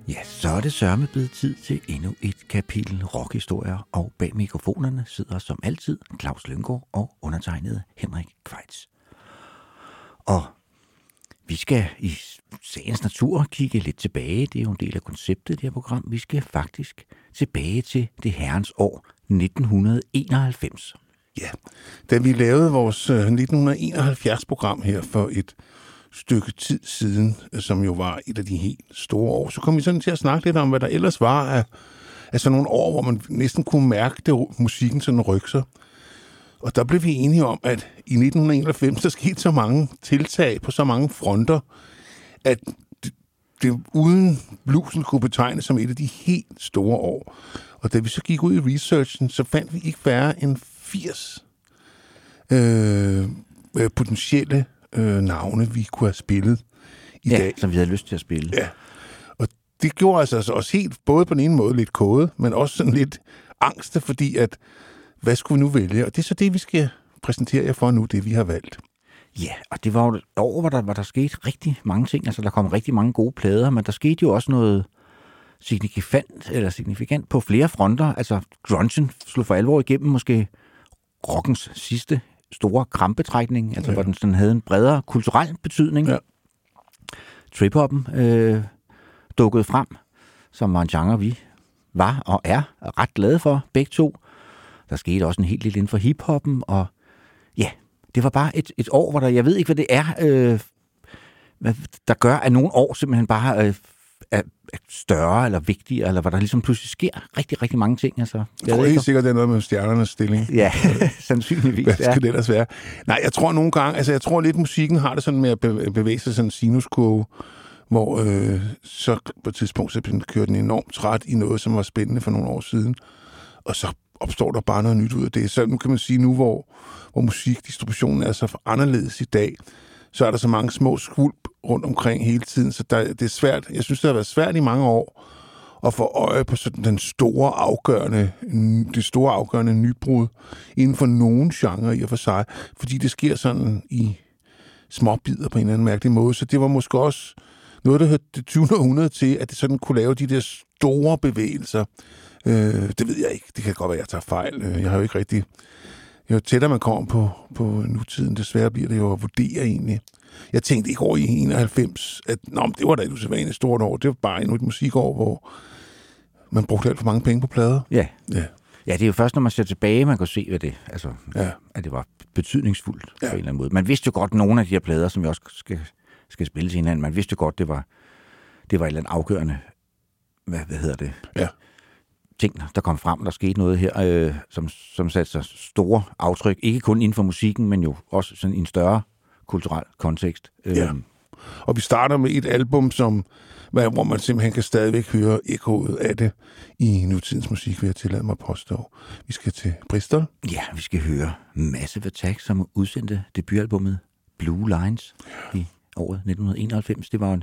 Ja, så er det sørme blevet tid til endnu et kapitel rockhistorier, og bag mikrofonerne sidder som altid Claus Lynggaard og undertegnede Henrik Kvejts. Og vi skal i sagens natur kigge lidt tilbage. Det er jo en del af konceptet, det her program. Vi skal faktisk tilbage til det herrens år 1991. Ja, da vi lavede vores 1971-program her for et stykke tid siden, som jo var et af de helt store år, så kom vi sådan til at snakke lidt om, hvad der ellers var af sådan nogle år, hvor man næsten kunne mærke det, musikken sådan rykke sig. Og der blev vi enige om, at i 1991, der skete så mange tiltag på så mange fronter, at det uden bluesen kunne betegnes som et af de helt store år. Og da vi så gik ud i researchen, så fandt vi ikke færre end 80 potentielle navne, vi kunne have spillet i dag. Som vi havde lyst til at spille. Ja, og det gjorde altså også helt, både på den ene måde lidt kode, men også sådan lidt angste, fordi at, hvad skulle vi nu vælge? Og det er så det, vi skal præsentere jer for nu, det vi har valgt. Ja, og det var jo et år, hvor der skete rigtig mange ting. Altså, der kom rigtig mange gode plader, men der skete jo også noget signifikant på flere fronter. Altså, grungen slog for alvor igennem måske rockens sidste store krampetrækning, altså hvor den sådan havde en bredere kulturel betydning. Ja. Trip-hoppen dukkede frem, som var en genre, vi var og er ret glade for, begge to. Der skete også en helt lille inden for hip-hoppen, og ja, det var bare et år, hvor jeg ved ikke, hvad det er, hvad der gør, at nogle år simpelthen bare er større eller vigtigere, eller hvor der ligesom pludselig sker rigtig, rigtig mange ting. Altså, jeg tror helt sikkert, det er noget med stjernernes stilling. Ja, sandsynligvis. Hvad skal det ellers være? Nej, jeg tror nogle gange, altså jeg tror lidt, musikken har det sådan med at bevæge sig sådan en sinuskurve, hvor så på et tidspunkt så kører den enormt træt i noget, som var spændende for nogle år siden, og så opstår der bare noget nyt ud af det. Så nu kan man sige, nu hvor musikdistributionen er så anderledes i dag, så er der så mange små skvulp rundt omkring hele tiden, så det er svært. Jeg synes, det har været svært i mange år at få øje på sådan det store afgørende nybrud inden for nogen genre i og for sig, fordi det sker sådan i småbidder på en eller anden mærkelig måde. Så det var måske også noget, der hørte det 20. århundrede til, at det sådan kunne lave de der store bevægelser. Det ved jeg ikke. Det kan godt være, at jeg tager fejl. Jeg har jo ikke rigtig... Jo tættere man kommer på nutiden, desværre bliver det jo at vurdere egentlig. Jeg tænkte ikke over i 91, at det var da et usædvanligt stort år. Det var bare endnu et musikår, hvor man brugte alt for mange penge på plader. Ja, det er jo først, når man ser tilbage, man kan se, hvad det, at det var betydningsfuldt på en eller anden måde. Man vidste jo godt, nogle af de her plader, som vi også skal spille til hinanden, man vidste jo godt, det var et eller andet afgørende, hvad hedder det? Ja. Ting, der kom frem, der skete noget her, som satte sig store aftryk, ikke kun inden for musikken, men jo også sådan i en større kulturel kontekst. Ja. Og vi starter med et album, hvor man simpelthen kan stadigvæk høre ekkoet af det i nutidens musik, vil jeg tillade mig at påstå. Vi skal til Bristol. Ja, vi skal høre Massive Attack, som udsendte debutalbummet Blue Lines i året 1991. Det var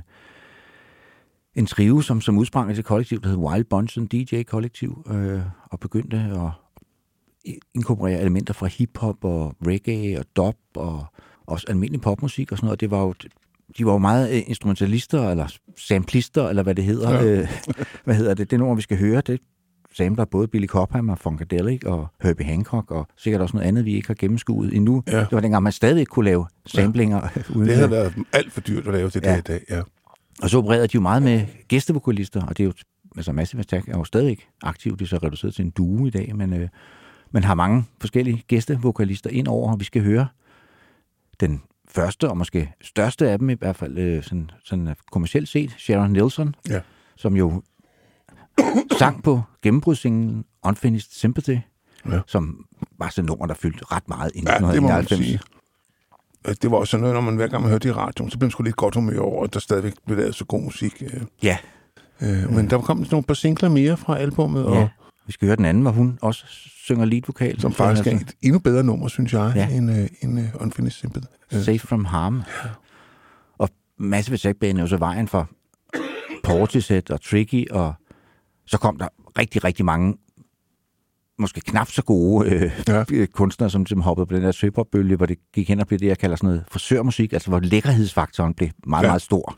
en trio, som udsprang af det kollektiv, der hed Wild Bunch, en DJ-kollektiv, og begyndte at inkorporere elementer fra hip-hop og reggae og dub og også almindelig popmusik og sådan noget. De var jo meget instrumentalister eller samplister, eller hvad det hedder. Ja. Hvad hedder det? Det nummer, vi skal høre, det samler både Billy Cobham og Funkadelic og Herbie Hancock og sikkert også noget andet, vi ikke har gennemskuet endnu. Ja. Det var dengang, man stadig kunne lave samplinger. Ja. Det havde været alt for dyrt at lave det der i dag, ja. Og så opererede de jo meget med gæstevokalister, og det er jo, altså Massive Attack er jo stadig ikke aktiv, det er så reduceret til en duo i dag, men man har mange forskellige gæstevokalister ind over, og vi skal høre den første og måske største af dem, i hvert fald sådan kommercielt set, Sharon Nelson, som jo sang på gennembrudssinglen Unfinished Sympathy, som var sådan et nummer, der fyldte ret meget i 1991. Det var også sådan noget, når man hver gang man hørte det i radioen, så blev man sgu lidt godt humør over, at der stadigvæk blev lavet så god musik. Ja. Men der kom nogle par singler mere fra albumet. Ja, og vi skal høre den anden, hvor hun også synger leadvokal. Som faktisk er et endnu bedre nummer, synes jeg, end Unfinished Sympathy. Safe from Harm. Ja. Og Massive Attack-banen er jo så vejen for Portishead og Tricky, og så kom der rigtig, rigtig mange måske knap så gode kunstnere, som hoppede på den der trip-hop-bølge, hvor det gik hen og blev det, jeg kalder sådan noget frisørmusik, altså hvor lækkerhedsfaktoren blev meget, meget stor.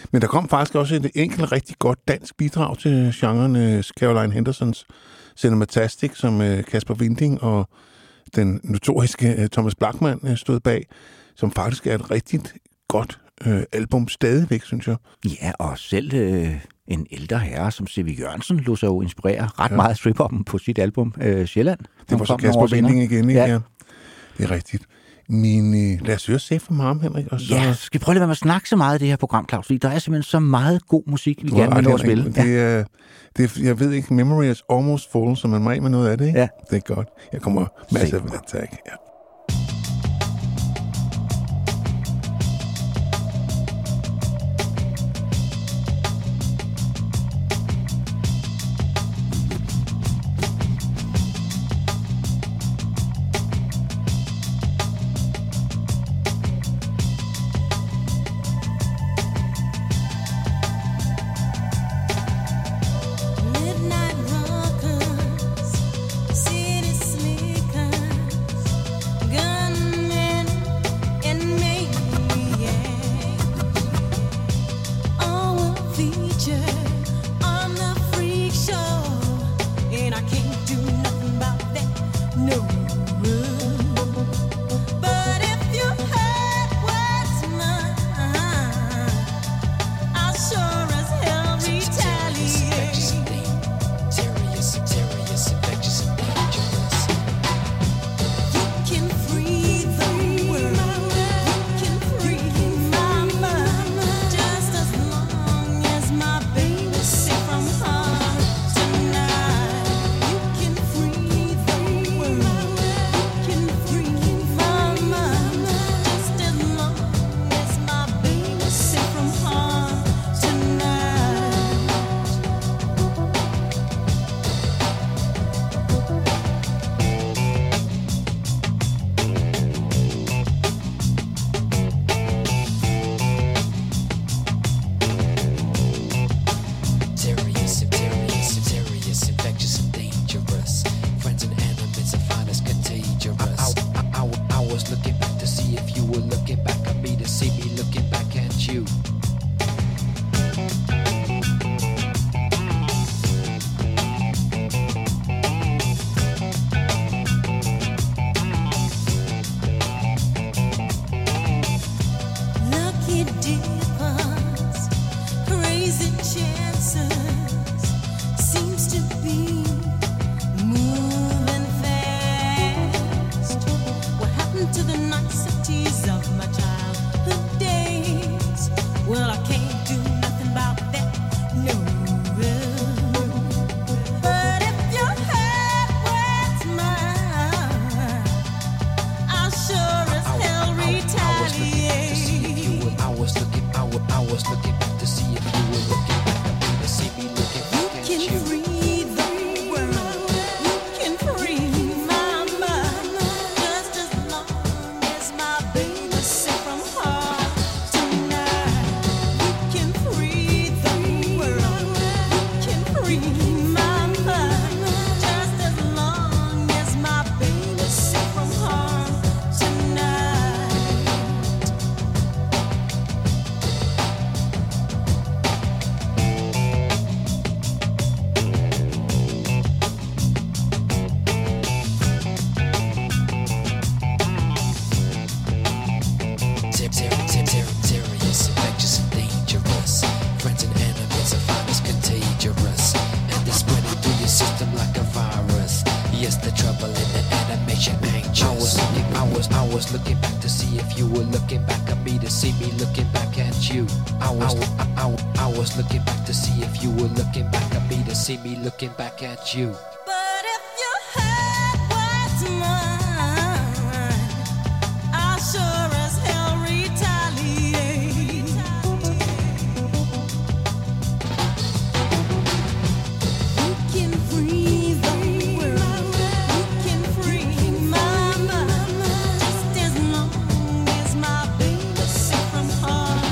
Men der kom faktisk også et enkelt rigtig godt dansk bidrag til genren, Caroline Hendersons Cinematastic, som Kasper Winding og den notoriske Thomas Blachman stod bag, som faktisk er et rigtig godt album stadigvæk, synes jeg. Ja, og selv en ældre herre som C.V. Jørgensen lod sig jo inspirere ret meget af strip-hoppen på sit album Sjælland. Det var så Kasper Winding igen, ikke? Ja. Det er rigtigt. Men lad os høre Safe from Harm, Henrik. Og så... Ja, skal vi prøve at være snakge så meget af det her program, Claus, fordi der er simpelthen så meget god musik, vi gerne vil nå at spille. Jeg ved ikke, Memory is almost full, så man må af med noget af det, ikke? Ja. Det er godt. Jeg kommer masser af Attack. Ja. See me looking back at you. But if you had what's mine, I'll sure as hell retaliate. You can free the world, you can free my mind, just as long as my baby safe from harm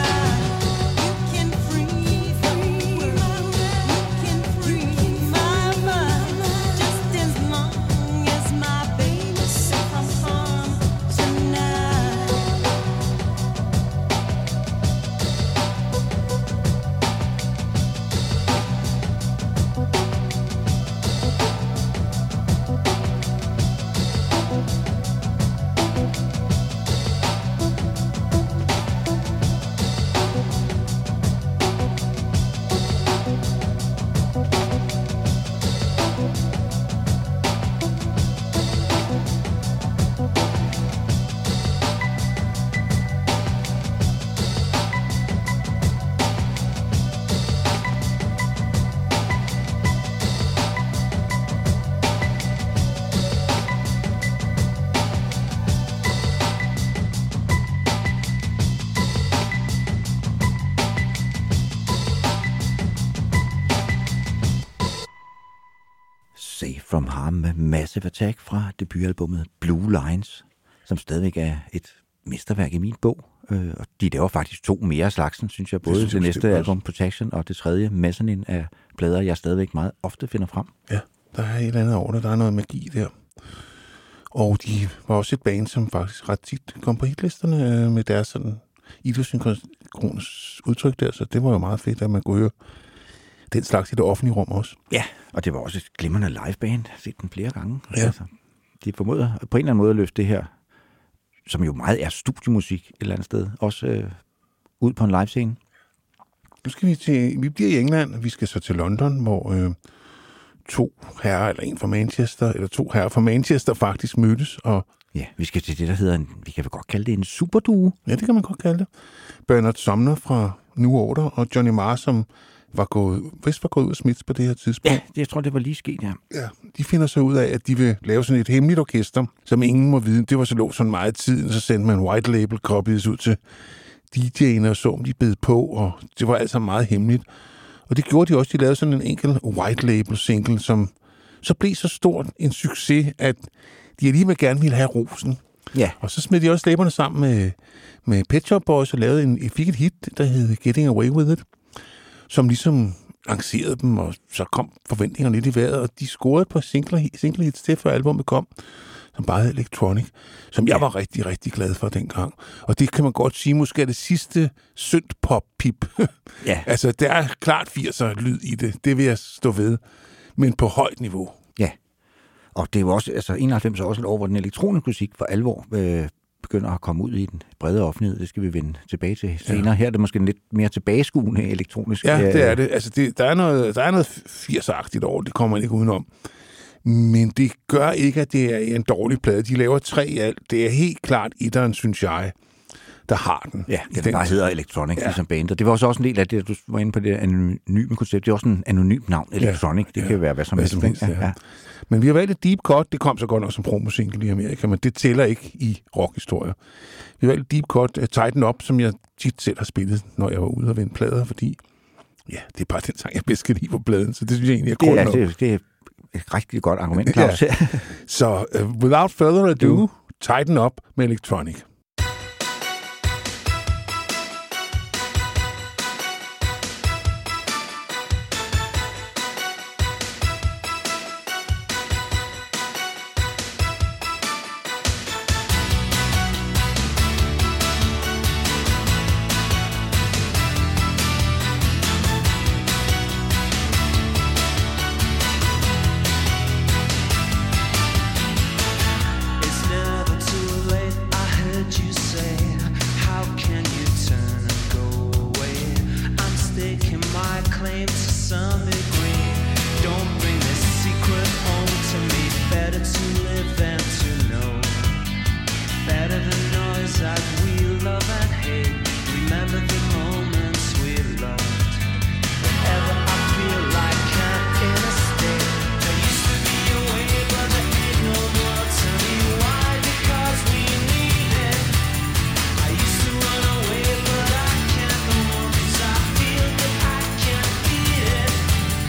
tonight. You can free the world. Free my Safe from Harm med Massive Attack fra debutalbummet Blue Lines, som stadigvæk er et mesterværk i min bog. Og de laver faktisk 2 mere slagsen, synes jeg. Både det næste album, Protection, og det tredje, Mezzanine, er plader, jeg stadigvæk meget ofte finder frem. Ja, der er et eller andet over det. Der er noget magi der. Og de var også et band, som faktisk ret tit kom på hitlisterne med deres sådan idiosynkronisk udtryk der, så det var jo meget fedt, at man kunne høre den slags i det offentlige rum også. Ja, og det var også et glimrende liveband. Jeg har set den flere gange. Ja. Altså, de formåede på en eller anden måde at løfte det her, som jo meget er studiemusik et eller andet sted, også ud på en livescene. Nu skal vi bliver i England, vi skal så til London, hvor 2 herrer, eller en fra Manchester, eller 2 herrer fra Manchester faktisk mødtes, og Ja, vi skal til det, der hedder vi kan vel godt kalde det en superduo. ja, det kan man godt kalde det. Bernard Sumner fra New Order, og Johnny Marr, som var gået ud af Smiths på det her tidspunkt. Ja, jeg tror, det var lige sket, ja. Ja, de finder så ud af, at de vil lave sådan et hemmeligt orkester, som ingen må vide. Det var så lå sådan meget tid, så sendte man white label copies ud til DJ'erne og så, om de bed på, og det var altså meget hemmeligt. Og det gjorde de også. De lavede sådan en enkelt white label single, som så blev så stort en succes, at de alligevel gerne ville have rosen. Ja, Og så smed de også læberne sammen med Pet Shop Boys og fik et hit, der hed Getting Away With It, som ligesom lancerede dem, og så kom forventningerne lidt i vejret, og de scorede et par single hits til, før albumet kom, som bare hed Electronic, som jeg var rigtig, rigtig glad for dengang. Og det kan man godt sige, måske er det sidste synth-pop-pip. ja, Altså, der er klart 80'er lyd i det, det vil jeg stå ved, men på højt niveau. ja. Og det er jo også, altså 91 er også et år, hvor den elektroniske musik for alvor begynder at komme ud i den brede offentlighed. Det skal vi vende tilbage til senere. Her er det måske en lidt mere tilbageskuende elektronisk. Ja, det er det. Altså, der er noget 80'er-agtigt over, det kommer man ikke udenom. Men det gør ikke, at det er en dårlig plade. De laver 3 i alt. Det er helt klart etteren, synes jeg, der har den. Ja, den bare hedder Electronic, ligesom bandet. Det var også en del af det, du var inde på det anonyme koncept. Det er også en anonym navn, Electronic. Det kan jo være hvad som helst. Ja. Men vi har valgt et Deep Cut. Det kom så godt nok som promosingle i Amerika, men det tæller ikke i rockhistorie. Vi har valgt et Deep Cut, Tighten Up, som jeg tit selv har spillet, når jeg var ude og vende plader, fordi ja, det er bare den sang, jeg bedst kan lide på pladen, så det synes jeg egentlig er godt nok. Det er et rigtig godt argument, Claus. Ja. Så without further ado, Tighten Up med Electronic. It's never too late, I heard you say. How can you turn and go away? I'm staking my claim to some degree. Don't bring this secret home to me. Better to live than to know. Better the noise that we love and hate. Remember the moments we loved. Whenever I feel like I'm in a state. There used to be a way, but there ain't no more. Tell me why, because we need it. I used to run away, but I can't no more, 'cause I feel that I can't beat it.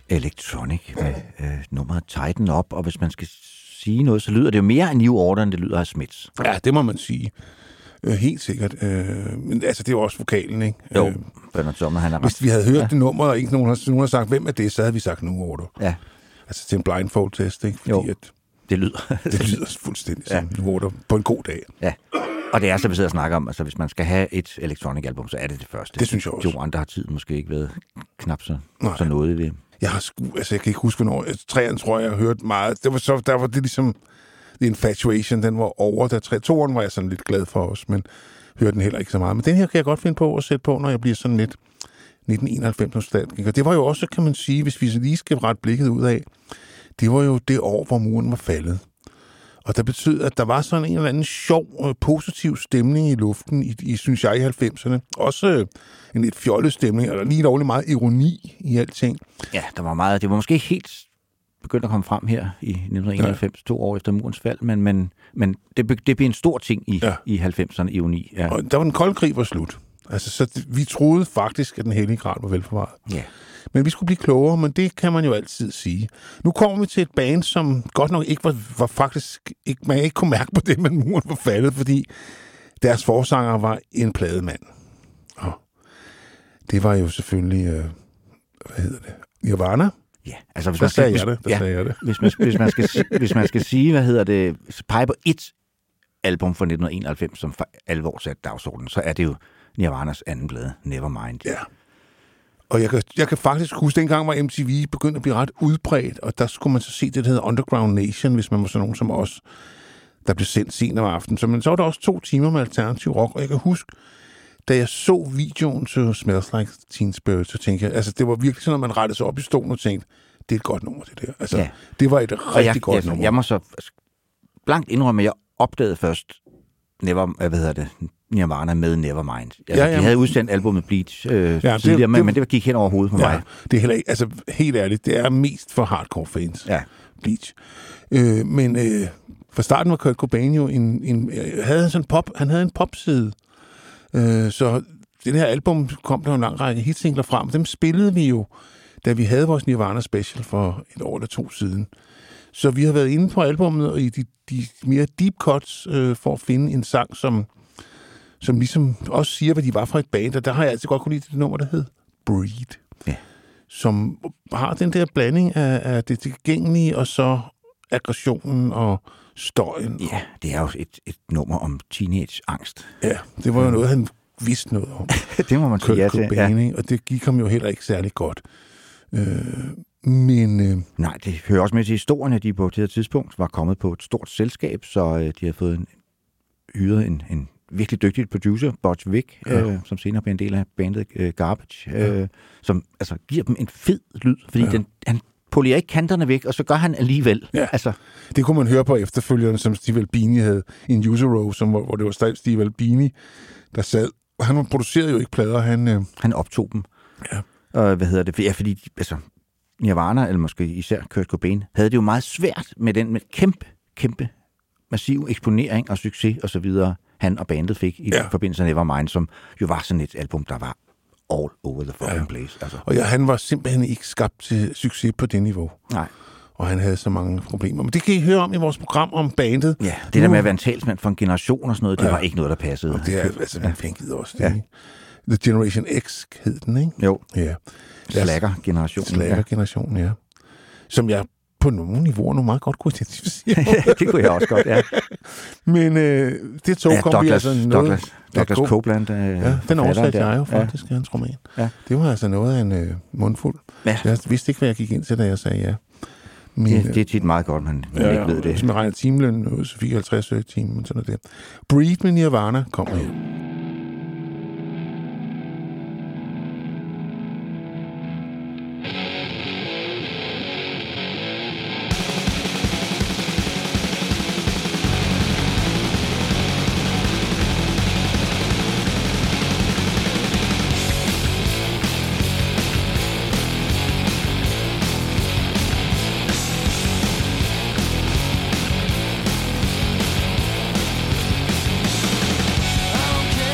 Electronic med nummeret Tighten Up, og hvis man skal sige noget, så lyder det jo mere af New Order, end det lyder af Smiths. Ja, det må man sige. Helt sikkert. Men altså, det er jo også vokalen, ikke? Jo, Bernard Sumner, han er ret. Hvis vi havde hørt det nummer, og ikke nogen har sagt, hvem er det, så havde vi sagt New Order. Ja. Altså til en blindfold-test, ikke? Fordi Jo. at Det lyder. det lyder fuldstændig som New Order på en god dag. Ja. Og det er så, vi sidder og snakker om, altså hvis man skal have et electronic album, så er det første. Det synes jeg også. De andre har tiden måske ikke været knap så Nej. noget ved. Jeg kan ikke huske, hvornår. Træerne tror jeg har hørt meget. Der var det ligesom The Infatuation, den var over. Toeren var jeg sådan lidt glad for os, men hørte den heller ikke så meget. Men den her kan jeg godt finde på at sætte på, når jeg bliver sådan lidt 1991 nostalgisk. Og det var jo også, kan man sige, hvis vi lige skal rette blikket ud af, det var jo det år, hvor muren var faldet. Og det betød, at der var sådan en eller anden sjov, positiv stemning i luften, synes jeg, i 90'erne. Også en lidt fjollet stemning, og der lige lovlig meget ironi i alting. Ja, der var meget. Det var måske ikke helt begyndt at komme frem her i 1991, 2 år efter murens fald, men det blev en stor ting i 90'erne, ironi. Ja. Og der var den kolde krig var slut. Altså, så vi troede faktisk, at den hellige grad var velforvaret. Ja. Men vi skulle blive klogere, men det kan man jo altid sige. Nu kommer vi til et band, som godt nok ikke var faktisk... Ikke, man ikke kunne mærke på det, men muren var faldet, fordi deres forsanger var en plademand. Og det var jo selvfølgelig... hvad hedder det? Nirvana? Ja, altså hvis Der man sagde skal, jeg det. hvis man skal sige, hvad hedder det, pege på et album fra 1991, som for alvor satte dagsordenen, så er det jo Nirvanas anden plade, Nevermind. Ja. Og jeg kan faktisk huske, dengang var MTV begyndt at blive ret udbredt, og der skulle man så se det, der hedder Underground Nation, hvis man var sådan nogen som os, der blev sendt sent om aftenen. Men så var der også 2 timer med alternativ rock, og jeg kan huske, da jeg så videoen til Smells Like Teen Spirit, så tænkte jeg, altså det var virkelig sådan, at man rettede sig op i stolen og tænkte, det er et godt nummer, det der. Altså, Ja. det var et rigtig godt nummer. Jeg må så blankt indrømme, at jeg opdagede først Nirvana med Nevermind. Altså, Ja. De havde udsendt albumet Bleach tidligere, men det gik hen over hovedet på mig. Det er heller ikke, altså helt ærligt, det er mest for hardcore fans. Ja. Bleach. Men fra starten var Kurt Cobain jo han havde en popside. Så det her album kom der en lang række hitsingler frem. Dem spillede vi jo, da vi havde vores Nirvana special for 1 år eller 2 siden. Så vi har været inde på albummet og i de mere deep cuts for at finde en sang, som ligesom også siger, hvad de var fra et band. Og der har jeg altid godt kunne lide det nummer, der hed Breed. Ja. Som har den der blanding af det tilgængelige og så aggressionen og støjen. Ja, det er jo et nummer om teenage-angst. Ja, det var jo noget, han vidste noget om. Det må man sige ja Kurt til. Cobain, ikke? Og det gik ham jo heller ikke særlig godt. Men Nej, det hører også med til historien, at de på det her tidspunkt var kommet på et stort selskab, så de har fået hyret en virkelig dygtig producer, Butch Vig, som senere blev en del af bandet Garbage, som altså giver dem en fed lyd, fordi han polerer ikke kanterne væk, og så gør han alligevel. Ja. Altså, det kunne man høre på efterfølgerne, som Steve Albini havde i en user row, hvor det var Steve Albini, der sad. Han producerede jo ikke plader, han optog dem. Ja. Og Ja, fordi altså, Nirvana, eller måske især Kurt Cobain, havde det jo meget svært med den med kæmpe, massiv eksponering og succes og så videre, han og bandet fik i forbindelse med Nevermind, som jo var sådan et album, der var all over the fucking place. Altså. Og han var simpelthen ikke skabt til succes på det niveau. Nej. Og han havde så mange problemer. Men det kan I høre om i vores program om bandet. Ja, det der med at være en talsmand for en generation og sådan noget, det var ikke noget, der passede. Og det er altså, vi fængede også det. Ja. The Generation X hed den, ikke? Jo. Ja. Slacker-generationen. Slacker-generationen, ja. Som jeg på nogle niveauer nu meget godt kunne identificere. Det kunne jeg også godt, ja. Men det tog kom vi altså noget... Douglas Copeland. Den oversatte jeg jo faktisk i hans roman. Ja. Det var altså noget af en mundfuld. Ja. Jeg vidste ikke, hvad jeg gik ind til, da jeg sagde ja. Men, det er tit meget godt, man ikke ved det. Hvis man regner timeløn, så 54 timer, sådan noget der. Breed med Nirvana kommer her. I don't care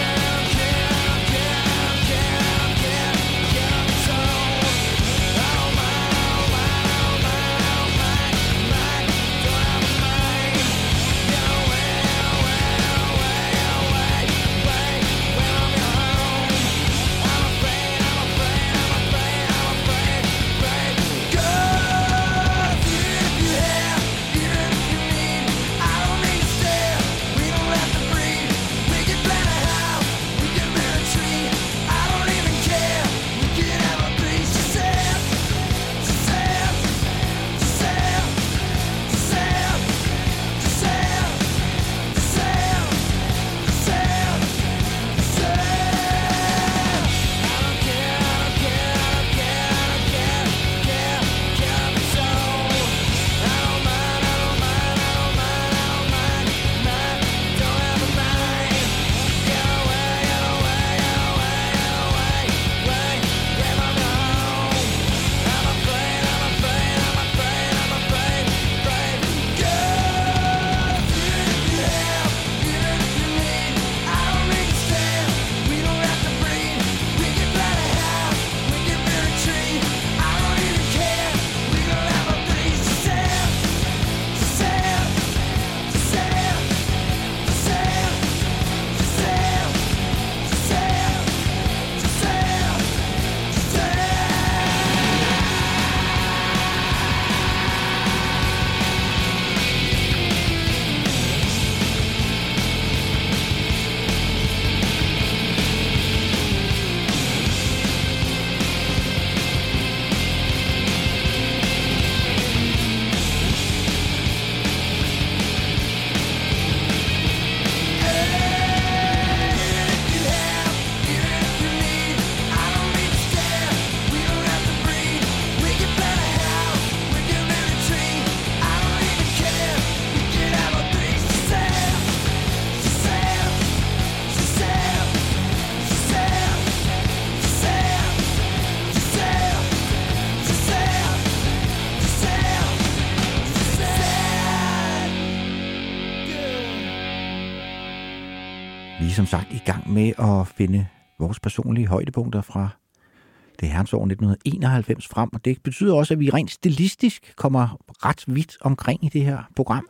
Vi er som sagt i gang med at finde vores personlige højdepunkter fra det herrens år 1991 frem, og det betyder også, at vi rent stilistisk kommer ret vidt omkring i det her program.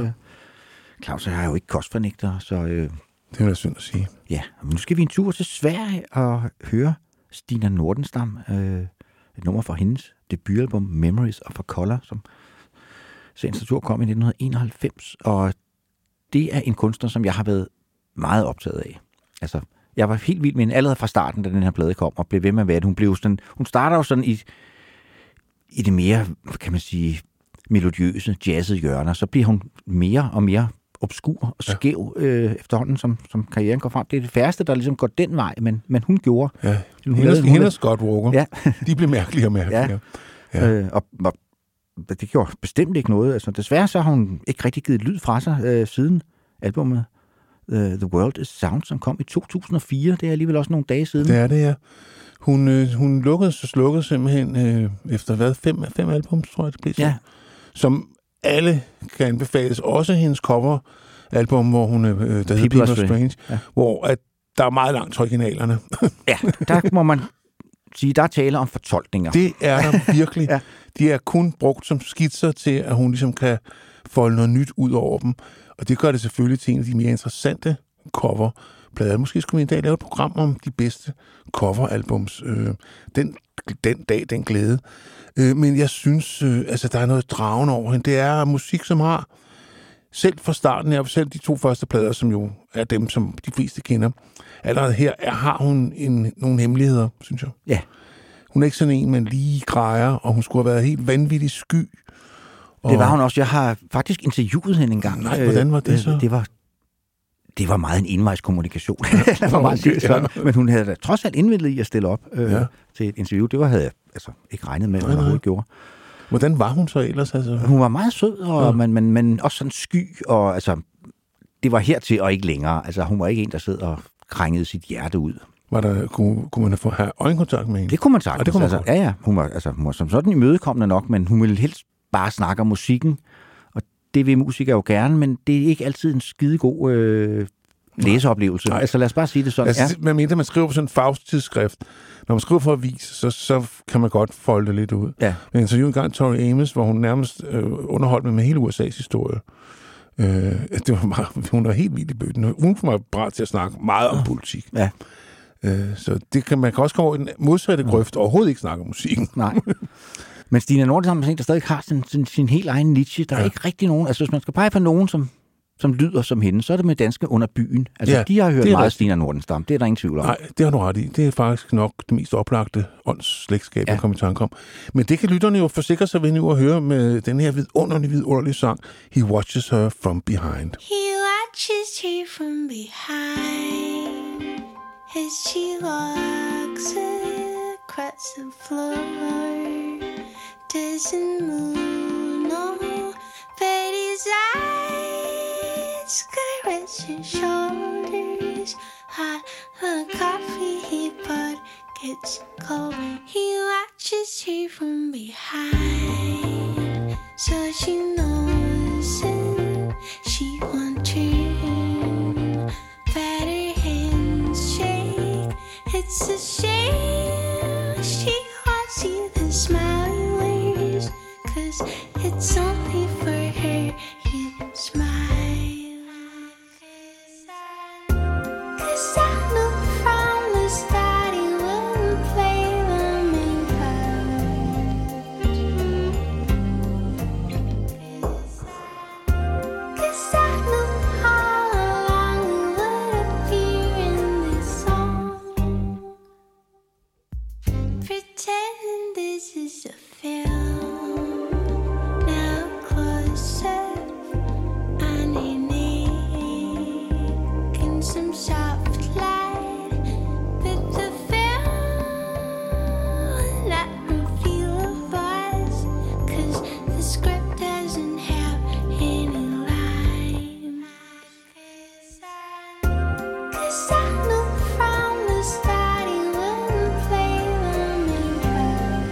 Claus er jo ikke kostfornægter, så Det er jo synd at sige. ja, men nu skal vi en tur til Sverige og høre Stina Nordenstam, et nummer fra hendes debutalbum Memories of a Color, som sagens natur kom i 1991, og det er en kunstner, som jeg har været meget optaget af. Altså, jeg var helt vild med hende allerede fra starten, da den her plade kom, og blev ved med at være det. Hun starter jo sådan i det mere, kan man sige, melodiøse, jazzede hjørner, så bliver hun mere og mere obskur og skæv efterhånden, som karrieren går frem. Det er det færreste, der ligesom går den vej, men hun gjorde. Ja. Hun Hendes Scott Walker, Ja. de blev mærkeligere og mærkeligere. Ja. Og det gjorde bestemt ikke noget. Altså, desværre så har hun ikke rigtig givet lyd fra sig siden albumet The World is Sound, som kom i 2004. Det er alligevel også nogle dage siden. Det er det, ja. Hun lukkede så slukkede simpelthen efter hvad? Fem albums, tror jeg, det blev så. Ja. Som alle kan anbefales. Også hendes coveralbum, hvor hun der hedder People Are Strange, hvor at der er meget langt til originalerne. Ja, der må man sige, der er tale om fortolkninger. Det er der virkelig. Ja. De er kun brugt som skitser til, at hun ligesom kan folde noget nyt ud over dem. Og det gør det selvfølgelig til en af de mere interessante coverplader. Måske skulle vi en dag lave et program om de bedste coveralbums. Den glæde. Men jeg synes, altså der er noget dragende over hende. Det er musik, som har, selv fra starten af, selv de 2 første plader, som jo er dem, som de fleste kender, allerede her har hun nogle hemmeligheder, synes jeg. Ja. Hun er ikke sådan en, man lige grejer, og hun skulle have været helt vanvittig sky. Det var hun også. Jeg har faktisk interviewet hende en gang. Nej, hvordan var det så? Det var meget en envejskommunikation. Men hun havde da trods alt indvildet i at stille op til et interview. Det havde jeg altså ikke regnet med, at hun overhovedet gjorde. Hvordan var hun så ellers? Altså? Hun var meget sød, og, men også sådan sky, og altså, det var hertil og ikke længere. Altså, hun var ikke en, der sad og krængede sit hjerte ud. Kunne man få have øjenkontakt med hende? Det kunne man sagtens. Det kunne man ja. Hun var som sådan imødekommende nok, men hun ville helst bare snakke om musikken. Og det vil musikere jo gerne, men det er ikke altid en skidegod læseoplevelse. Nej. Altså lad os bare sige det sådan. Altså, med mindre man skriver på sådan en fagstidsskrift. Når man skriver for avis, så kan man godt folde det lidt ud. Ja. Men interviewede engang Tori Amos, hvor hun nærmest underholdt med hele USA's historie. Det var meget, hun var helt vildt i bøtten. Hun var bra til at snakke meget om politik. Ja. Så man kan også komme over i den modsatte grøft og overhovedet ikke snakke om musikken. Nej. Men Stina Nordenstam er en, der stadig har sin helt egen niche. Der er ikke rigtig nogen. Altså, hvis man skal pege på nogen, som lyder som hende, så er det med danske under byen. Altså, de har hørt meget Stina Nordenstam. Det er der ingen tvivl om. Nej, det har du ret i. Det er faktisk nok det mest oplagte åndsslægtskab, jeg kommer i tanke om. Men det kan lytterne jo forsikre sig ved nu at høre med den her vidunderlige sang, He Watches Her From Behind. He watches her from behind as she walks across the floor. Doesn't move, no, but his eyes caress her shoulders. Hot coffee he bought gets cold. He watches her from behind, so she knows it. She won't turn, but her hands shake. It's a shame she won't see the smile he wears, 'cause it's only for her you smile. 'Cause I knew from the start he wouldn't play the main part. 'Cause I knew all along he would appear in this song, pretending this is a film. Now close up on her neck and some soft light, but the film will not reveal a voice, 'cause the script doesn't have any lines. 'Cause I knew from the start he wouldn't play the main part.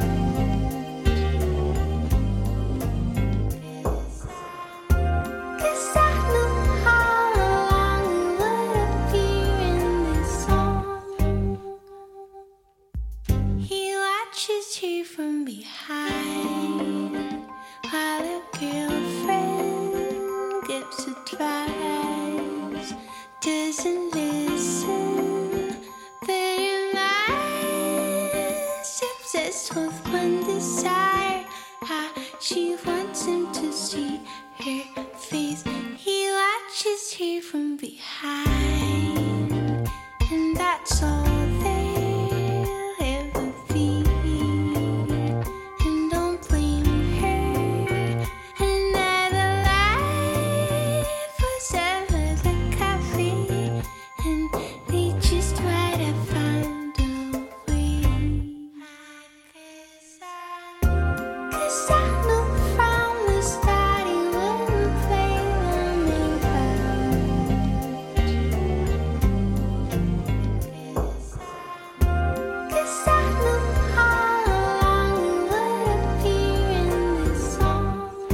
'Cause I knew all along he would appear she wants him to see her face. He watches her from behind, and that's all there'll ever be. And don't blame her. Another life was ever the coffee, and they just might have found a way. 'Cause I know from the start he wouldn't play on me hurt. 'Cause I knew all along he would appear in this song.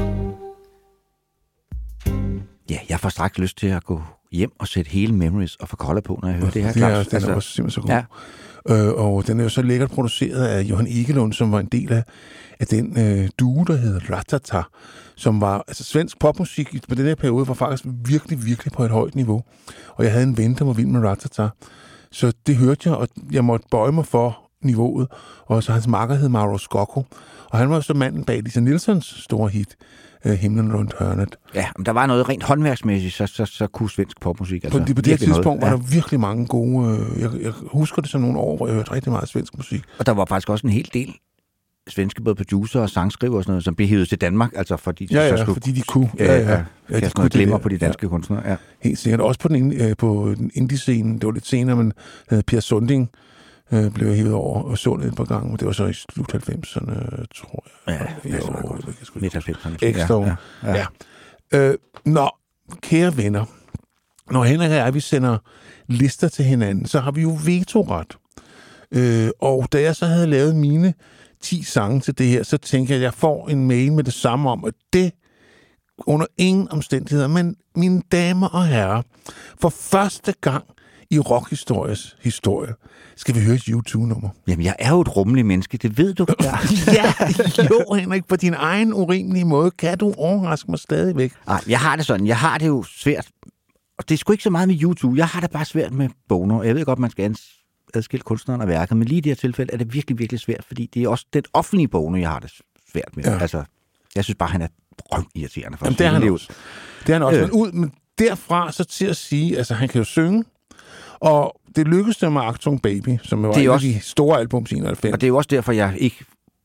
Ja, jeg får straks lyst til at gå hjem og sætte hele Memories og få kolder på, når jeg hører det her. Det er, Claus. den er også simpelthen så god. Ja. Og den er jo så lækkert produceret af Johan Egelund, som var en del af den duo, der hedder Ratata, som var, altså svensk popmusik på den her periode var faktisk virkelig, virkelig på et højt niveau. Og jeg havde en ven, der var vild med Ratata. Så det hørte jeg, og jeg måtte bøje mig for niveauet. Og så hans makker hed Mauro Scocco. Og han var så manden bag Lisa Nilssons store hit, Himlen rundt hørnet. Ja, men der var noget rent håndværksmæssigt, så kunne svensk popmusik. Altså, På det her virkelig tidspunkt noget. var der virkelig mange gode... Jeg husker det som nogle år, hvor jeg hørte rigtig meget svensk musik. Og der var faktisk også en hel del svenske både producer og sangskriver og sådan noget, som blev hævet til Danmark, altså fordi de så skulle... fordi de kunne. de kunne kunne glimmer det på de danske kunstnere. Ja. Helt sikkert. Også på den indie-scene, det var lidt senere, men Per Sunding blev hævet over og sundet et par gange, men det var så i slut 90'erne, tror jeg. Ja, det var godt. Midt 90'erne. Ekstra. Ja. Nå, kære venner, når Henrik og jeg, vi sender lister til hinanden, så har vi jo vetoret. Og da jeg så havde lavet mine 10 sange til det her, så tænkte jeg, at jeg får en mail med det samme om, at det under ingen omstændigheder, men mine damer og herrer, for første gang i rockhistoriens historie, skal vi høre et U2-nummer. Jamen, jeg er jo et rummeligt menneske, det ved du. Ja, jo, Henrik, på din egen urimelige måde, kan du overraske mig stadigvæk. Nej, jeg har det sådan. Jeg har det jo svært. Og det er sgu ikke så meget med YouTube. Jeg har det bare svært med Bono. Jeg ved godt, man skal adskille kunstneren og værket, men lige i det her tilfælde er det virkelig, virkelig svært, fordi det er også den offentlige Bono, jeg har det svært med. Ja. Altså, jeg synes bare, han er røvirriterende for. Jamen, det er han også. Det er han også. Men derfra så til at sige, altså han kan jo synge, og det lykkedes der med Achtung Baby, som var en af de store albums i 91. Og det er jo også derfor, jeg ikke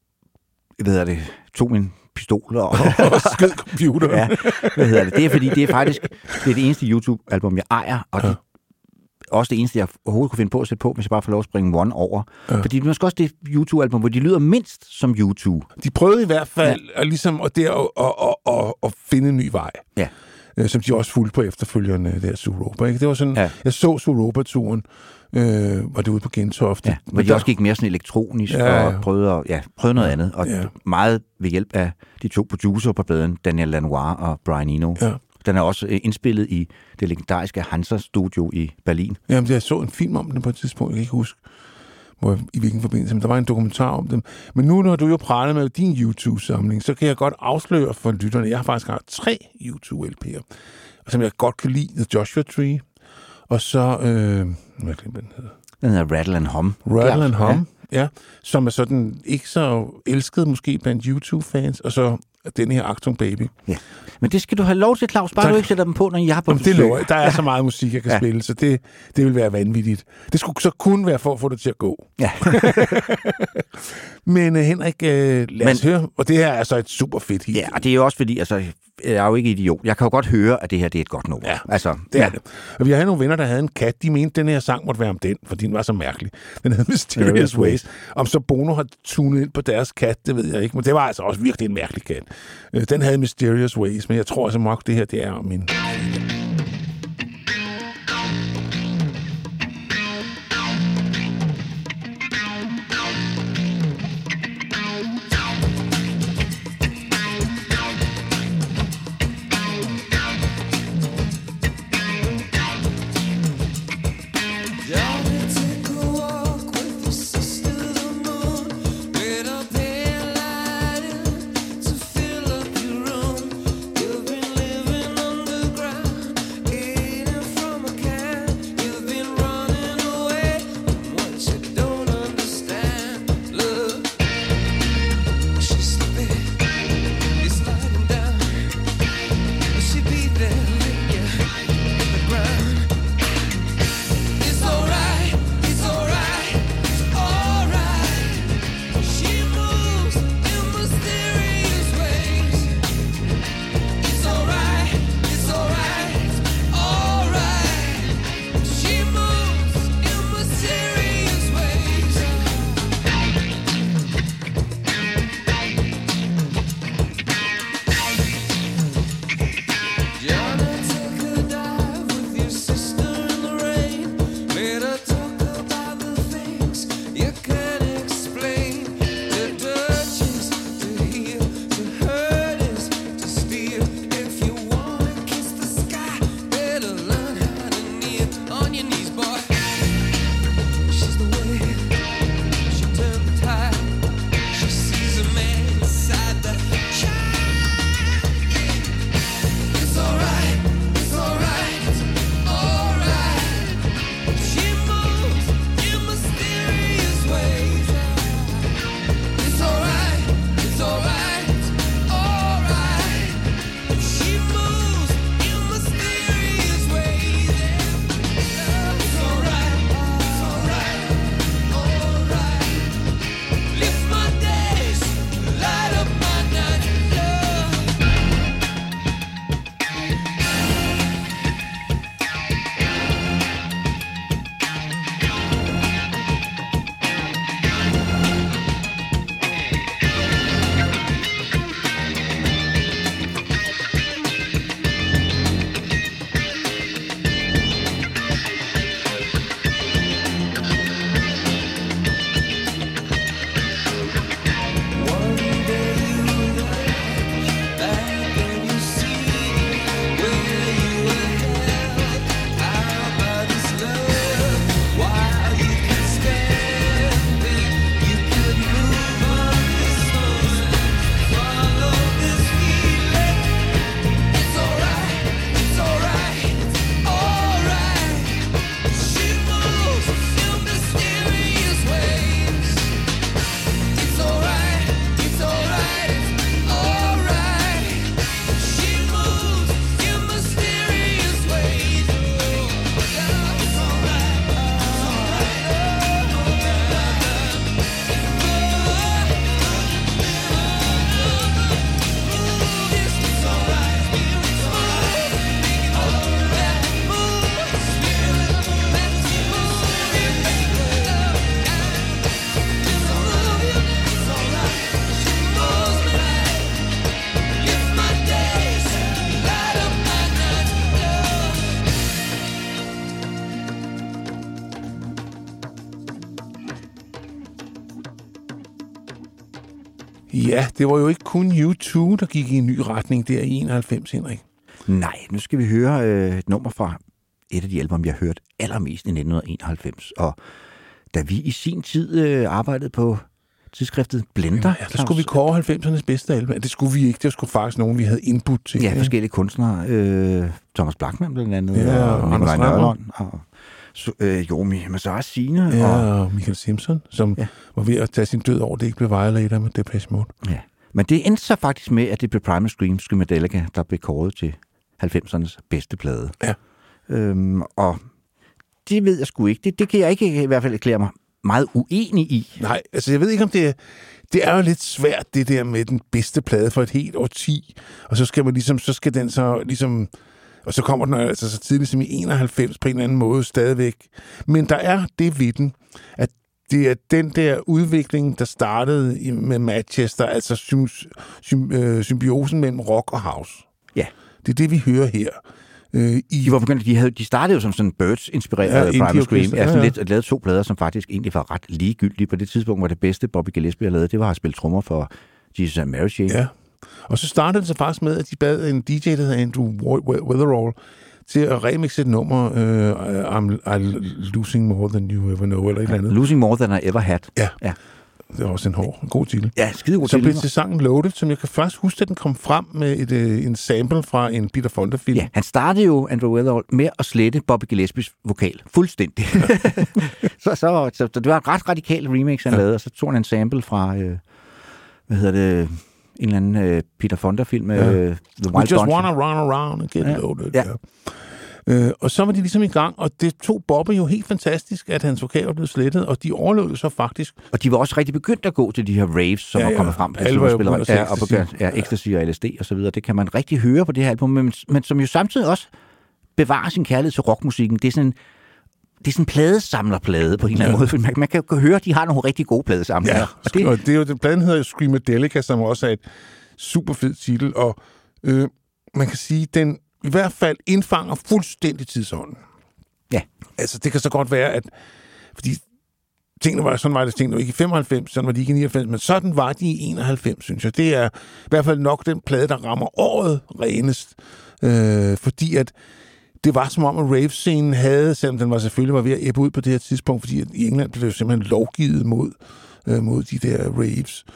tog min pistol og skød computer. Ja, det er fordi, det er faktisk det eneste YouTube-album, jeg ejer, og det også det eneste, jeg overhovedet kunne finde på at sætte på, hvis jeg bare får lov at springe One over. Ja. Fordi det er måske også det YouTube-album, hvor de lyder mindst som YouTube. De prøvede i hvert fald at finde en ny vej. Ja. Som de også fulgte på efterfølgerne der Suropa. Ikke? Det var sådan, jeg så Suropa-turen, var det ude på Gentofte. Ja, hvor de også gik mere sådan elektronisk og prøvede noget andet. Og meget ved hjælp af de 2 producer på pladen, Daniel Lanois og Brian Eno. Ja. Den er også indspillet i det legendariske Hansa-studio i Berlin. Jamen, jeg så en film om den på et tidspunkt, jeg kan ikke huske, i hvilken forbindelse, men der var en dokumentar om dem. Men nu, når du jo prater med din YouTube-samling, så kan jeg godt afsløre for lytterne, jeg har faktisk haft 3 YouTube-LP'er, som jeg godt kan lide, The Joshua Tree, og så, hvad glemte den hedder? Den hedder Rattle and Hum. Rattle and Hum, ja, som er sådan ikke så elsket måske blandt YouTube-fans, og så den her Achtung Baby. Ja. Men det skal du have lov til, Claus. Bare du ikke sætter dem på, når jeg har på besøg. Det lover jeg. Der er så meget musik, jeg kan spille, så det vil være vanvittigt. Det skulle så kun være for at få det til at gå. Ja. Men Henrik, lad os høre. Og det her er så et super fedt hit. Ja, og det er jo også fordi, altså, jeg er jo ikke idiot. Jeg kan jo godt høre, at det her det er et godt nummer. Ja, altså, det er det. Og vi havde nogle venner, der havde en kat. De mente, at den her sang måtte være om den, fordi den var så mærkelig. Den hed Mysterious Ways. Om så Bono har tunet ind på deres kat, det ved jeg ikke. Men det var altså også virkelig en mærkelig kat. Den havde Mysterious Ways, men jeg tror altså nok, det her det er om min... Fill up your room. You've been living underground. Ja, det var jo ikke kun U2, der gik i en ny retning der i 91, Henrik. Nej, nu skal vi høre et nummer fra et af de album, jeg hørte allermest i 1991. Og da vi i sin tid arbejdede på tidsskriftet Blender... Ja, der skulle vi kåre 90'ernes bedste album. Det skulle vi ikke. Det skulle faktisk nogen, vi havde input til. Ja, forskellige kunstnere. Thomas Blachman blandt andet, ja, og Nikolaj Nørlund, og Yomi Masarasine. Ja, og Michael Simpson, som var ved at tage sin død over, det ikke blev Violator med Depeche Mode. Ja, men det endte så faktisk med, at det blev Primal Scream Screamadelica, der blev kåret til 90'ernes bedste plade. Ja. Og det ved jeg sgu ikke. Det kan jeg ikke i hvert fald erklære mig meget uenig i. Nej, altså jeg ved ikke, om det er jo lidt svært, det der med den bedste plade for et helt årti, og så skal man ligesom, og så kommer den altså så tidligt som i 91 på en eller anden måde stadigvæk. Men der er det ved den, at det er den der udvikling, der startede med Manchester, altså symbiosen mellem rock og house. Ja. Det er det, vi hører her. De startede jo som sådan Birds-inspireret Primal Scream. Ja, sådan lidt lavede 2 plader, som faktisk egentlig var ret ligegyldige. På det tidspunkt var det bedste, Bobby Gillespie havde lavet, det var at spille trommer for Jesus and Mary Chain. Ja, og så startede det så faktisk med, at de bad en DJ, der hedder Andrew Weatherall, til at remixe et nummer, I'm losing more than you ever know, eller et eller andet. Losing more than I ever had. Ja. Det er også en god titel. Ja, skidegod titel. Så blev til sangen Loaded, som jeg kan faktisk huske, at den kom frem med en sample fra en Peter Fonda-film. Ja, han startede jo, Andrew Weatherall, med at slette Bobby Gillespies vokal. Fuldstændig. så det var et ret radikalt remix, han lavede, og så tog han en sample fra, en eller anden Peter Fonda-film. The Wild We just Bunch. wanna run around and get loaded. Ja. Og så var de ligesom i gang, og det tog Bobby jo helt fantastisk, at hans vokal var blevet slettet, og de overlevede så faktisk. Og de var også rigtig begyndt at gå til de her raves, som var kommet frem. Alle var jo begyndt at ecstasy og LSD og så videre. Det kan man rigtig høre på det her album, men som jo samtidig også bevarer sin kærlighed til rockmusikken. Det er sådan en pladesamlerplade på en eller anden måde. Man kan jo høre, at de har nogle rigtig gode pladesamlinger. Ja, og det er jo, den pladen hedder Screamadelica, som også er et super fed titel, og man kan sige, den i hvert fald indfanger fuldstændig tidsånden. Ja. Altså, det kan så godt være, at fordi tingene var ikke i 95, sådan var de ikke i 99, men sådan var de i 91, synes jeg. Det er i hvert fald nok den plade, der rammer året renest, fordi at det var som om, at rave-scenen havde, selvom den selvfølgelig var ved at æbbe ud på det her tidspunkt, fordi at i England blev det jo simpelthen lovgivet mod de der raves.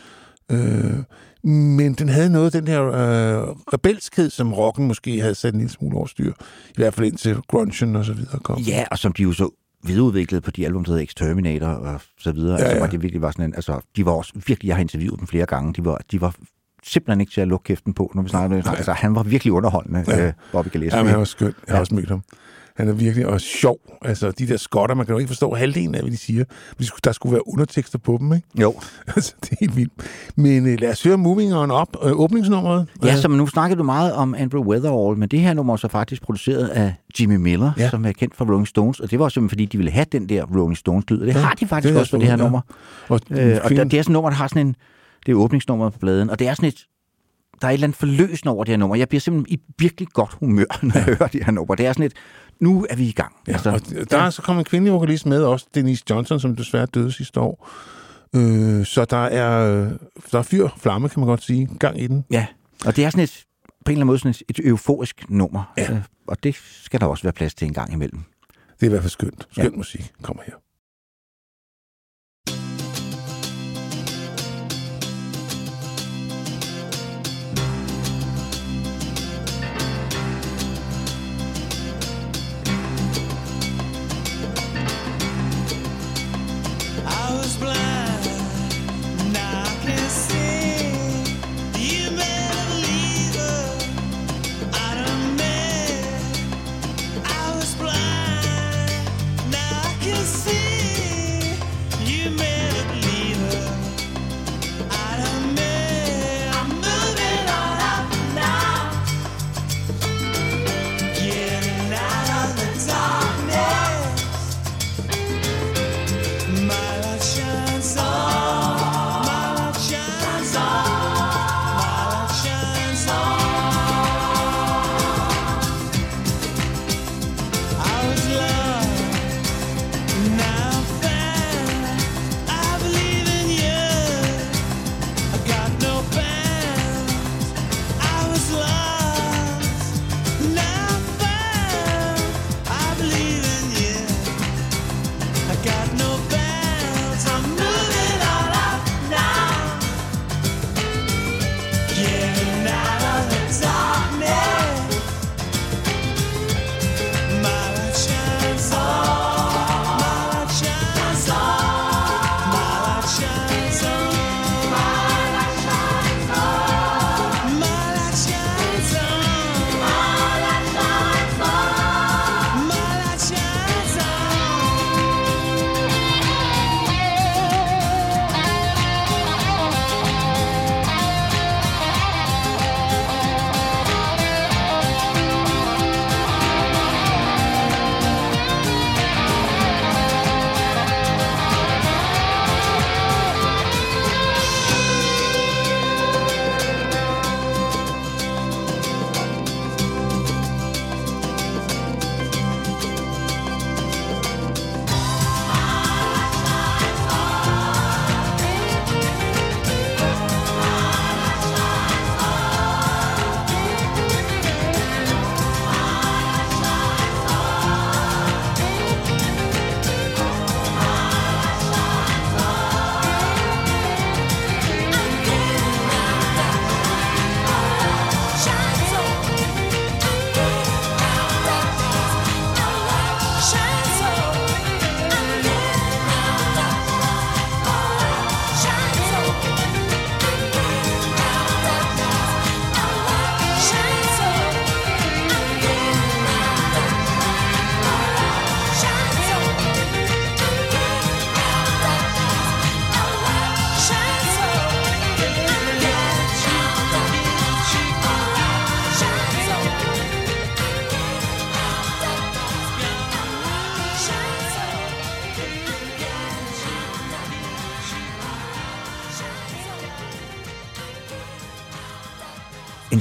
Men den havde noget af den her rebelskhed, som rocken måske havde sat en lille smule overstyr. I hvert fald indtil grungen og så videre kom. Ja, og som de jo så videreudviklede på de album, der hedder Exterminator og så videre. Ja, altså, det virkelig var sådan en, altså, de var også virkelig, jeg har interviewet dem flere gange, de var simpelthen ikke til at lukke kæften på, når vi snakker med. Altså, han var virkelig underholdende, Bobby Gillespie. Ja, han var skøn. Jeg har også mødt ham. Han er virkelig også sjov. Altså, de der skotter, man kan jo ikke forstå halvdelen af, hvad de siger. Der skulle være undertekster på dem, ikke? Jo. Altså, det er helt vildt. Men lad os høre Moving On Up, åbningsnummeret. Ja, så nu snakkede du meget om Andrew Weatherall, men det her nummer er så faktisk produceret af Jimmy Miller, som er kendt fra Rolling Stones, og det var simpelthen, fordi de ville have den der Rolling Stones-lyd, og det har de faktisk også for det her nummer. Og det er sådan et nummer, der har sådan en, det er åbningsnummeret på pladen, og det er sådan et, der er et eller andet forløsende over det her nummer. Jeg bliver simpelthen i virkelig godt humør, når jeg hører det her nummer. Det er sådan et, nu er vi i gang. Ja, altså, og der er så kommet en kvindelig vokalist med også, Denise Johnson, som desværre døde sidste år. Så der er fyr flamme, kan man godt sige, gang i den. Ja, og det er sådan et, på en eller anden måde sådan et euforisk nummer. Ja. Og det skal der også være plads til en gang imellem. Det er i hvert fald skønt. Skønt musik kommer her. See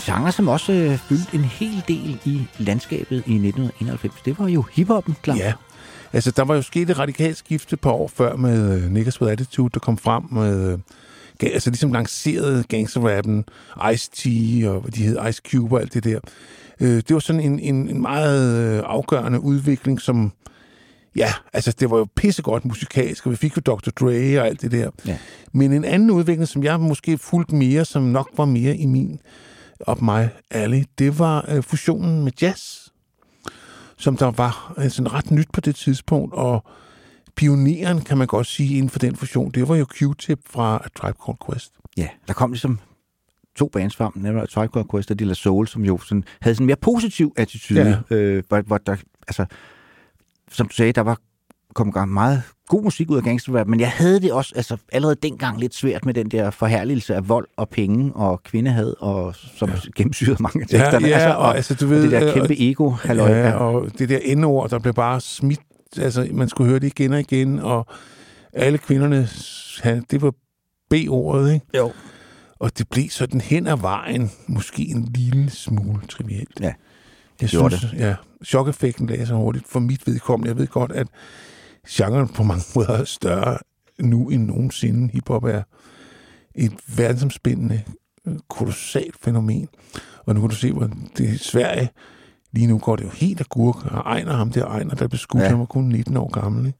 genre, som også fyldte en hel del i landskabet i 1991, det var jo hiphoppen, klar. Ja, altså der var jo sket et radikalt skifte på år før med Niggas with Attitude, der kom frem med, altså ligesom lancerede gangsterrappen, Ice-T og hvad de hed, Ice Cube og alt det der. Det var sådan en meget afgørende udvikling, som, ja, altså det var jo pissegodt musikalsk, og vi fik jo Dr. Dre og alt det der. Ja. Men en anden udvikling, som jeg måske fulgte mere, som nok var mere i min op mig alley, det var fusionen med jazz, som der var sådan ret nyt på det tidspunkt, og pioneren, kan man godt sige, inden for den fusion, det var jo Q-Tip fra A Tribe Called Quest. Ja, der kom ligesom 2 bands frem, nemlig Tribe Called Quest og De La Soul, som jo sådan, havde sådan en mere positiv attitude, hvor der, altså, som du sagde, der kom meget god musik ud af gangsterrap, men jeg havde det også altså, allerede dengang lidt svært med den der forherligelse af vold og penge og kvindehad, og som gennemsyrede mange af teksterne. Ja, og altså, du ved, det der kæmpe ego. Ja, og det der endord, der blev bare smidt, altså man skulle høre det igen og igen, og alle kvinderne, det var B-ordet, ikke? Jo. Og det blev sådan hen ad vejen, måske en lille smule trivielt. Ja, jeg synes, ja, chok-effekten lagde så hurtigt for mit vedkommende. Jeg ved godt, at genren på mange måder er større nu end nogensinde. Hip-hop er et verdensomspændende, kolossalt fænomen. Og nu kan du se, hvor det er Sverige. Lige nu går det jo helt agurk, og Ejner, der blev skudt, han var kun 19 år gammel, ikke?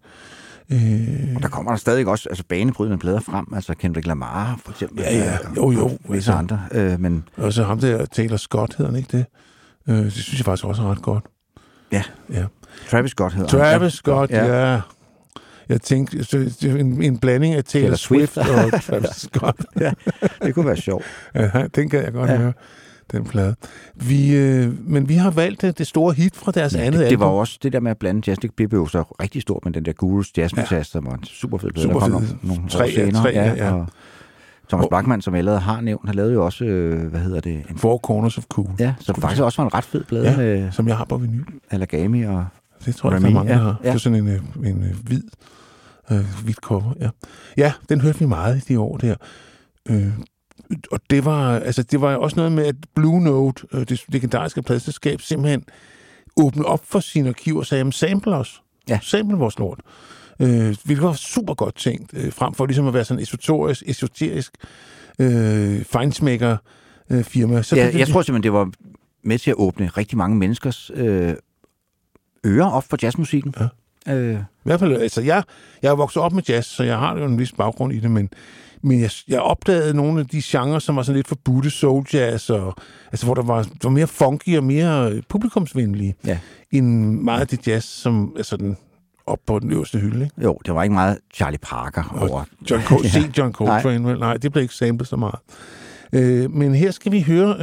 Og der kommer der stadig også altså banebrydende plader frem, altså Kendrick Lamar for eksempel. Ja. Jo. Visse andre. Men og så ham der, Taylor Scott hedder han, ikke det? Det synes jeg faktisk også er ret godt. Ja. Travis Scott hedder Travis Scott, ja. Jeg tænkte, en blanding af Taylor Swift og Travis Scott. Ja, det kunne være sjovt. Ja, den kan jeg godt høre, den plade. Men vi har valgt det store hit fra deres andet album. Det var også det der med at blande jazz. Det blev jo så rigtig stort med den der Gurus Jazzmix, som var en super fed plade. Der kom nogle år senere. Og Thomas Blachman, som jeg allerede har nævnt, har lavet jo også, Four Corners of Cool. Ja, som faktisk også var en ret fed plade. Med som jeg har på vinyl. Alagami og det tror jeg, der er mange, der har. Det er sådan en hvid cover, Ja, den hørte vi meget i de år der. Og det var også noget med, at Blue Note, det legendariske pladeselskab, simpelthen åbnede op for sine arkiver og sagde, sample os. Ja. Sample vores lort. Hvilket var super godt tænkt, frem for ligesom at være sådan esoterisk feinschmecker firma. Jeg tror simpelthen, det var med til at åbne rigtig mange menneskers ører op for jazzmusikken. Ja. I hvert fald, altså jeg er vokset op med jazz, så jeg har jo en vis baggrund i det, men jeg opdagede nogle af de genrer, som var sådan lidt forbudte, soul jazz, og, altså, hvor der var mere funky og mere publikumsvenlige, end meget af det jazz, som er sådan op på den øverste hylde, ikke? Jo, det var ikke meget Charlie Parker over. John Coltrane, vel? Nej, det blev ikke samlet så meget. Men her skal vi høre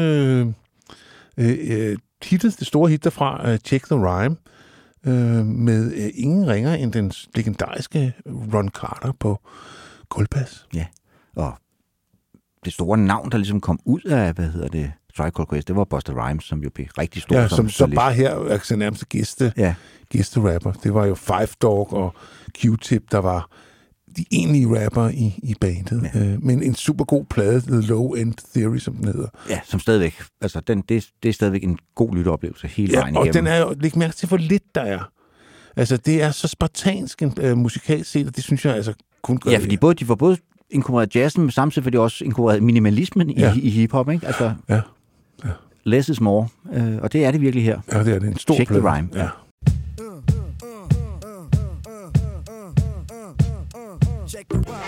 hittet, det store hit derfra, Check the Rhyme, med ingen ringer end den legendariske Ron Carter på gulvbas. Ja, og det store navn, der ligesom kom ud af, Tribe Called Quest, det var Busta Rhymes, som jo blev rigtig stor. Ja, som så bare her er nærmest gæsterapper. Det var jo Five Dog og Q-Tip, der var de egentlige rapper i bandet. Ja. Men en super god plade, The Low End Theory, som den hedder. Ja, som stadigvæk, altså det er stadigvæk en god lytteoplevelse hele vejen igennem. Og den er jo, læg mærke til, hvor lidt der er. Altså, det er så spartansk en musikalsk set, og det synes jeg altså kun gør. Ja, fordi de var både inkorporeret jazzen, men samtidig de også inkorporeret minimalismen i hiphop, ikke? Altså, less is more, og det er det virkelig her. Ja, det er det. En stor Check plade. the Rhyme. Ja. Check the rhyme.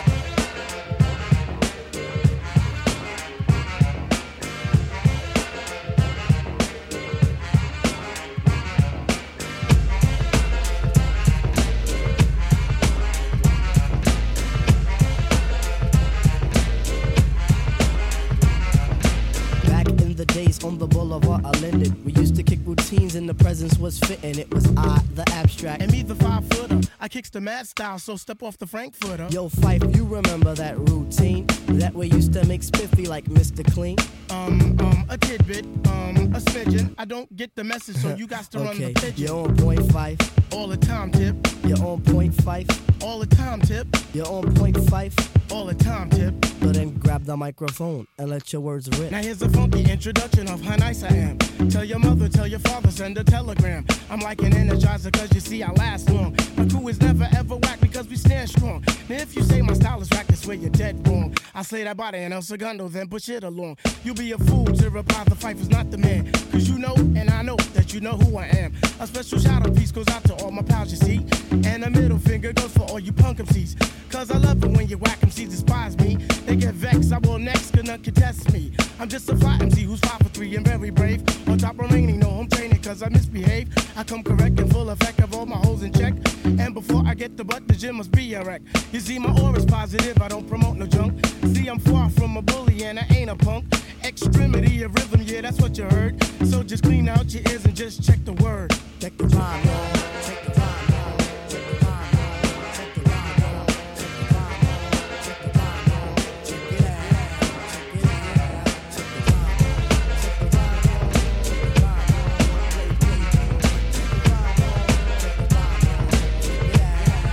Days on the boulevard I lended. We used to kick routines and the presence was fitting. It was I, the abstract. And me, the 5-footer. I kicks the mad style, so step off the Frankfurter. Yo, Fife, you remember that routine? That we used to make spiffy like Mr. Clean? A tidbit, a smidgen. I don't get the message, so you got to run the pigeon. You're on point, Fife. All the time, Tip. You're on point, Fife. All the time, Tip. You're on point, Fife. All the time, Tip. So then grab the microphone and let your words rip. Now here's a funky introduction of how nice I am. Tell your mother, tell your father, send a telegram. I'm like an energizer cause you see I last long. My crew is never ever whack because we stand strong. Now if you say my style is whack, that's where you're dead wrong. I slay that body and El Segundo, then push it along. You'll be a fool to reply the fight is not the man. Cause you know and I know that you know who I am. A special shout out piece goes out to all my pals you see. And a middle finger goes for all you punk MCs. Cause I love it when you whack MCs despise me. They get vexed, I will next, cause none contest me. I'm just a fly MC who's 5 for 3 and very brave. On top remaining, no home training cause I misbehave. I come correct and full effect of all my hoes in check. And before I get the butt, the gym must be a wreck. You see my aura's positive, I don't promote no junk. See I'm far from a bully and I ain't a punk. Extremity of rhythm, yeah that's what you heard. So just clean out your ears and just check the word. Check the rhyme, y'all. Check the rhyme, y'all. Check the rhyme, y'all. Check the rhyme, y'all. Check the rhyme, y'all. Check the rhyme, y'all. Check it out. Check it out. Check the rhyme, y'all. Check the rhyme, y'all. Check the rhyme, y'all. Play beat. Check the rhyme, y'all. Check the rhyme, y'all. Check it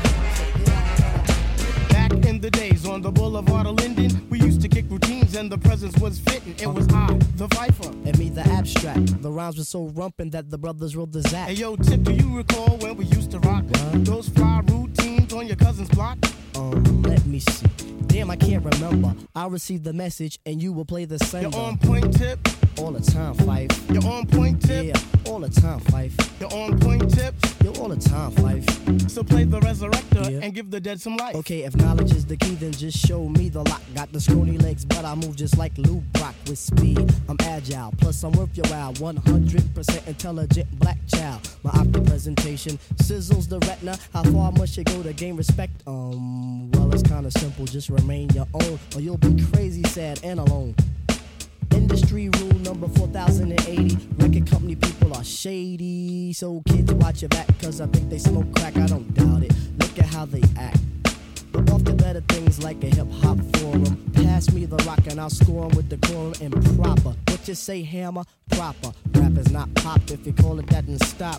out. Check it out. Back in the days on the boulevard of Linden, we used to kick routines and the presence was fitting. It was I, the Viper. And me, the abstract. The rhymes were so rumpin' that the brothers wrote the Zach. Hey yo, Tip, do you recall when we used to rock those fly routines on your cousin's block? Let me see. Damn, I can't remember. I'll receive the message and you will play the sender. You're on point, Tip. All the time, Fife. You're on point, Tip. Yeah, all the time, Fife. You're on point, Tip. You're all the time, Fife. So play the resurrector Yeah. and give the dead some life. Okay, if knowledge is the key, then just show me the lock. Got the scrawny legs, but I move just like Lou Brock with speed. I'm agile, plus I'm worth your while. 100% intelligent black child. My optic presentation sizzles the retina. How far must you go to gain respect? Well, it's kinda simple. Just remain your own, or you'll be crazy, sad, and alone. Industry rule number 4080. Record company people are shady. So kids watch your back, cause I think they smoke crack. I don't doubt it. Look at how they act. But off to better things like a hip-hop forum. Pass me the rock and I'll score 'em with decorum and proper. What you say, hammer? Proper. Rap is not pop. If you call it that, then stop.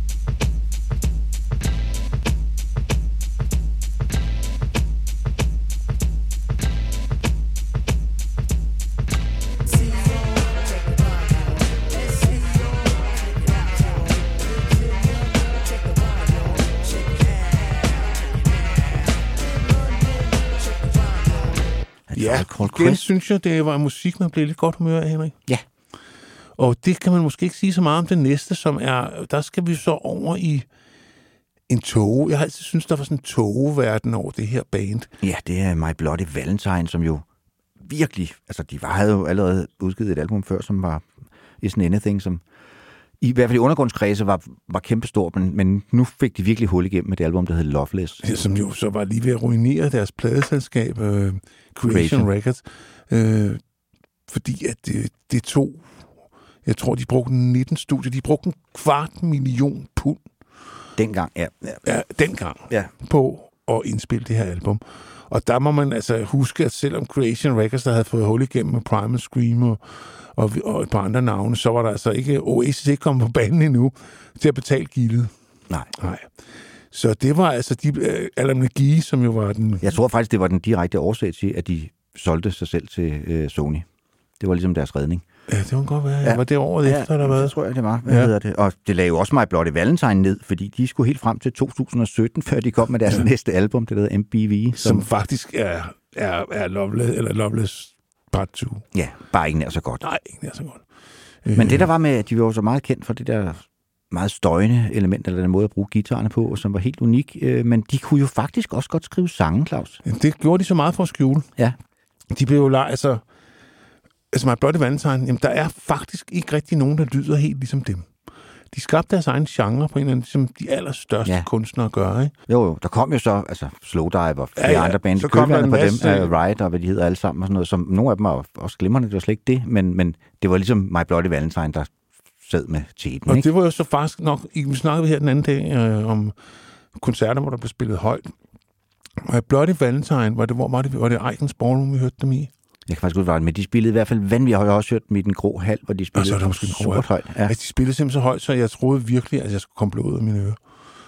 Ja, igen synes jeg, det var musik, man blev lidt godt humør af, Henrik. Ja. Og det kan man måske ikke sige så meget om det næste, som er, der skal vi så over i en tåge. Jeg har altid synes, der var sådan en tågeverden over det her band. Ja, det er My Bloody Valentine, som jo virkelig, altså havde jo allerede udgivet et album før, som var Isn't Anything, som i hvert fald i undergrundskredse var kæmpestor, men nu fik de virkelig hul igennem med det album, der hed Loveless. Ja, som jo så var lige ved at ruinere deres pladeselskab, Creation Records, fordi at det tog, jeg tror, de brugte 19 studier, de brugte 250.000 pund. Dengang, ja. Dengang, på at indspille det her album. Og der må man altså huske, at selvom Creation Records, der havde fået hul igennem med Primal Scream og et par andre navne, så var der altså ikke, Oasis ikke kommet på banen endnu til at betale gildet. Nej. Så det var altså Alan McGee, som jo var den... Jeg tror faktisk, det var den direkte årsag til, at de solgte sig selv til Sony. Det var ligesom deres redning. Ja, det må godt være. Ja. Var det året efter, der var? Det tror jeg, det var. Hvad hedder det? Og det lagde jo også My Bloody Valentine ned, fordi de skulle helt frem til 2017, før de kom med deres næste album, det hedder MBV. Som faktisk er Loveless Part 2. Ja, bare ikke nær så godt. Nej, ikke nær så godt. Men det der var med, at de var så meget kendt for det der meget støjende element, eller den måde at bruge guitarerne på, som var helt unik. Men de kunne jo faktisk også godt skrive sange, Claus. Ja, det gjorde de så meget for at skjule. Ja. De blev jo altså My Bloody Valentine, jamen der er faktisk ikke rigtig nogen, der lyder helt ligesom dem. De skabte deres egen genre på en eller anden, som de allerstørste kunstnere gør, ikke? Jo, der kom jo så, altså Slowdive og flere andre bands, så kom der en masse på dem, Riot og hvad de hedder alle sammen og sådan noget, som nogle af dem var også glimrende, det var slet ikke det, men det var ligesom My Bloody Valentine, der sad med teten, og ikke? Det var jo så faktisk nok, vi snakkede her den anden dag om koncerter, hvor der blev spillet højt. My Bloody Valentine, var det Icons Ballroom, vi hørte dem i? Jeg kan faktisk godt være, men de spillede i hvert fald vanvittigt. Jeg har også hørt dem i den grå hal, hvor de spillede super højt. Ja. Altså, de spillede simpelthen så højt, så jeg troede virkelig, at jeg skulle komme blod ud af mine ører.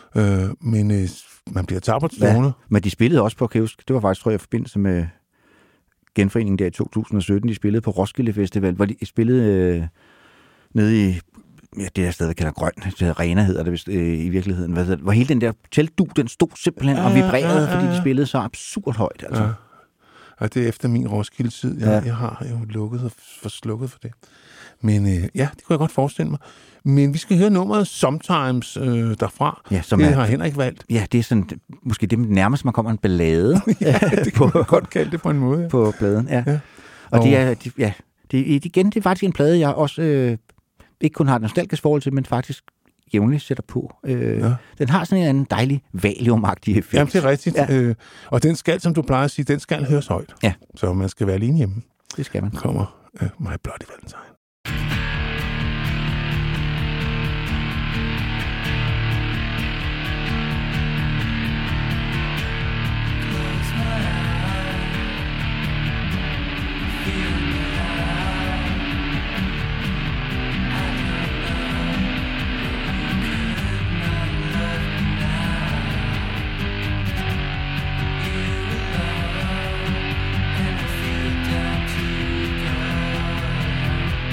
Men man bliver tappert stående. Ja, men de spillede også på, kan jeg huske, det var faktisk, tror jeg, i forbindelse med genforeningen der i 2017, de spillede på Roskilde Festival, hvor de spillede nede i det der sted, der kalder Grøn, Arena hedder det vist, i virkeligheden, hvor hele den der teltdug, den stod simpelthen og vibrerede, fordi de spillede så absurd højt. Altså. Ja. Og det er efter min Roskilde-tid. Jeg har jo lukket og slukket for det. Men det kunne jeg godt forestille mig. Men vi skal høre nummeret Sometimes derfra. Ja, det har Henrik valgt. Ja, det er sådan, måske det nærmest, man kommer en ballade. Ja, det kan man godt kalde det på en måde. Ja. På pladen, ja. Og det er, det er faktisk en plade, jeg også ikke kun har et nostalgisk forhold til, men faktisk jævnligt sætter på. Den har sådan en dejlig valiumagtig effekt. Jamen, det er rigtigt. Ja. Og den skal, som du plejer at sige, den skal høres højt. Ja. Så man skal være alene hjemme. Det skal man. Kommer My Bloody Valentine. And I feel down to go.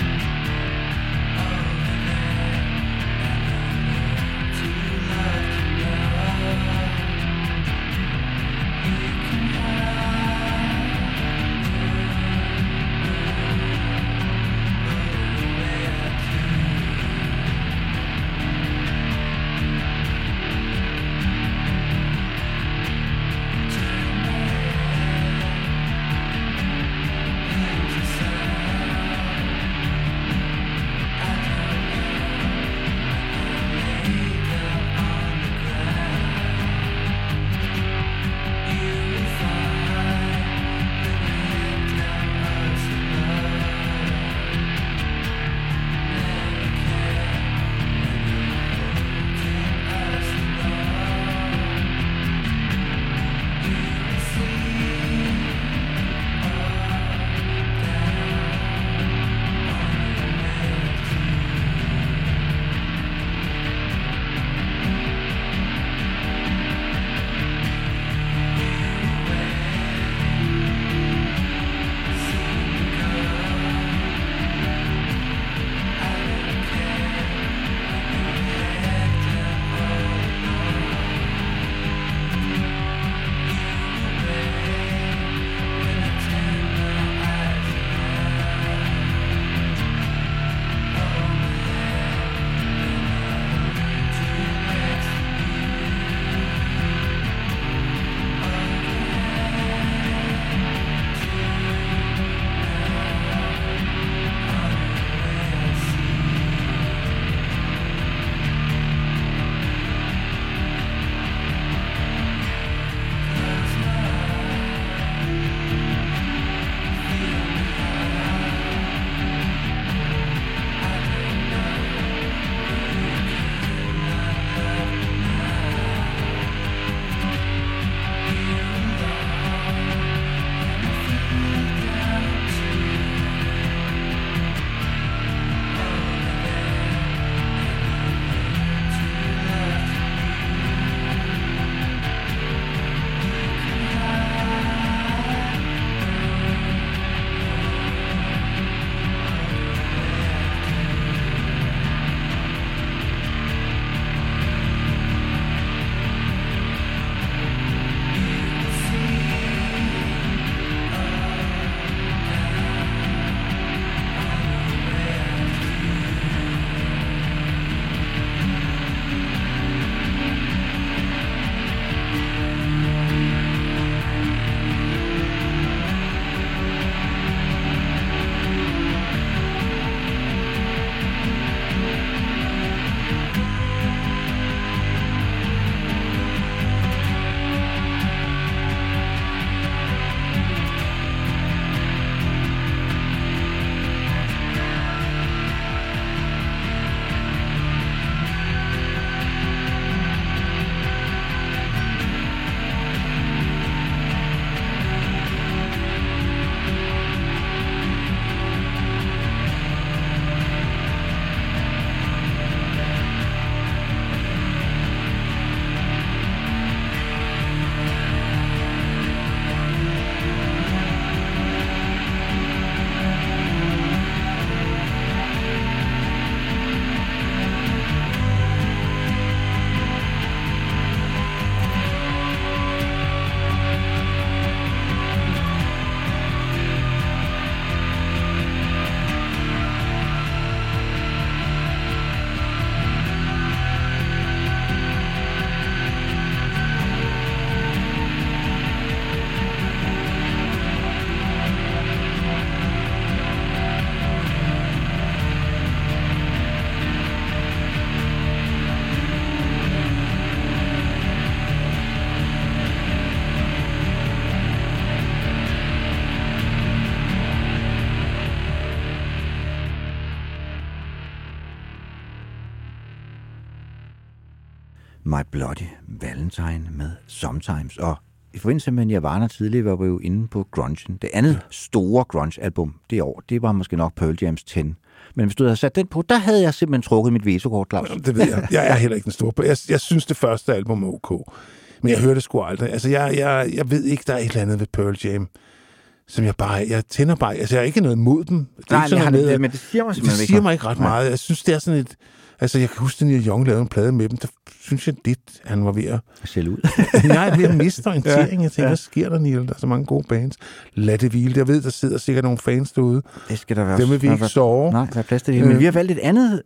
My Bloody Valentine med Sometimes. Og i forbindelse med Nirvana tidligere var vi jo inde på grungen. Det andet store grunge-album det år, det var måske nok Pearl Jam's 10. Men hvis du havde sat den på, der havde jeg simpelthen trukket mit veto-kort, Claus. Jamen, det ved jeg. Jeg er heller ikke den store. Jeg synes, det første album er ok. Men jeg hører det sgu aldrig. Altså, jeg ved ikke, der er et eller andet ved Pearl Jam, som jeg tænder bare. Altså, jeg har ikke noget imod dem. Det Nej, men det siger mig simpelthen det siger mig ikke ret meget. Jeg synes, det er sådan et... Altså, jeg kan huske, at Neil Young lavede en plade med dem. Der synes jeg lidt, han var ved at... sælge ud. Nej, det er misorientering. Jeg tænker, hvad sker der, Neil? Der er så mange gode bands. Lad det hvile. Jeg ved, der sidder sikkert nogle fans derude. Det skal der være. Dem vil vi ikke sove. Nej, der er plads til det. Men vi har valgt et andet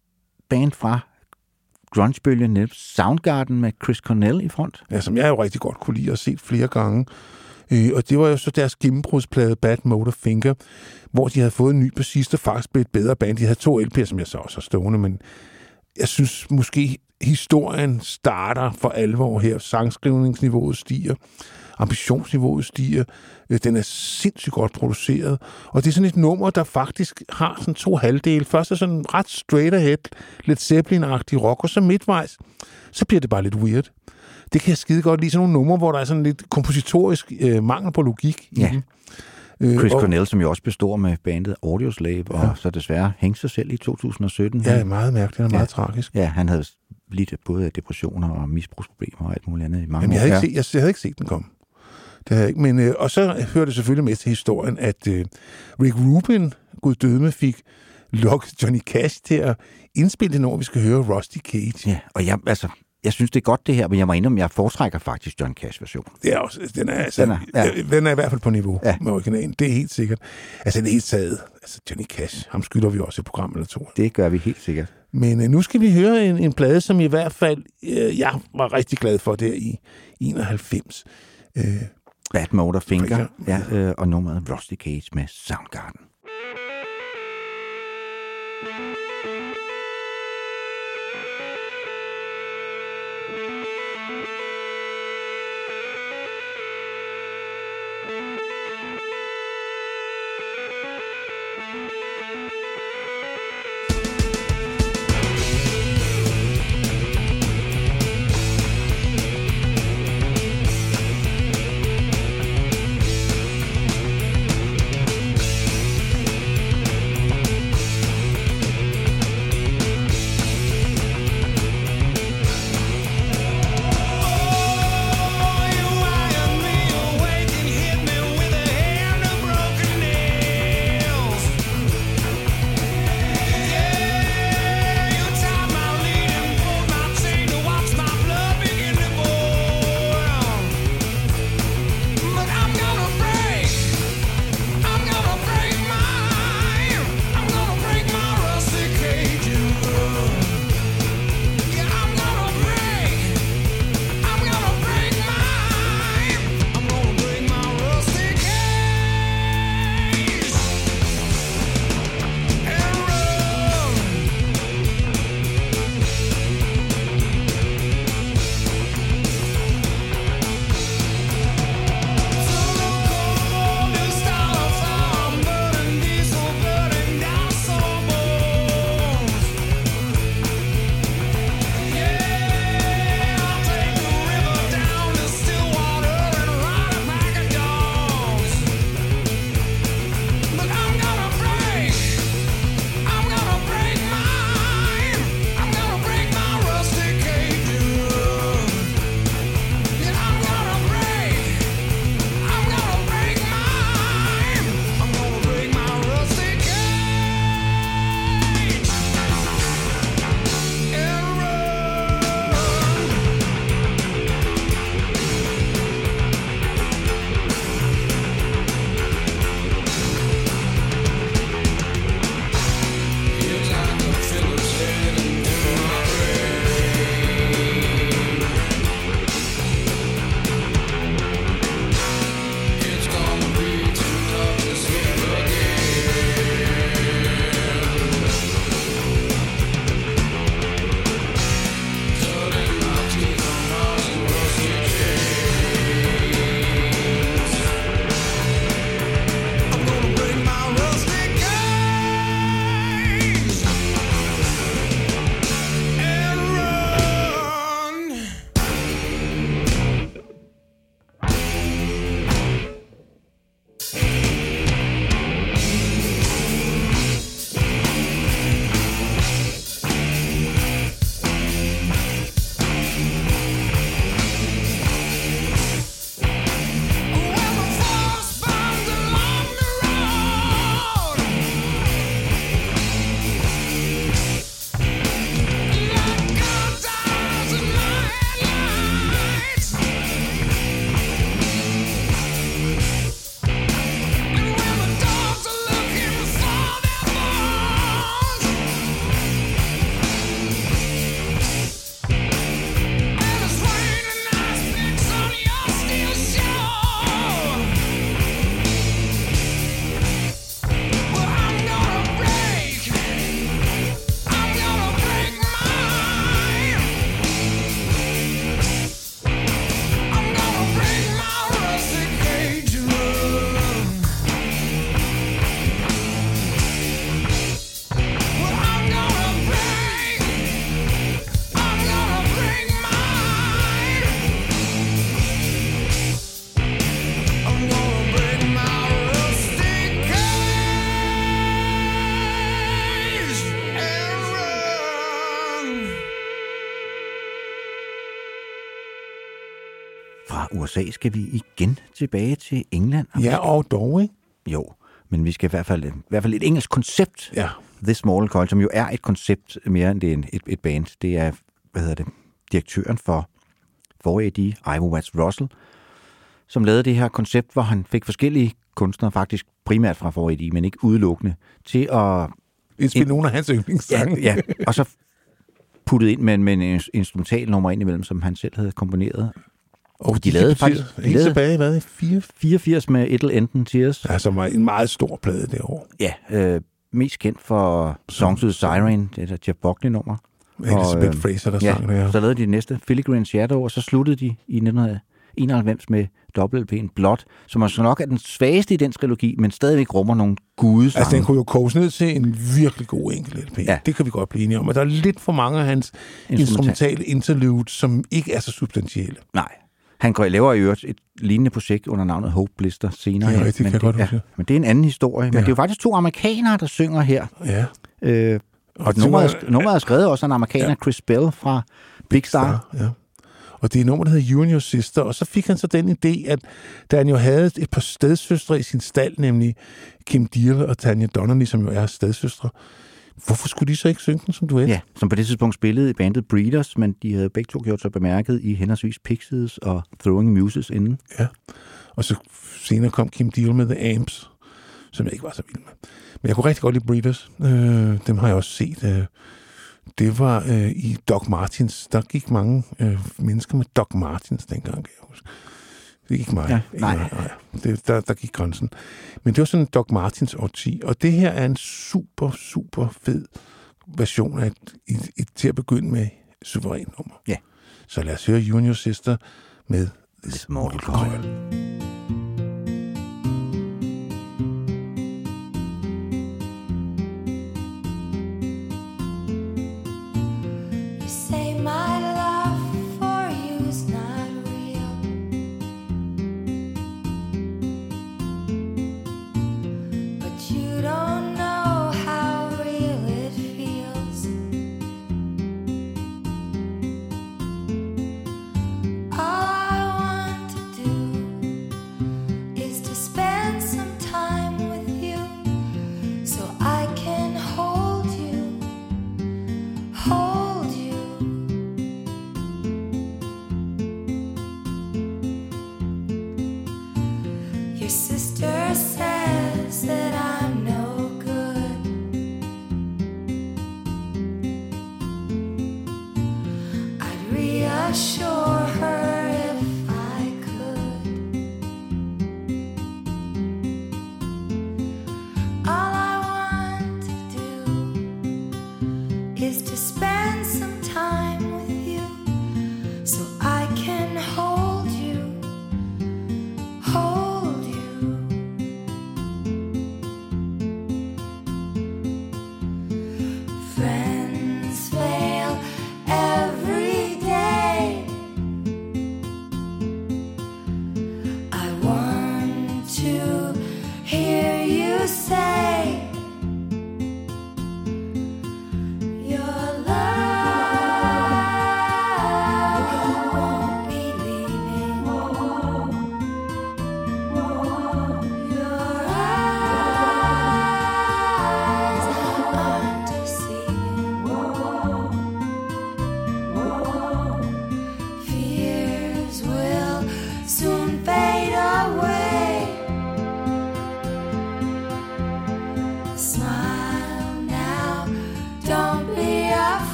band fra grungebølgen, Soundgarden med Chris Cornell i front. Ja, som jeg jo rigtig godt kunne lide og set flere gange. Og det var jo så deres gennembrudsplade Bad Motor Finger, hvor de havde fået en ny bassist, der faktisk blev et bedre band. De havde 2 LP'er, som jeg så også har stående, men jeg synes måske, historien starter for alvor her. Sangskrivningsniveauet stiger, ambitionsniveauet stiger, den er sindssygt godt produceret, og det er sådan et nummer, der faktisk har sådan 2 halvdele. Først er sådan ret straight ahead, lidt Zeppelin-agtig rock, og så midtvejs, så bliver det bare lidt weird. Det kan jeg skide godt lide, sådan nogle numre, hvor der er sådan lidt kompositorisk mangel på logik i dem. Chris Cornell, som jo også består med bandet Audioslave, og så desværre hængte sig selv i 2017. Ja, meget mærkeligt og meget tragisk. Ja, han havde lidt både depressioner og misbrugsproblemer og alt muligt andet i mange Jamen, år. jeg havde ikke set den komme. Det havde jeg ikke. Men, og så hører det selvfølgelig med til historien, at Rick Rubin, Gud døde med, fik lokket Johnny Cash til at indspille det, når vi skal høre Rusty Cage. Ja, og jeg synes, det er godt det her, men jeg må indrømme, jeg foretrækker faktisk John Cash-versionen. Det er også, den er i hvert fald på niveau med originalen. Det er helt sikkert. Altså, det er helt taget. Altså, Johnny Cash, ham skylder vi også i programmet eller 2. Det gør vi helt sikkert. Men nu skal vi høre en plade, som i hvert fald jeg var rigtig glad for der i 91. Bad Motor Finger, og nummeret Rusty Cage med Soundgarden. fra USA skal vi igen tilbage til England. Ja, og dog, ikke? Jo, men vi skal i hvert fald et engelsk koncept. Ja. The Small Coil, som jo er et koncept mere end det er et band. Det er, direktøren for 4AD, Ivor Watts Russell, som lavede det her koncept, hvor han fik forskellige kunstnere, faktisk primært fra 4AD, men ikke udelukkende, til at indspille nogle af hans yndlingssange. Ja, og så puttet ind med en instrumental nummer ind imellem, som han selv havde komponeret. Og de lavede faktisk... Helt tilbage, hvad? 84 med It'll End in Tears. Ja, som var en meget stor plade det år. Ja, mest kendt for Songs of the Siren, det er Jeff Buckley-nummer. Elizabeth Fraser, der sang det her. Så lavede de næste Filigree Shadow, og så sluttede de i 1991 med dobbelt-LP'en Blood, som også nok er den svageste i den trilogi, men stadigvæk rummer nogle gudesange. Altså, den kunne jo koges ned til en virkelig god enkelt LP. Ja. Det kan vi godt blive enige om. Og der er lidt for mange af hans instrumentale interludes, som ikke er så substantielle. Nej. Han laver i øvrigt et lignende projekt under navnet Hope Blister senere. Det er rigtigt, men det er en anden historie. Men det er jo faktisk 2 amerikanere, der synger her. Ja. Og nummeret er skrevet også af en amerikaner, Chris Bell fra Big Star. Ja. Og det er nummer, der hedder You and Your Sister. Og så fik han så den idé, at da han jo havde et par stedsøstre i sin stald, nemlig Kim Deal og Tanya Donelly, som jo er stedsøstre, hvorfor skulle de så ikke synge den som duet? Ja, som på det tidspunkt spillede i bandet Breeders, men de havde begge to gjort sig bemærket i henholdsvis Pixies og Throwing Muses inden. Ja, og så senere kom Kim Deal med The Amps, som jeg ikke var så vild med. Men jeg kunne rigtig godt lide Breeders. Dem har jeg også set. Det var i Doc Martens. Der gik mange mennesker med Doc Martens dengang, kan jeg huske. Det gik mig. Ja, nej. Der gik grænsen. Men det var sådan en Doc Martens årti. Og det her er en super, super fed version af et til at begynde med suveræn nummer. Ja. Så lad os høre You and Your Sister med The Small Coil.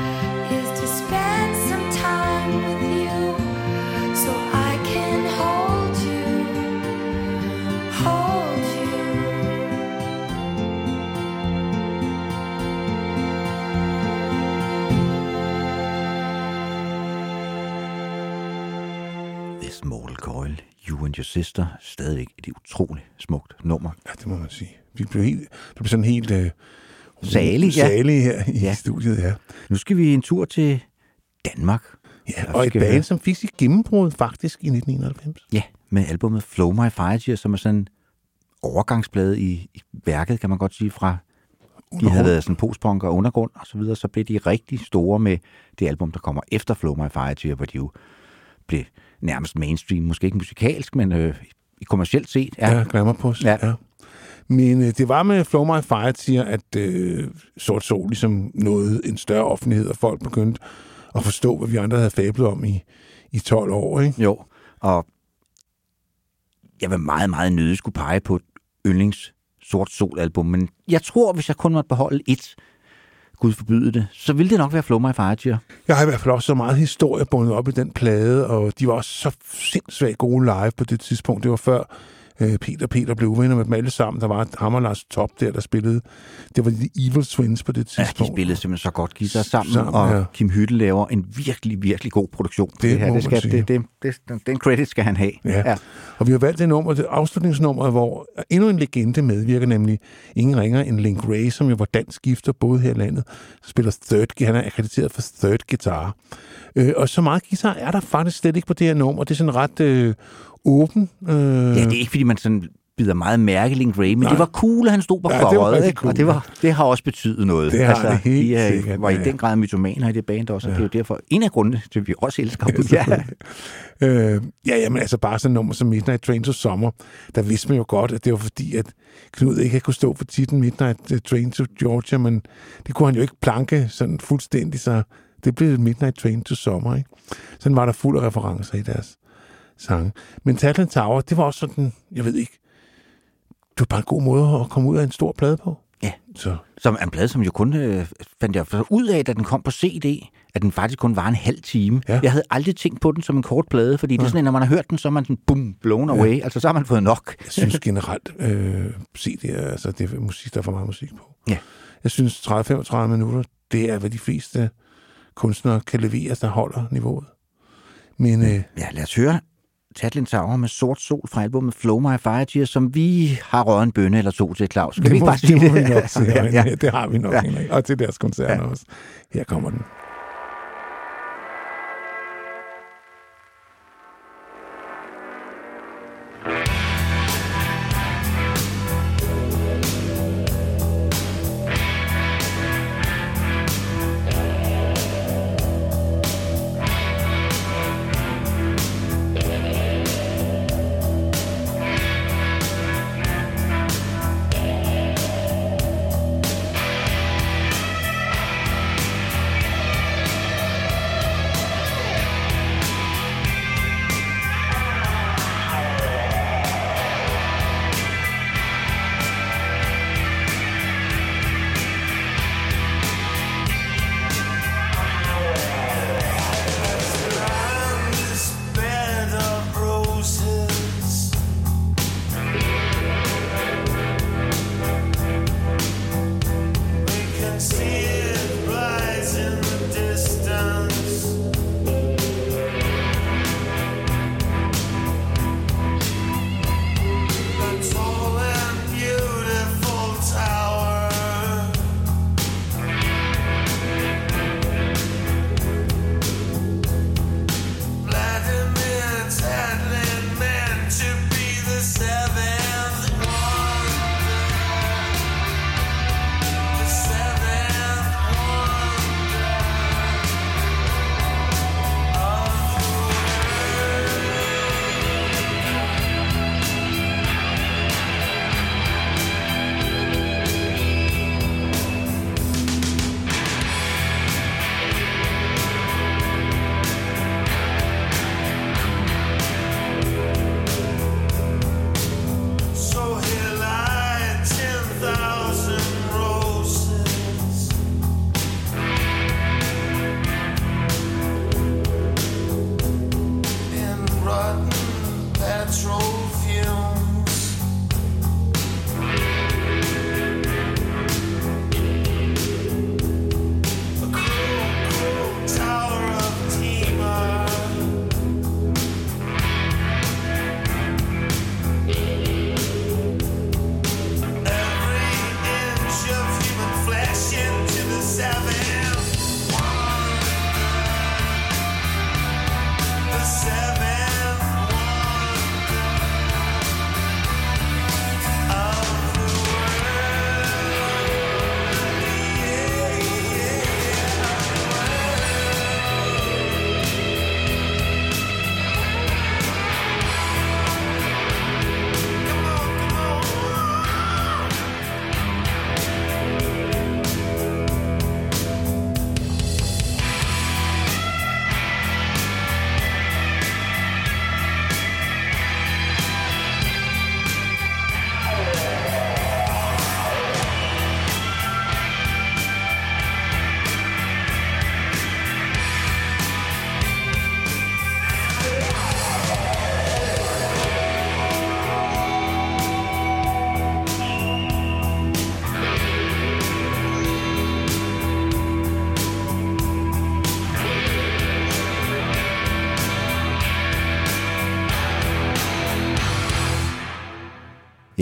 Spend some time with you so I can hold Michael Coyle, You and Your Sister, stadigvæk et utroligt smukt nummer. Ja, det må man sige. Vi blev sådan helt salige her i studiet, ja. Nu skal vi en tur til Danmark. Ja, og et band, som fik sit gennembrud faktisk i 1991. Ja, med albumet Flow My Fire Tears, som er sådan en overgangsplade i værket, kan man godt sige, fra de havde været sådan postpunk og undergrund og så videre, så blev de rigtig store med det album, der kommer efter Flow My Fire Tears, hvor de jo blev nærmest mainstream, måske ikke musikalsk, men i kommercielt set. Ja, glamourpuss. Ja. Men det var med Flow My Fire Tears, at Sort Sol ligesom nåede en større offentlighed, og folk begyndte at forstå, hvad vi andre havde fablet om i 12 år, ikke? Jo, og jeg vil meget, meget nødig skulle pege på et yndlings Sort Sol-album, men jeg tror, hvis jeg kun måtte beholde et, Gud forbyde det, så ville det nok være Flow My Fire Tears. Jeg har i hvert fald også så meget historie bundet op i den plade, og de var også så sindssygt gode live på det tidspunkt. Det var før Peter blev uvenner med dem alle sammen. Der var ham og Lars Top der spillede. Det var de Evil Twins på det tidspunkt. Ja, de spillede simpelthen så godt guitar sammen, og Kim Hytte laver en virkelig, virkelig god produktion på det her. Den credit skal han have. Ja. Og vi har valgt det afslutningsnummer, hvor endnu en legende medvirker, nemlig ingen ringer end Link Ray, som jo var dansk gifter, både her i landet, spiller han er akkrediteret for third guitar. Og så meget guitar er der faktisk slet ikke på det her nummer. Det er sådan ret åben. Ja, det er ikke, fordi man sådan bider meget mærke Link Ray, men det var cool, at han stod på coveret, cool. Og det har også betydet noget. Det har det helt sikkert. Var i den grad mytomaner i det band også, og det er jo derfor en af grundene til, at vi også elsker dem. Jamen altså bare sådan et nummer som Midnight Train to Summer, der vidste man jo godt, at det var fordi, at Knud ikke kunne stå for titlen Midnight Train to Georgia, men det kunne han jo ikke planke sådan fuldstændig, så det blev Midnight Train to Summer, ikke? Sådan var der fuld af referencer i deres sange. Men Tatland Tower, det var også sådan, jeg ved ikke, det var bare en god måde at komme ud af en stor plade på. Ja, som en plade, som jo kun fandt jeg ud af, da den kom på CD, at den faktisk kun var en halv time. Ja. Jeg havde aldrig tænkt på den som en kort plade, fordi det er sådan, at når man har hørt den, så er man sådan, boom, blown away. Altså, så har man fået nok. Jeg synes generelt, CD, altså det er musik, der er for meget musik på. Ja. Jeg synes, 30-35 minutter, det er, hvad de fleste kunstnere kan levere, der holder niveauet. Men, ja, lad os høre Tatland Tower med Sort Sol fra albumet Flow My Fire Tears, som vi har røget en bønne eller to til, Claus. Skal vi bare sige det? Det har vi nok. Og til deres koncerter også. Her kommer den.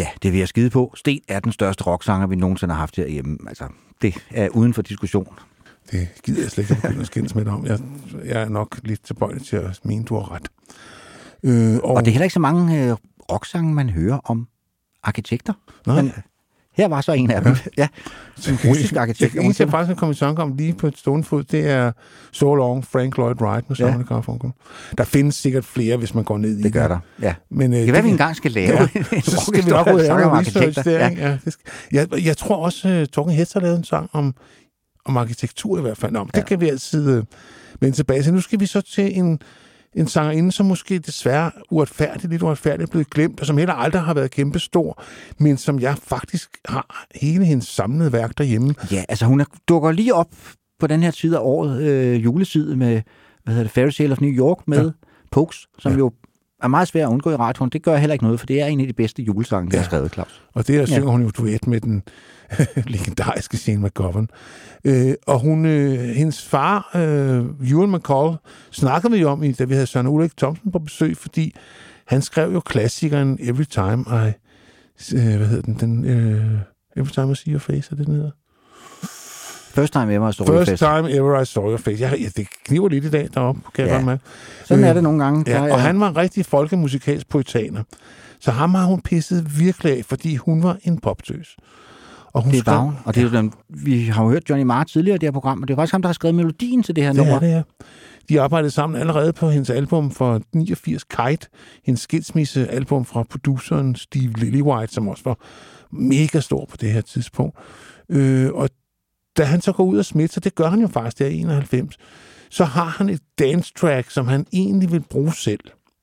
Ja, det vil jeg skide på. Sten er den største rocksanger, vi nogensinde har haft herhjemme. Altså, det er uden for diskussion. Det gider jeg slet ikke begynde at skændes med dig om. Jeg er nok lidt tilbøjelig til at mene, du har ret. Og det er heller ikke så mange rocksange, man hører om arkitekter. Nej. Men her var så en af dem. Ja, en russisk arkitekt. Det eneste, jeg faktisk kommer i tanke om lige på et stående fod, det er So Long, Frank Lloyd Wright med Simon & Garfunkel. Der findes sikkert flere, hvis man går ned i det. Gør der, ja. Men, det kan være, vi engang skal lave en så skal vi nok ud og lave en research der. Ja. Ja. Jeg tror også, Talking Heads har lavet en sang om arkitektur i hvert fald. Nå, det kan vi altid vende tilbage til. Nu skal vi så til en sangerinde, som måske desværre lidt uretfærdigt er blevet glemt, og som heller aldrig har været kæmpestor, men som jeg faktisk har hele hendes samlede værk derhjemme. Ja, altså hun dukker lige op på den her tid af året, juletid med, Fairy Tale of New York med Pogues, som jo er meget svært at undgå i radioen. Det gør heller ikke noget, for det er en af de bedste julesange, jeg har skrevet, Claus. Og det synger hun jo duet med den legendariske Shane McGovern. Og hendes far, Ewan McCall, snakkede vi jo om, da vi havde Søren Ulrik Thomsen på besøg, fordi han skrev jo klassikeren Every Time I... Every Time I See Your Face, er det den hedder? First Time Ever I Saw Your Face. First Time Ever I Saw Your Face. Det kniver lidt i dag deroppe, kan jeg godt mærke. Sådan er det nogle gange. Ja, og han var en rigtig folkemusikalsk poetaner. Så ham har hun pisset virkelig af, fordi hun var en poptøs. Og hun det er hun. Og det er jo vi har jo hørt Johnny Marr tidligere i det her program, og det er faktisk ham, der har skrevet melodien til det her nummer. Det er. De arbejdede sammen allerede på hendes album for 89, Kite, hendes skilsmisse-album fra produceren Steve Lillywhite, som også var mega stor på det her tidspunkt. Og da han så går ud og smitter, det gør han jo faktisk der i 91, så har han et dance track, som han egentlig vil bruge selv.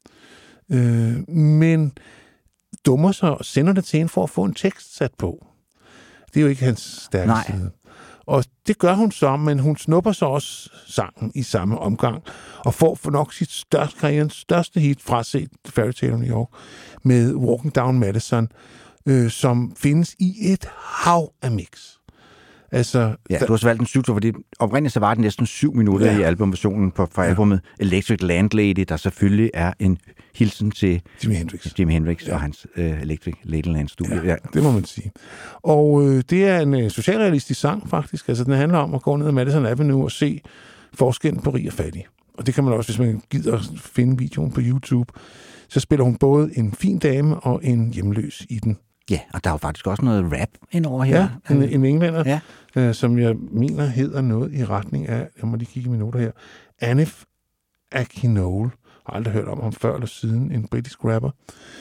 Men dummer sig og sender det til en for at få en tekst sat på. Det er jo ikke hans stærke side. Og det gør hun så, men hun snupper så også sangen i samme omgang, og får for nok sit karrierens største hit fraset Fairy Tale of New York med Walking Down Madison, som findes i et hav af mix. Altså, du har så valgt en 7, fordi oprindeligt så var det næsten 7 minutter i albumversionen fra albumet Electric Landlady, der selvfølgelig er en hilsen til Jimi Hendrix og hans Electric Ladyland studie. Ja, det må man sige. Og det er en socialrealistisk sang faktisk. Altså den handler om at gå ned ad Madison Avenue og se forskellen på rig og fattig. Og det kan man også, hvis man gider finde videoen på YouTube. Så spiller hun både en fin dame og en hjemløs i den. Ja, og der er jo faktisk også noget rap indover her. Ja, en englænder, som jeg mener hedder noget i retning af, jeg må lige kigge i mine noter her, Anif Akinole. Jeg har aldrig hørt om ham før eller siden, en britisk rapper.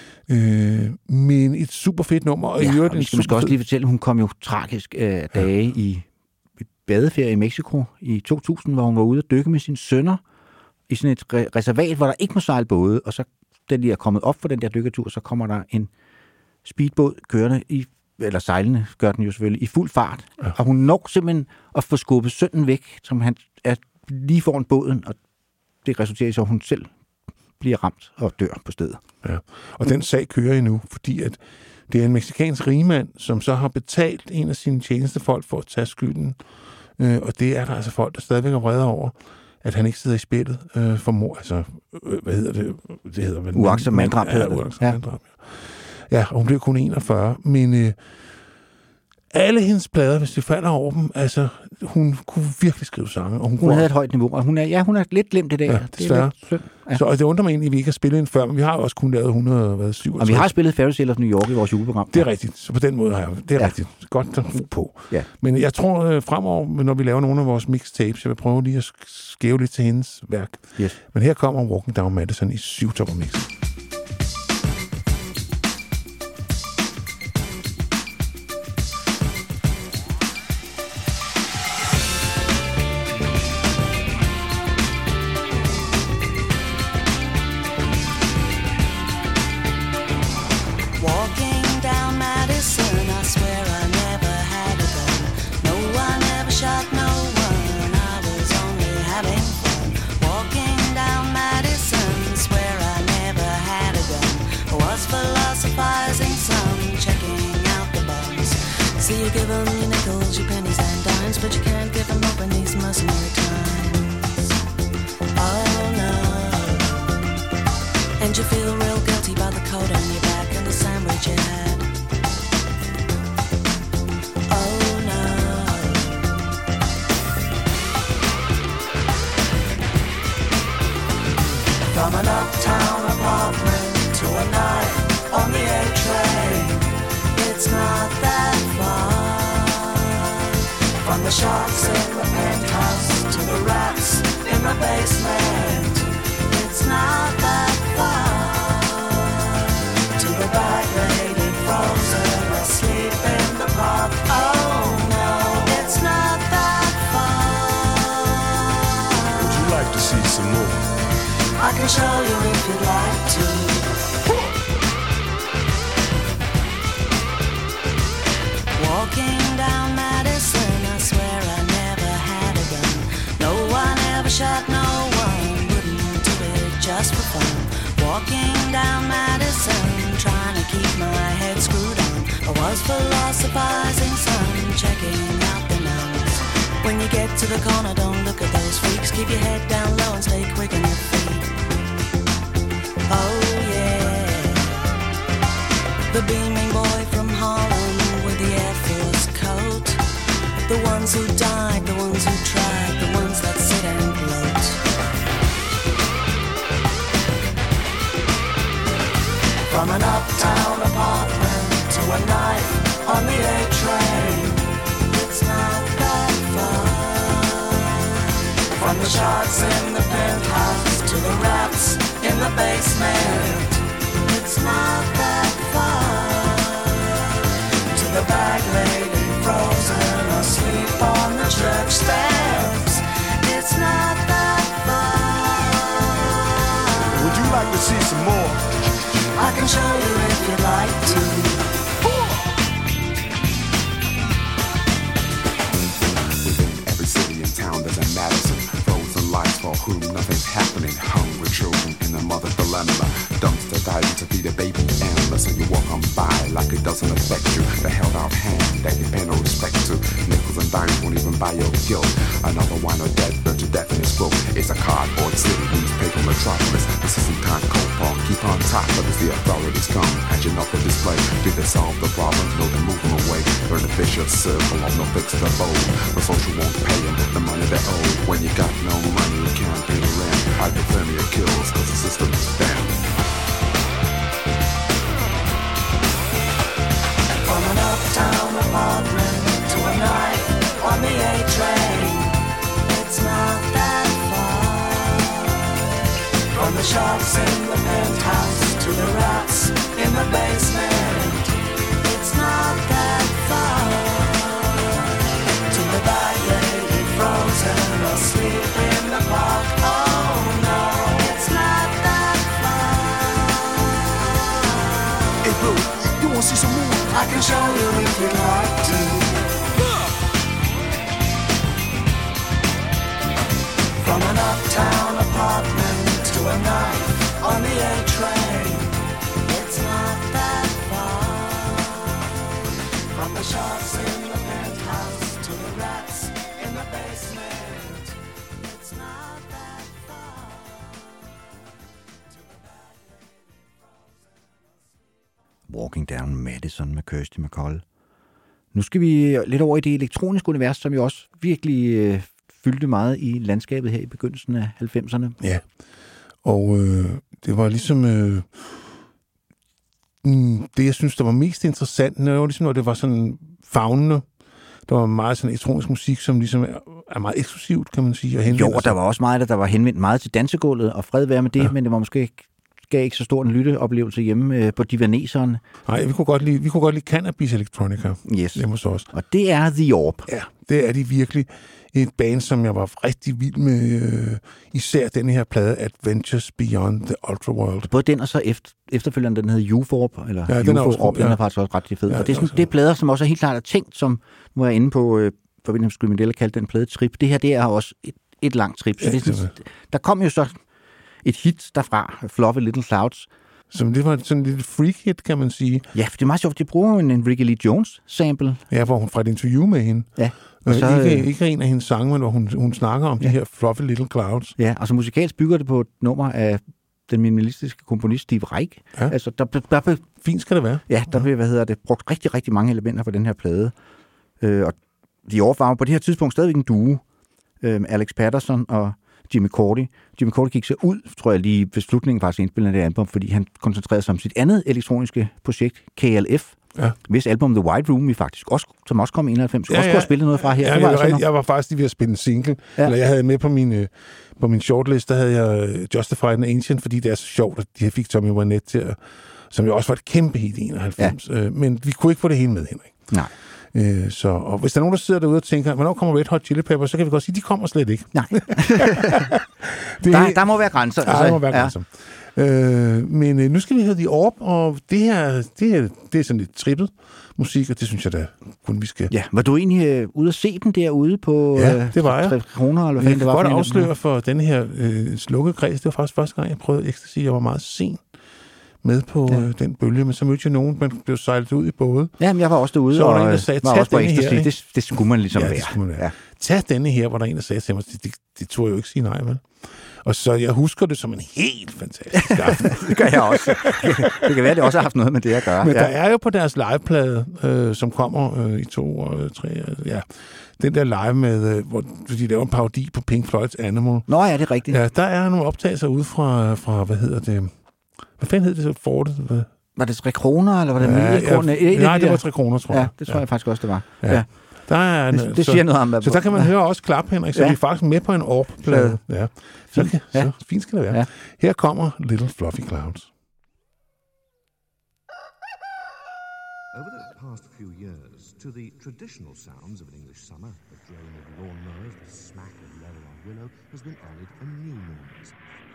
Men et super fedt nummer. Og vi skal måske også lige fortælle, hun kom jo tragisk dage i badeferie i Mexico i 2000, hvor hun var ude at dykke med sine sønner i sådan et reservat, hvor der ikke må sejle både, og så da de er kommet op for den der dykkertur, så kommer der en speedbåd kørende eller sejlende, gør den jo selvfølgelig, i fuld fart. Ja. Og hun når simpelthen at få skubbet sønnen væk, som han er lige foran båden, og det resulterer i så, at hun selv bliver ramt og dør på stedet. Ja. Og den sag kører endnu, fordi at det er en mexikansk rigmand, som så har betalt en af sine tjenestefolk for at tage skylden. Og det er der altså folk, der stadigvæk er vrede over, at han ikke sidder i spillet for mord. Altså, hvad hedder det? Det hedder vel uagtsomt manddrab hedder det. Manddrab, ja, og hun blev kun 41, men alle hendes plader, hvis det falder over dem, altså, hun kunne virkelig skrive sange. Og hun havde et højt niveau, og hun er lidt glemt i dag. Ja, desværre. Ja. Så det undrer mig egentlig, at vi ikke har spillet en før, men vi har også kun lavet 107. Og vi har spillet Fairy Tale of New York i vores juleprogram. Det er rigtigt, så på den måde har jeg det er rigtigt godt at få på. Ja. Men jeg tror fremover, når vi laver nogle af vores mixtapes, jeg vil prøve lige at skæve lidt til hendes værk. Yes. Men her kommer Walking Down Madison i 7-topper mix. And you feel real guilty about the coat on your back and the sandwich you had. From an uptown apartment to a night on the A train, it's not that far. From the sharks in the penthouse to the rats in the basement, it's not that far. To the bag lady frozen asleep in the park, oh no, it's not that far. Would you like to see some more? I can show you if you'd like to. Walking down Madison, I swear I never had a gun. No one ever shot no one, wouldn't do it just for fun. Walking down Madison, trying to keep my head screwed on. I was philosophizing, son, checking out the nuns. When you get to the corner, don't look at those freaks. Keep your head down low and stay quick on your feet. Oh yeah, the beaming boy from Harlem with the Air Force coat. The ones who died, the ones who tried, the ones that sit and gloat. From an uptown apartment to a night on the A train, it's not that far. From the sharks in the penthouse to the rats in the basement, it's not that far. To the bag lady frozen asleep on the church steps, it's not that far. Would you like to see some more? I can show you if you'd like to. Within every city and town there's a Madison. Frozen lights for whom nothing's happening. Hungry children in a mother's dilemma. Dumpster diving to feed a baby endless. And you walk on by like it doesn't affect you. The held out hand that you pay no respect to. Nickels and dimes won't even buy your guilt. Another wine or dead burned to death in his book. It's a cardboard city, newspaper metropolis. The system can't cope or keep on top of it. The authorities come, catching up the display. Did they solve the problem? No, they move them away. They're in a vicious circle of no fix the bowl. The social won't pay them the money they owe. When you got no money, you can't pay the rent. Hypothermia kills cause the system is banned. From an uptown apartment to a night on the A train, it's not that far. From the sharks in the penthouse to the rats in the basement, it's not that far. To the bag lady frozen asleep in the park, oh no, it's not that far. Hey bro, you wanna see some more? I can show you if you'd like to. From an uptown apartment to a night on the A train, it's not that far. From the sharks in the penthouse to the rats in the basement, it's not that far. Walking Down Madison med Kirsty MacColl. Nu skal vi lidt over i det elektroniske univers, som jo også virkelig fyldte meget i landskabet her i begyndelsen af 90'erne. Ja, og det var ligesom... det, jeg synes, der var mest interessant, det var ligesom, når det var sådan favnende. Der var meget sådan elektronisk musik, som ligesom er meget eksklusivt, kan man sige. Og jo, og der var også meget, der var henvendt meget til dansegulvet, og fred være med det, ja. Men det var måske ikke så stor en lytteoplevelse hjemme på Divaneseren. Nej, vi kunne godt lide Cannabis Electronica. Yes. Hjemme hos os. Og det er The Orb. Ja, det er de virkelig. Et band, som jeg var rigtig vild med, især den her plade, Adventures Beyond the Ultraworld. Både den og så efterfølgende, den hedder UFORB, eller ja, den er faktisk også ret fed. Ja, og det er sådan, det er plader, som også er helt klart er tænkt, som nu er jeg inde på, for William Screaming kaldte den plade trip. Det her, det er også et langt trip. Så ja, det er sådan, der kom jo så et hit derfra, Fluffy Little Clouds. Så det var sådan en lille freak-hit, kan man sige. Ja, for det er meget sjovt, de bruger en Ricky Lee Jones-sample. Ja, hvor hun fra et interview med hende. Ja. Og så, ikke en af hendes sange, men hvor hun snakker om de her Fluffy Little Clouds. Ja, og så musikalsk bygger det på et nummer af den minimalistiske komponist Steve Reich. Ja. Altså, der fint skal det være. Ja, der blev, brugt rigtig, rigtig mange elementer på den her plade. Og de overfarver på det her tidspunkt stadigvæk en duo. Alex Patterson og Jimmy Cauty. Jimmy Cauty gik så ud, tror jeg, lige ved slutningen faktisk indspillende af det album, fordi han koncentrerede sig om sit andet elektroniske projekt, KLF, hvis album The White Room, som også kom i 91, også kunne have spillet noget fra her. Jeg var faktisk lige ved at spille en single, eller jeg havde med på min shortlist, der havde jeg Justified and Ancient, fordi det er så sjovt, at de fik Tommy Wynette til at, som jo også var et kæmpe hit i 91, men vi kunne ikke få det hele med, Henrik. Nej. Og hvis der er nogen, der sidder derude og tænker, hvornår kommer Red Hot Chili Peppers, så kan vi godt sige, de kommer slet ikke. Nej. der må være grænser. Der må være grænser. Men nu skal vi høre The Orb, og det her, det er sådan lidt trippet musik, og det synes jeg da kun vi skal... Ja, var du egentlig ude at se den derude på det var jeg. 3 kroner, eller hvad det var? Jeg kan godt afsløre for den her slukkekreds. Det var faktisk første gang, jeg prøvede ecstasy. Jeg var meget sen med på den bølge, men så mødte jeg nogen, man blev sejlet ud i både. Ja, men jeg var også derude, så var der en, der sagde, var også på ecstasy. Det skulle man ligesom være. Det skulle man være. Tag denne her, hvor der en, der sagde til mig, det turde jeg jo ikke sige nej, vel? Og så jeg husker det som en helt fantastisk aften. Det gør jeg også. Det kan være, det også har haft noget med det at gøre. Men der er jo på deres liveplade, som kommer i 2 og 3, den der live med, hvor de laver en parodi på Pink Floyd's Animal. Nå ja, det er rigtigt. Ja, der er nogle optagelser ude fra hvad hedder det? Hvad fanden hed det så? Fortet? Var det 3 kroner, eller var det 9 kroner? Nej, det var 3 kroner, tror jeg. Ja, det tror jeg faktisk også, det var. Ja. Der er det siger noget om, så der kan man høre også klap, Henrik, så vi er faktisk med på en Orb-plade. Ja. Så fint skal det være. Ja. Her kommer Little Fluffy Clouds. Over the past few years, to the traditional sounds of an English summer, the drone of lawnmowers, the smack of leather on willow, has been added a new noise.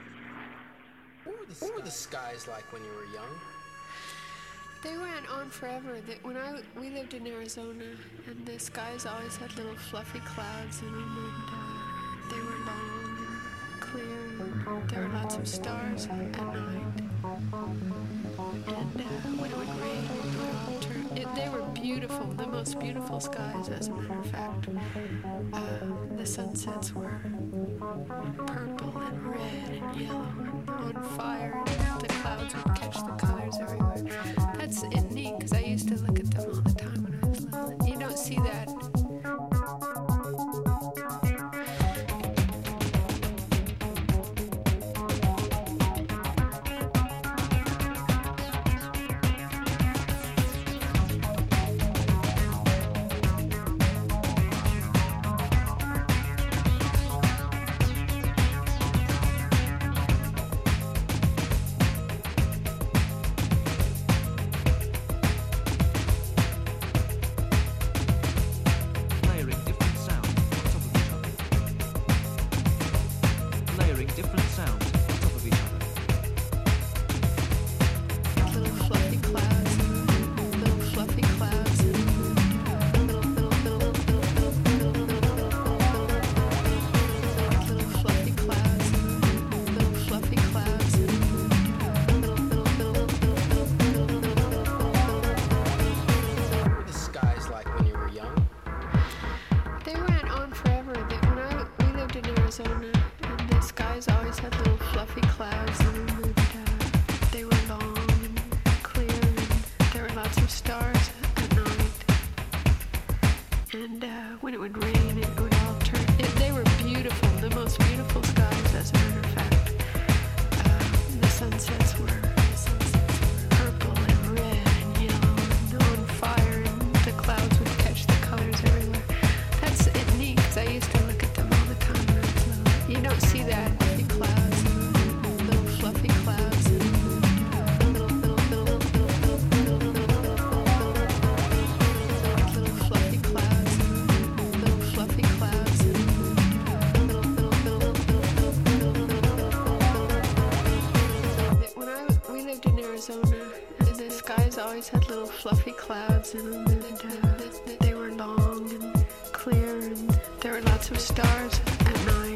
What were the skies like when you were young? They went on forever. We lived in Arizona, and the skies always had little fluffy clouds in them, and they were long and clear. And there were lots of stars at night. And when it would rain, it would all turn. They were beautiful, the most beautiful skies, as a matter of fact. The sunsets were purple and red and yellow and on fire, and the clouds would catch the colors everywhere. That's neat, because I used to look at them all the time when I was little. You don't see that. Had little fluffy clouds in them, and they were long and clear, and there were lots of stars at night.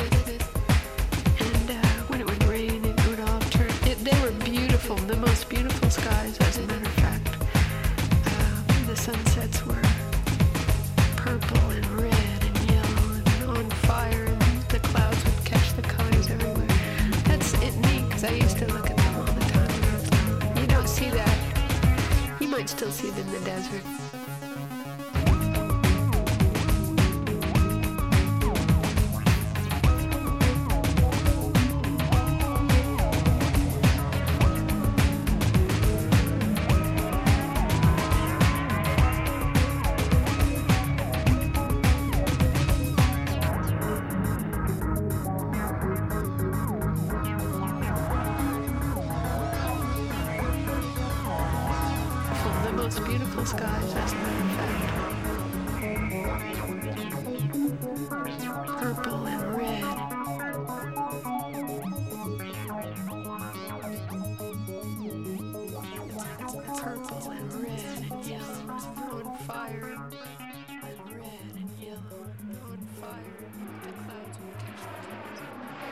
And when it would rain, it would all turn. They were beautiful, the most beautiful skies, as a matter of fact. The sunsets were purple and red and yellow and on fire, and the clouds would catch the colors everywhere. That's neat, because I used to look at them all the time when I was little. You don't see that. You might still see them in the desert. most beautiful skies, as a matter of fact. Purple and red. Purple and red and yellow on fire. And red and yellow on fire. The clouds will catch the clouds.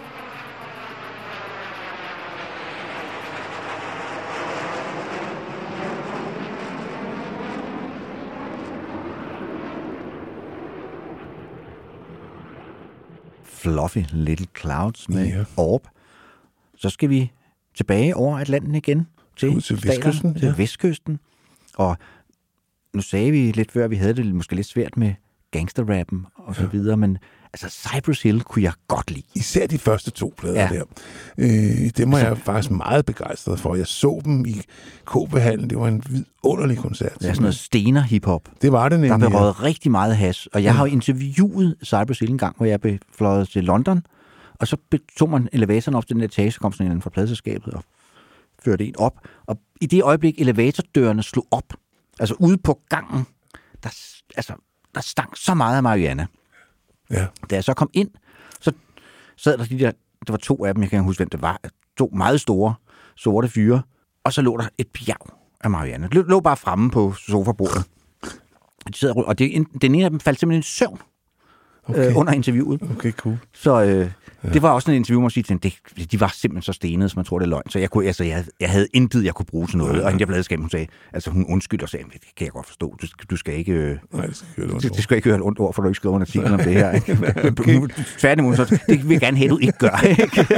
Fluffy Little Clouds med Orb. Så skal vi tilbage over Atlanten igen til vestkysten. Til vestkysten. Og nu sagde vi lidt før, at vi havde det måske lidt svært med gangsterrappen og så videre, men altså Cypress Hill kunne jeg godt lide. Især de første 2 plader der. Dem var jeg faktisk meget begejstret for. Jeg så dem i KB-hallen. Det var en vidunderlig koncert. Det er sådan noget stener hiphop. Det var det nemlig. Der blev røget rigtig meget hash. Og jeg har jo interviewet Cypress Hill en gang, hvor jeg blev fløjet til London, og så tog man elevatoren op til den etage, så kom sådan en fra pladeselskabet og førte en op. Og i det øjeblik, elevatordørene slog op, altså ude på gangen, der stank så meget af marihuana. Ja. Da jeg så kom ind, så sad der de der, der var 2 af dem, jeg kan ikke huske, hvem det var, 2 meget store, sorte fyre, og så lå der et bjerg af marihuana. Det lå bare fremme på sofabordet. Og den ene af dem faldt simpelthen i søvn under interviewet. Okay, cool. Så det var også sådan en interview, hvor man sige, de var simpelthen så stenede, som man tror, det er løgn. Så jeg havde intet, jeg kunne bruge til noget. Og hende der pladeskab, hun sagde, altså hun undskyldte og sagde, det kan jeg godt forstå. Du skal ikke... det skal ikke høre et ondt ord, for du ikke skriver en artikel om det her. Ikke? Tværtimod, så det vil jeg gerne have, du ikke gør. Ikke?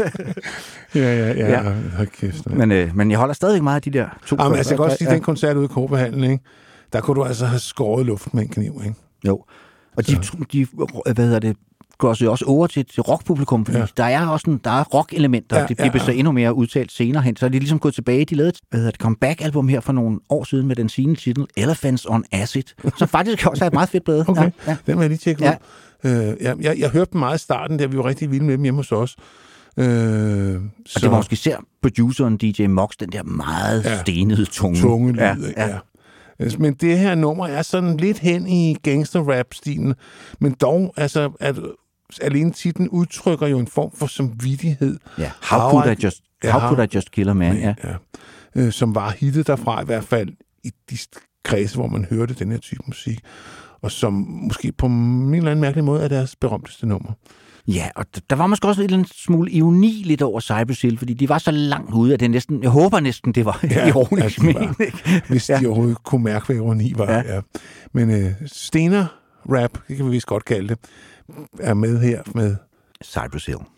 Ja. Kæft, men jeg holder stadig meget af de der 2. Jamen, altså, jeg kan også sige, den koncert ude i KB-hallen, ikke? Der kunne du altså have skåret luften med en kniv, ikke? Jo. Og de går så også over til rockpublikum, fordi der er også der er rock-elementer, det bliver så endnu mere udtalt senere hen. Så er de ligesom gået tilbage, de lavede et comeback-album her for nogle år siden med den sine titel, Elephants on Acid, som faktisk også er et meget fedt blad. Okay, den vil jeg lige tjekke ud. Jeg hørte dem meget i starten, der vi var rigtig vilde med dem hjemme hos os. Og det var måske især produceren DJ Mox, den der meget stenede tunge lyd. Men det her nummer er sådan lidt hen i gangster-rap-stilen, men dog, altså, at alene titlen udtrykker jo en form for samvittighed. Ja, How could I just kill a man? Som var hittet derfra, i hvert fald i de kredse, hvor man hørte den her type musik, og som måske på en eller anden mærkelig måde er deres berømteste nummer. Ja, og der var måske også en eller anden smule ironi lidt over Cypress Hill, fordi de var så langt ude, at det næsten, jeg håber næsten, det var ironisk. Hvis de overhovedet kunne mærke, hvad ironi var. Ja. Men stener-rap, det kan vi vist godt kalde det, er med her med Cypress Hill.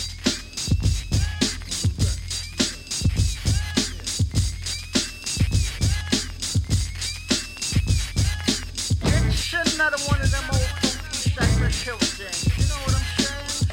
It's another one of them old funky Cypress Hill things. You know what I'm saying?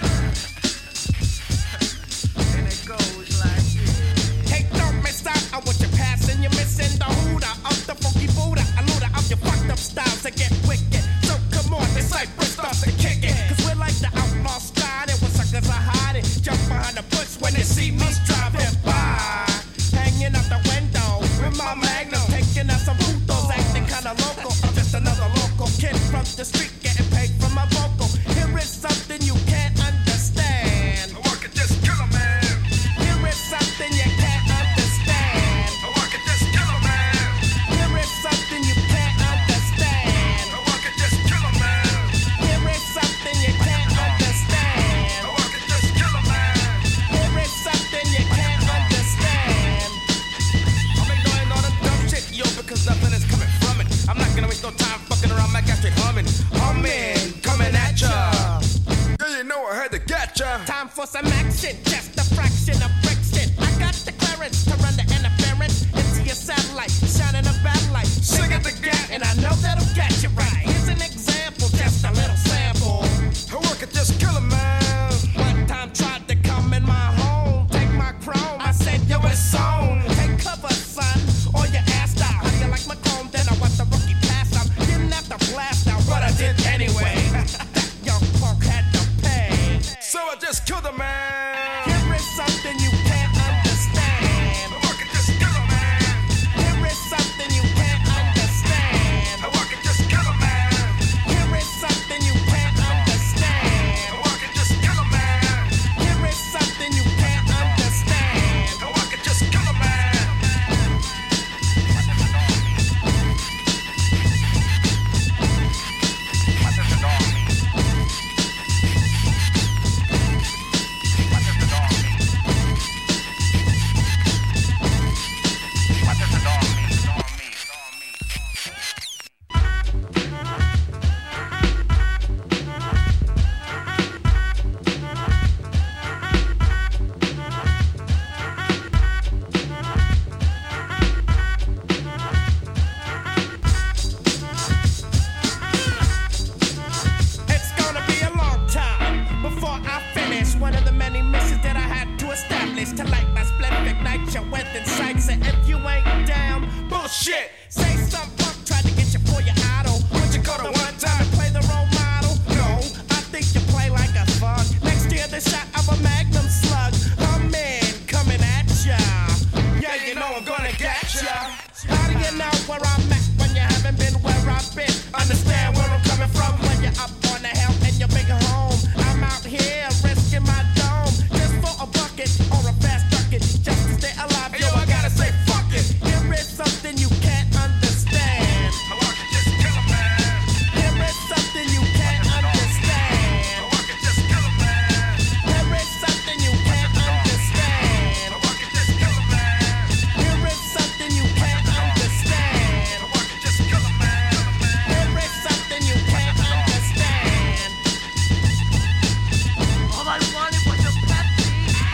And it goes like this. Hey, don't miss out on what you're passing. You're missing the hooter of the funky Buddha. A looter of your fucked up styles to get wicked. So come on, this Cypress starts to kick it. Cause we're like the outlaw style. And when suckers are hiding, jump behind the bush when they see me driving by. Hanging out the window with my magnum. Taking out some putos, acting kinda local. I'm just another local kid from the street getting paid for my vocal. Here is something you can't understand. I could just kill a man. Here is something you can't understand. I could just kill a man. Here is something you can't understand. I could just kill a man. Here is something you can't understand. I could just kill a man. Here is something you can't understand. I'm ignoring all the dumb shit, yo, because nothing is coming from it. I'm not gonna waste no time fucking around my gastric humming. Humming, coming at ya. Yeah, you know I had to get ya. Time for some action, just a fraction of friction. I got the clearance to run the interference into your satellite, shining a bad light. Sing it the gap, and I know that'll get you right. Here's an example, just a little sample. I could just kill a man. One time tried to come in my home, take my chrome. I said, yo, it's on. Take cover, son, or your ass down. How do you like my chrome? Then I want the rookie pass out. Didn't have to blast out, but I did anyway. That young punk had to pay. So I just killed a man. Here is something you can't understand. I could just kill a man. Here is something you can't understand. to light my spliff, ignite your within sights. And if you ain't down, bullshit. Say some punk tried to get you for your idol. Would you go to one time and play the role model? No, I think you play like a thug. Next year the shot of a magnum slug. A man coming at ya. Yeah, you know I'm gonna get ya. How do you know where I'm at when you haven't been where I've been? Understand where I'm coming from when you're up on the hill in your big home. I'm out here risking my dome just for a bucket or a fast bucket just to stay alive. Yo, I gotta say fuck it. Here is something you can't understand. I can just kill a man. Here is something you can't understand. I can just kill a man. Here is something you can't understand. I can just kill a man. Here is something you can't understand. I can just kill a man. Here is something you can't understand. All I wanted was a Pepsi.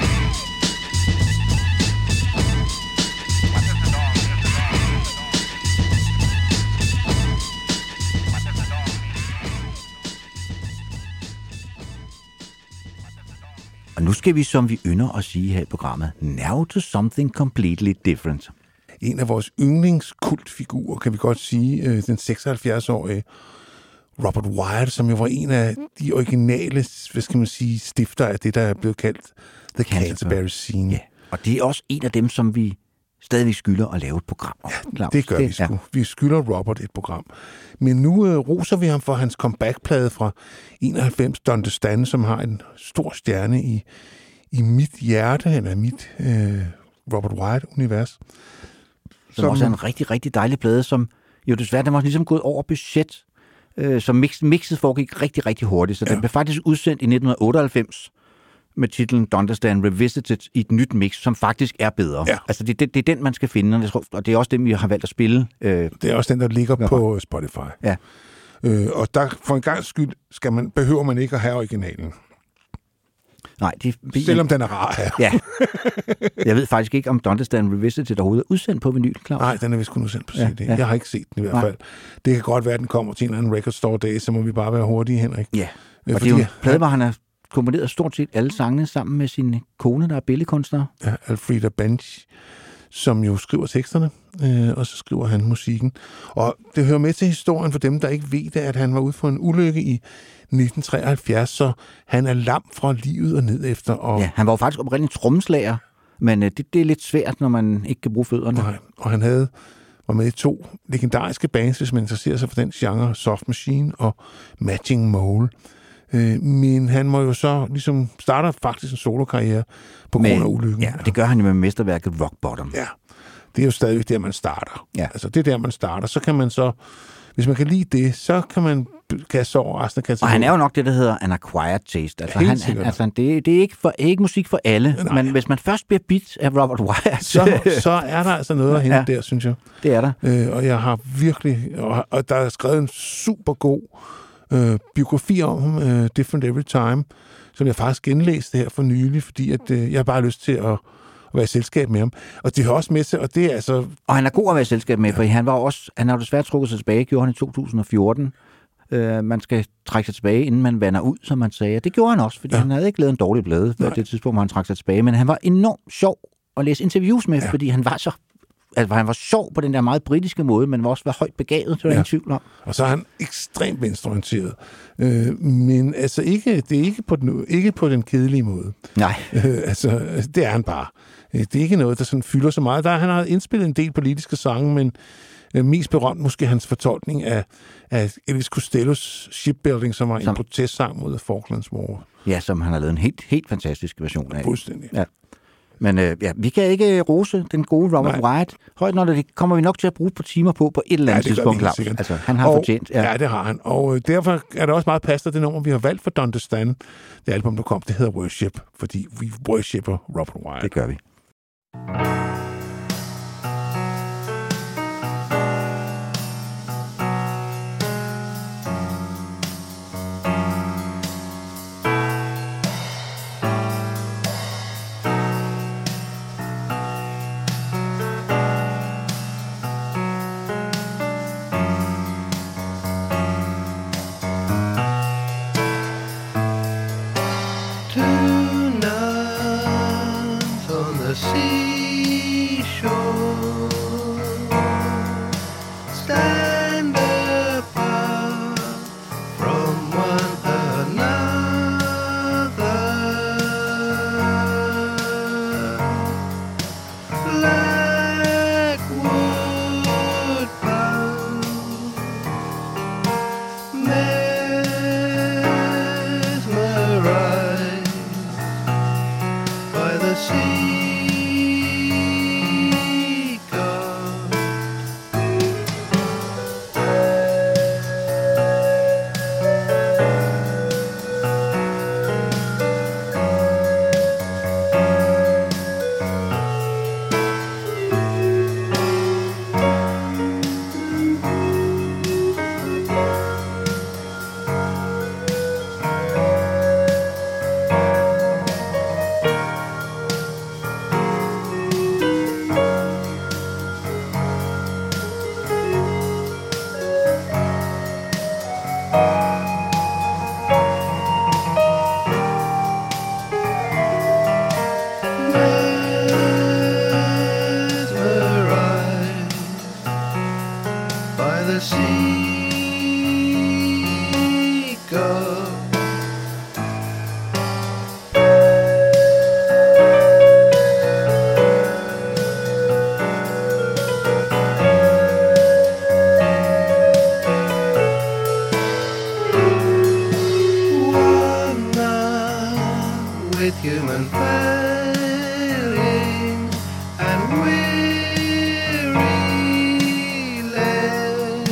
Og nu skal vi, som vi ynder at sige her i programmet, now to something completely different. En af vores yndlingskultfigurer, kan vi godt sige, den 76-årige Robert Wyatt, som jo var en af de originale, hvad skal man sige, stifter af det, der er blevet kaldt The Canterbury Scene. Ja, og det er også en af dem, som vi stadigvæk skylder at lave et program om. Ja, det gør vi sgu. Ja. Vi skylder Robert et program. Men nu roser vi ham for hans comeback-plade fra 91, Don't Understand, som har en stor stjerne i mit hjerte, eller mit Robert Wyatt-univers. Som også er en rigtig, rigtig dejlig plade, som jo desværre, den var ligesom gået over budget, som mixet foregik rigtig, rigtig hurtigt. Så den blev faktisk udsendt i 1998 med titlen Don't Understand Revisited i et nyt mix, som faktisk er bedre. Ja. Altså, det er den, man skal finde, og det er også den, vi har valgt at spille. Det er også den, der ligger på Spotify. Ja. Og der, for en gangs skyld, behøver man ikke at have originalen. Nej, selvom den er rar her. Ja. Jeg ved faktisk ikke, om Don't Understand Revisited overhovedet er udsendt på vinyl, Claus. Nej, den er vist kun udsendt på CD. Ja. Jeg har ikke set den i hvert fald. Det kan godt være, at den kommer til en eller anden record store dag, så må vi bare være hurtige, Henrik. Ja, og det er jo en plade, hvor han har komponeret stort set alle sangene sammen med sin kone, der er billedkunstner. Ja, Alfreda Bench, som jo skriver teksterne, og så skriver han musikken. Og det hører med til historien for dem, der ikke ved det, at han var ude for en ulykke i 1973, så han er lam fra livet og ned efter. Og ja, han var jo faktisk oprindeligt trommeslager, men det er lidt svært, når man ikke kan bruge fødderne. Nej, og han var med i 2 legendariske bands, hvis man interesserer sig for den genre, Soft Machine og Matching Mole. Men han må jo så ligesom starter faktisk en solokarriere på grund af ulykken. Ja, det gør han jo med mesterværket Rock Bottom. Ja, det er jo stadigvæk der, man starter. Ja. Altså, det er der, man starter. Så kan man så, hvis man kan lide det, så kan man kaste over resten af kategorien. Og han er jo nok det, der hedder an acquired taste. Altså, det er ikke musik for alle, men hvis man først bliver bit af Robert Wyatt, så er der altså noget at hente der, synes jeg. Det er der. Og jeg har virkelig, og der er skrevet en super god biografi om ham, Different Every Time, som jeg faktisk genlæste her for nylig, fordi at, jeg har bare lyst til at være i selskab med ham. Og det har også med sig, og det er altså... Og han er god at være i selskab med, for han har jo desværre trukket sig tilbage, gjorde han i 2014. Man skal trække sig tilbage, inden man vander ud, som man sagde. Det gjorde han også, fordi han havde ikke lavet en dårlig blade på det tidspunkt, hvor han trak sig tilbage, men han var enormt sjov at læse interviews med, fordi han var så... Altså, han var sjov på den der meget britiske måde, men var også højt begavet, det var ingen tvivl om. Og så er han ekstremt venstreorienteret. Men altså, det er ikke på den kedelige måde. Nej. Altså, det er han bare. Det er ikke noget, der sådan fylder så meget. Han har indspillet en del politiske sange, men mest berømt måske hans fortolkning af Elvis Costellos Shipbuilding, som var en protestsang mod Falklands War. Ja, som han har lavet en helt fantastisk version af. Fuldstændig. Ja. Men vi kan ikke rose den gode Robert Wyatt. Højt når det kommer vi nok til at bruge på timer på et eller andet tidspunkt, Claus. Altså, han har fortjent. Ja, det har han. Og derfor er det også meget passende, det nummer, vi har valgt for Don't Understand. Det album, der kom, det hedder Worship, fordi vi worshipper Robert Wyatt. Det gør vi. For the seashore, stand apart from one another. Blackwood bound, mesmerized by the sea. Human failing and weary land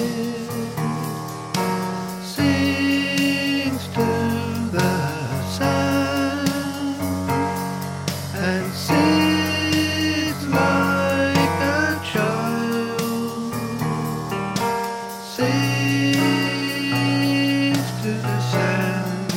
sings to the sound and sits like a child, sings to the sound.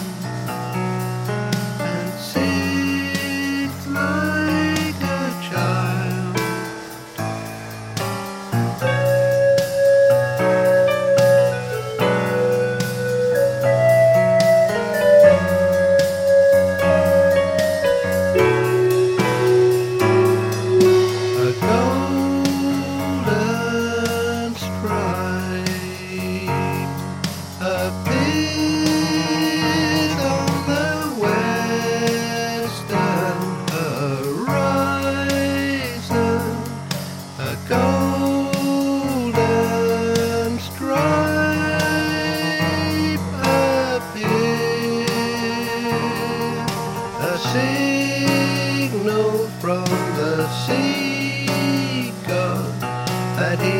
Signal from the sea god that he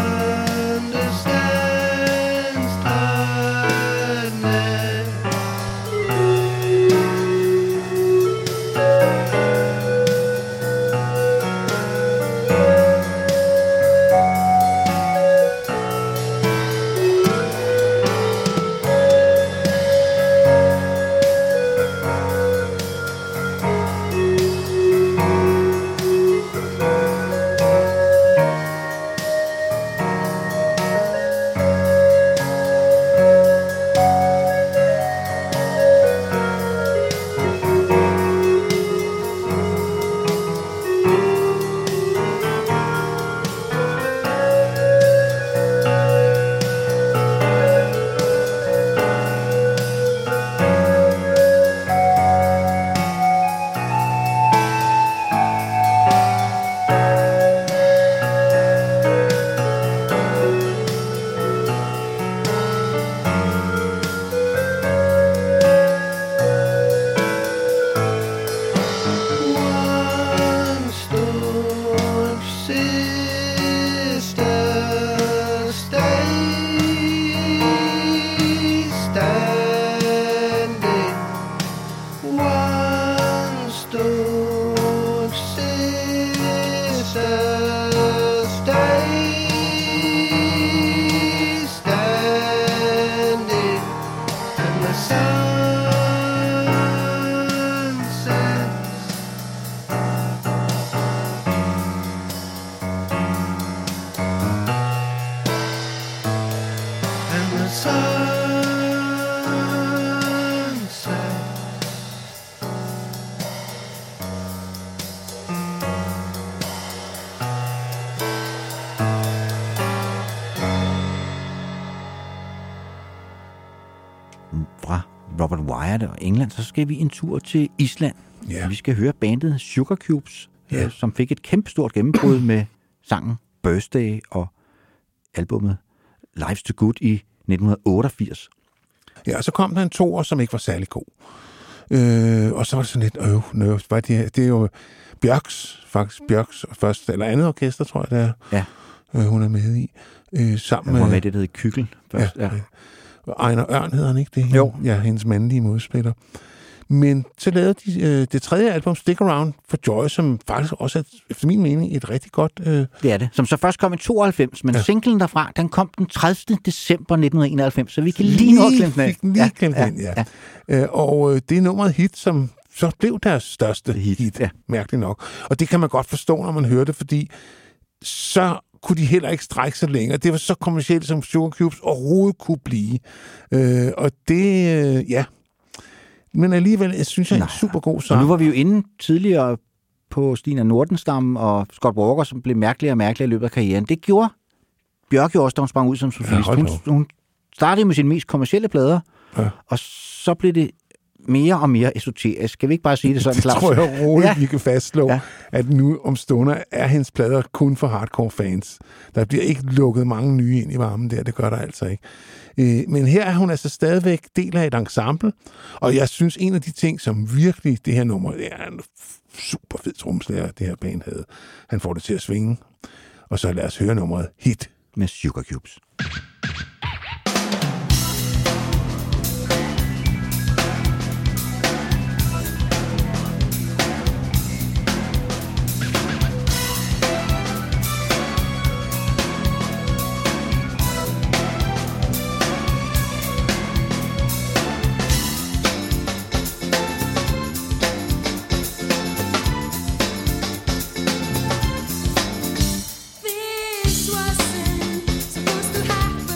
understands tiredness. fejre det, og England, så skal vi en tur til Island. Ja. Vi skal høre bandet Sugar Cubes, som fik et kæmpestort gennembrud med sangen Birthday og albummet Life's Too Good i 1988. Ja, og så kom der en toer, som ikke var særlig god. Og så var det sådan lidt, det er jo Bjørks første eller andet orkester, tror jeg, det er. Ja. Hun er med i. Sammen hun var med det, der hedder Kykkel først. Ja. Ejner Ørn hedder han, ikke det? Jo. Ja, hendes mandlige modspiller. Men så lavede de det tredje album, Stick Around for Joy, som faktisk også er, efter min mening, et rigtig godt... Det er det. Som så først kom i 92, men singlen derfra, den kom den 30. december 1991, så vi kan lige nå at glemme den. Og det er nummeret Hit, som så blev deres største hit, mærkeligt nok. Og det kan man godt forstå, når man hører det, fordi så kunne de heller ikke strække sig længere. Det var så kommercielt, som Sugar Cubes overhovedet kunne blive. Og det, men alligevel, jeg synes, jeg er en super god sang. Og nu var vi jo inde tidligere på Stina Nordenstam og Scott Walker, som blev mærkeligere og mærkeligere i løbet af karrieren. Det gjorde Bjørk jo også, da hun sprang ud som solist. Hun startede med sine mest kommercielle plader, og så blev det mere og mere esoterisk. Skal vi ikke bare sige det sådan, det Claus? Det tror jeg roligt, vi kan fastslå, at nu om stunder er hendes plader kun for hardcore fans. Der bliver ikke lukket mange nye ind i varmen der, det gør der altså ikke. Men her er hun altså stadigvæk del af et ensemble, og jeg synes, en af de ting, som virkelig det her nummer, det er en super fed trommeslager, det her band havde. Han får det til at svinge. Og så lad os høre nummeret Hit med Sugar Cubes. This wasn't supposed to happen.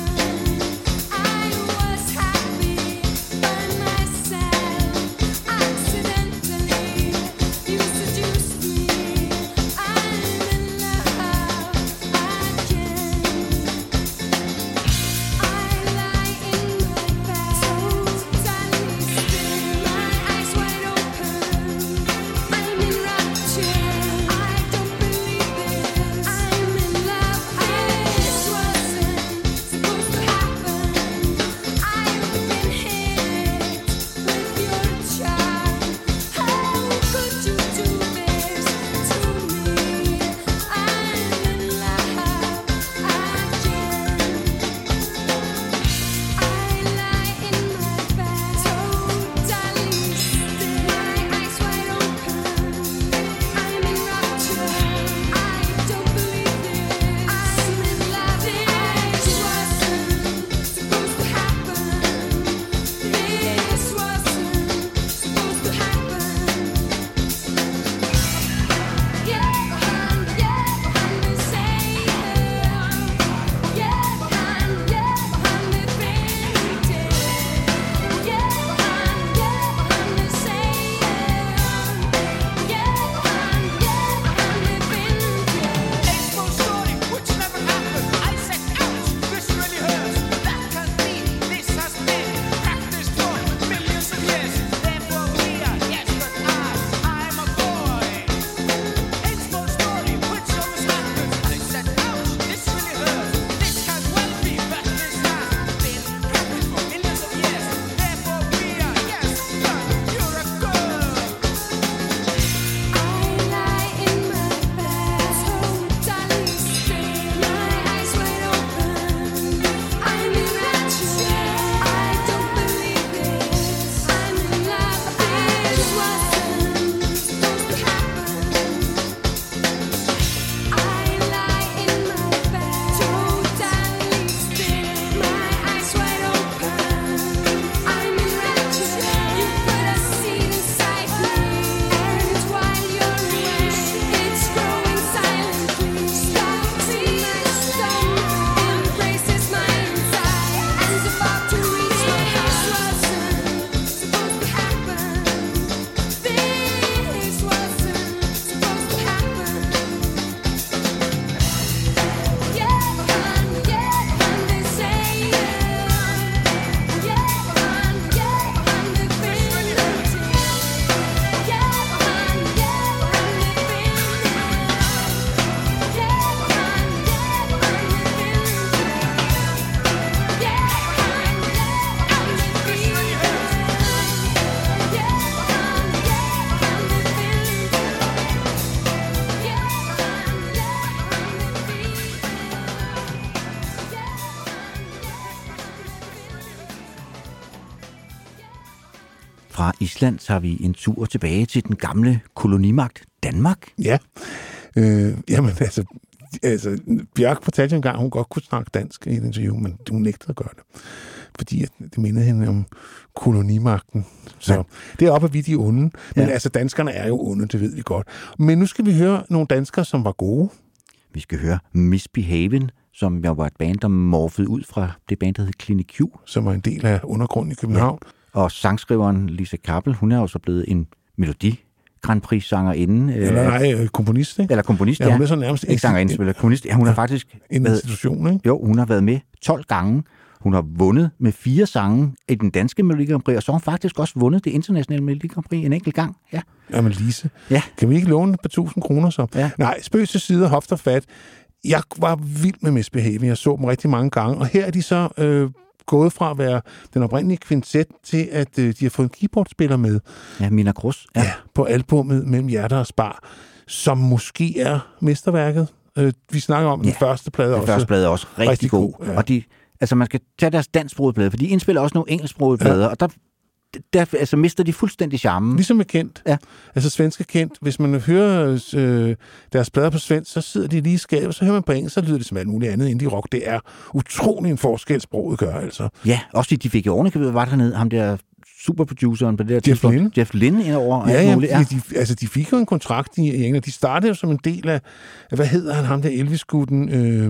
fra Island tager vi en tur tilbage til den gamle kolonimagt Danmark. Ja, jamen altså, Bjørk fortalte engang, at hun godt kunne snakke dansk i et interview, men hun nægtede at gøre det. Fordi det mindede hende om kolonimagten. Så ja. Det er op, at vi er de onde. Men altså, danskerne er jo onde, det ved vi godt. Men nu skal vi høre nogle danskere, som var gode. Vi skal høre Misbehavin', som jo var et band, der morfede ud fra det band, der hed Clinic Q. Som var en del af undergrunden i København. Ja. Og sangskriveren Lisa Kappel, hun er jo så blevet en melodi Grand Prix-sangerinde. Eller komponist, ikke? Eller komponist, ja. Hun er så nærmest ikke sangerinde, eller komponist. Ja, hun har faktisk en institution, ikke? Jo, hun har været med 12 gange. Hun har vundet med 4 sange i den danske Melodi Grand Prix, og så har hun faktisk også vundet det internationale Melodi Grand Prix en enkelt gang. Ja. Jamen Lise, ja. Kan vi ikke låne et par 1000 kroner så? Ja. Nej, spøg til side, hofter fat. Jeg var vild med Misbehaving. Jeg så dem rigtig mange gange, og her er de så gået fra at være den oprindelige kvintet til, at de har fået en keyboardspiller med. Ja, Mina Krus. Ja, på albummet Mellem Hjerter og Spar, som måske er mesterværket. Vi snakker om den første plade også. Den første plade er også rigtig god. Ja. Og altså man skal tage deres dansksprogede plader, for de indspiller også nogle engelsksprogede plader, og der altså mister de fuldstændig charmen. Ligesom med Kendt. Ja. Altså svenske Kendt. Hvis man hører deres plader på svensk, så sidder de lige i skabet, så hører man på engelsk, så lyder det som alt muligt andet indie rock. Det er utrolig en forskel, sproget gør, altså. Ja, også de fik jo ordentligt, var dernede, ham der superproduceren på det der tidspunkt. Jeff Lynne indover. Og alt muligt. Ja. De fik jo en kontrakt i England. De startede jo som en del af, hvad hedder ham der, Elvis-gutten?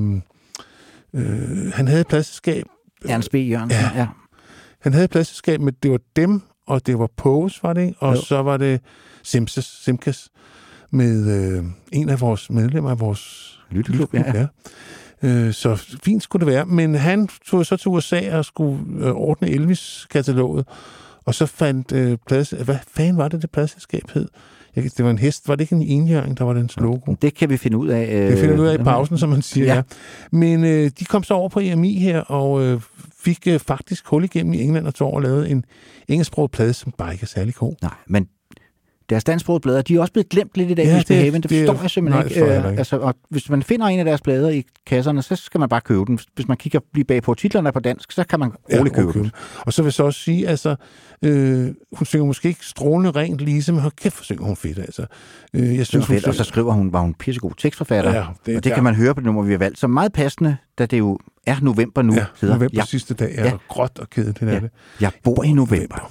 Han havde et pladselskab. Ernst B. Jørgensen, ja. Han havde et pladselskab, men det var dem, og det var Pose, var det ikke? Og så var det Simkas med en af vores medlemmer af vores lytteklub. Ja. Så fint skulle det være. Men han tog så til USA og skulle ordne Elvis-kataloget, og så fandt hvad fanden var det pladselskab hed? Det var en hest. Var det ikke en enhjørning, der var dens logo? Det kan vi finde ud af. Det finder vi ud af i pausen, som man siger. Ja. Men de kom så over på EMI her, og fik faktisk hul igennem i England og tog over og lavede en engelsksproget plade, som bare ikke er særlig god. Nej, men deres dansksprogede plader, de er også blevet glemt lidt i dag, Misbehavin'. Det forstår jeg simpelthen ikke. Altså, og hvis man finder en af deres plader i kasserne, så skal man bare købe den. Hvis man kigger lige bag på titlerne på dansk, så kan man roligt købe den. Og så vil jeg så også sige, altså, hun synger måske ikke strålende rent, Lise, men hold kæft, hvor synger hun fedt, altså. Jeg synes, fedt, og så skriver hun, var hun pissegod tekstforfatter. Ja, det kan man høre på det nummer, vi har valgt. Så meget passende, da det jo er november nu. Ja, november sidste dag er gråt og kedeligt, det er det. Jeg bor i november.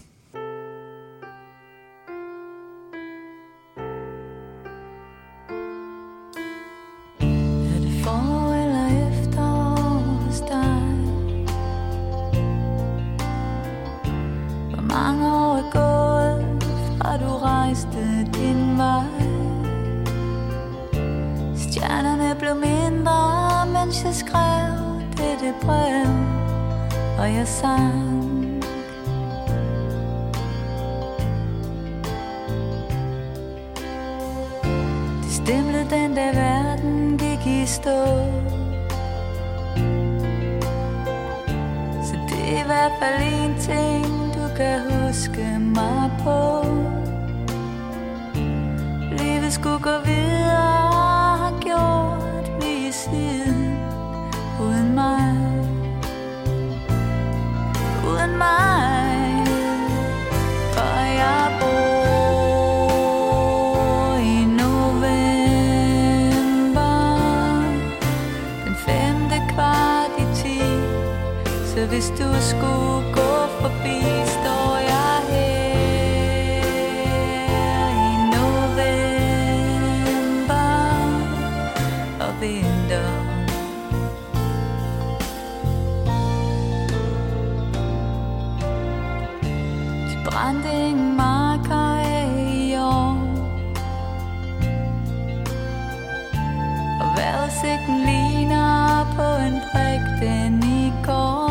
Mange år er gået, fra du rejste din vej. Stjernerne blev mindre, mens jeg skrev dette brev, og jeg sang. Det stemlede den, da verden gik i stå. Så det er i hvert fald en ting, kan huske mig på. Livet skulle gå videre, har gjort lige siden. Uden mig, uden mig. For jeg bor i november, den 5:15. Så hvis du skulle gå forbi, står jeg her i november og venter. De brændte ingen marker af i år, og vejrudsigten ligner på en prik den i går.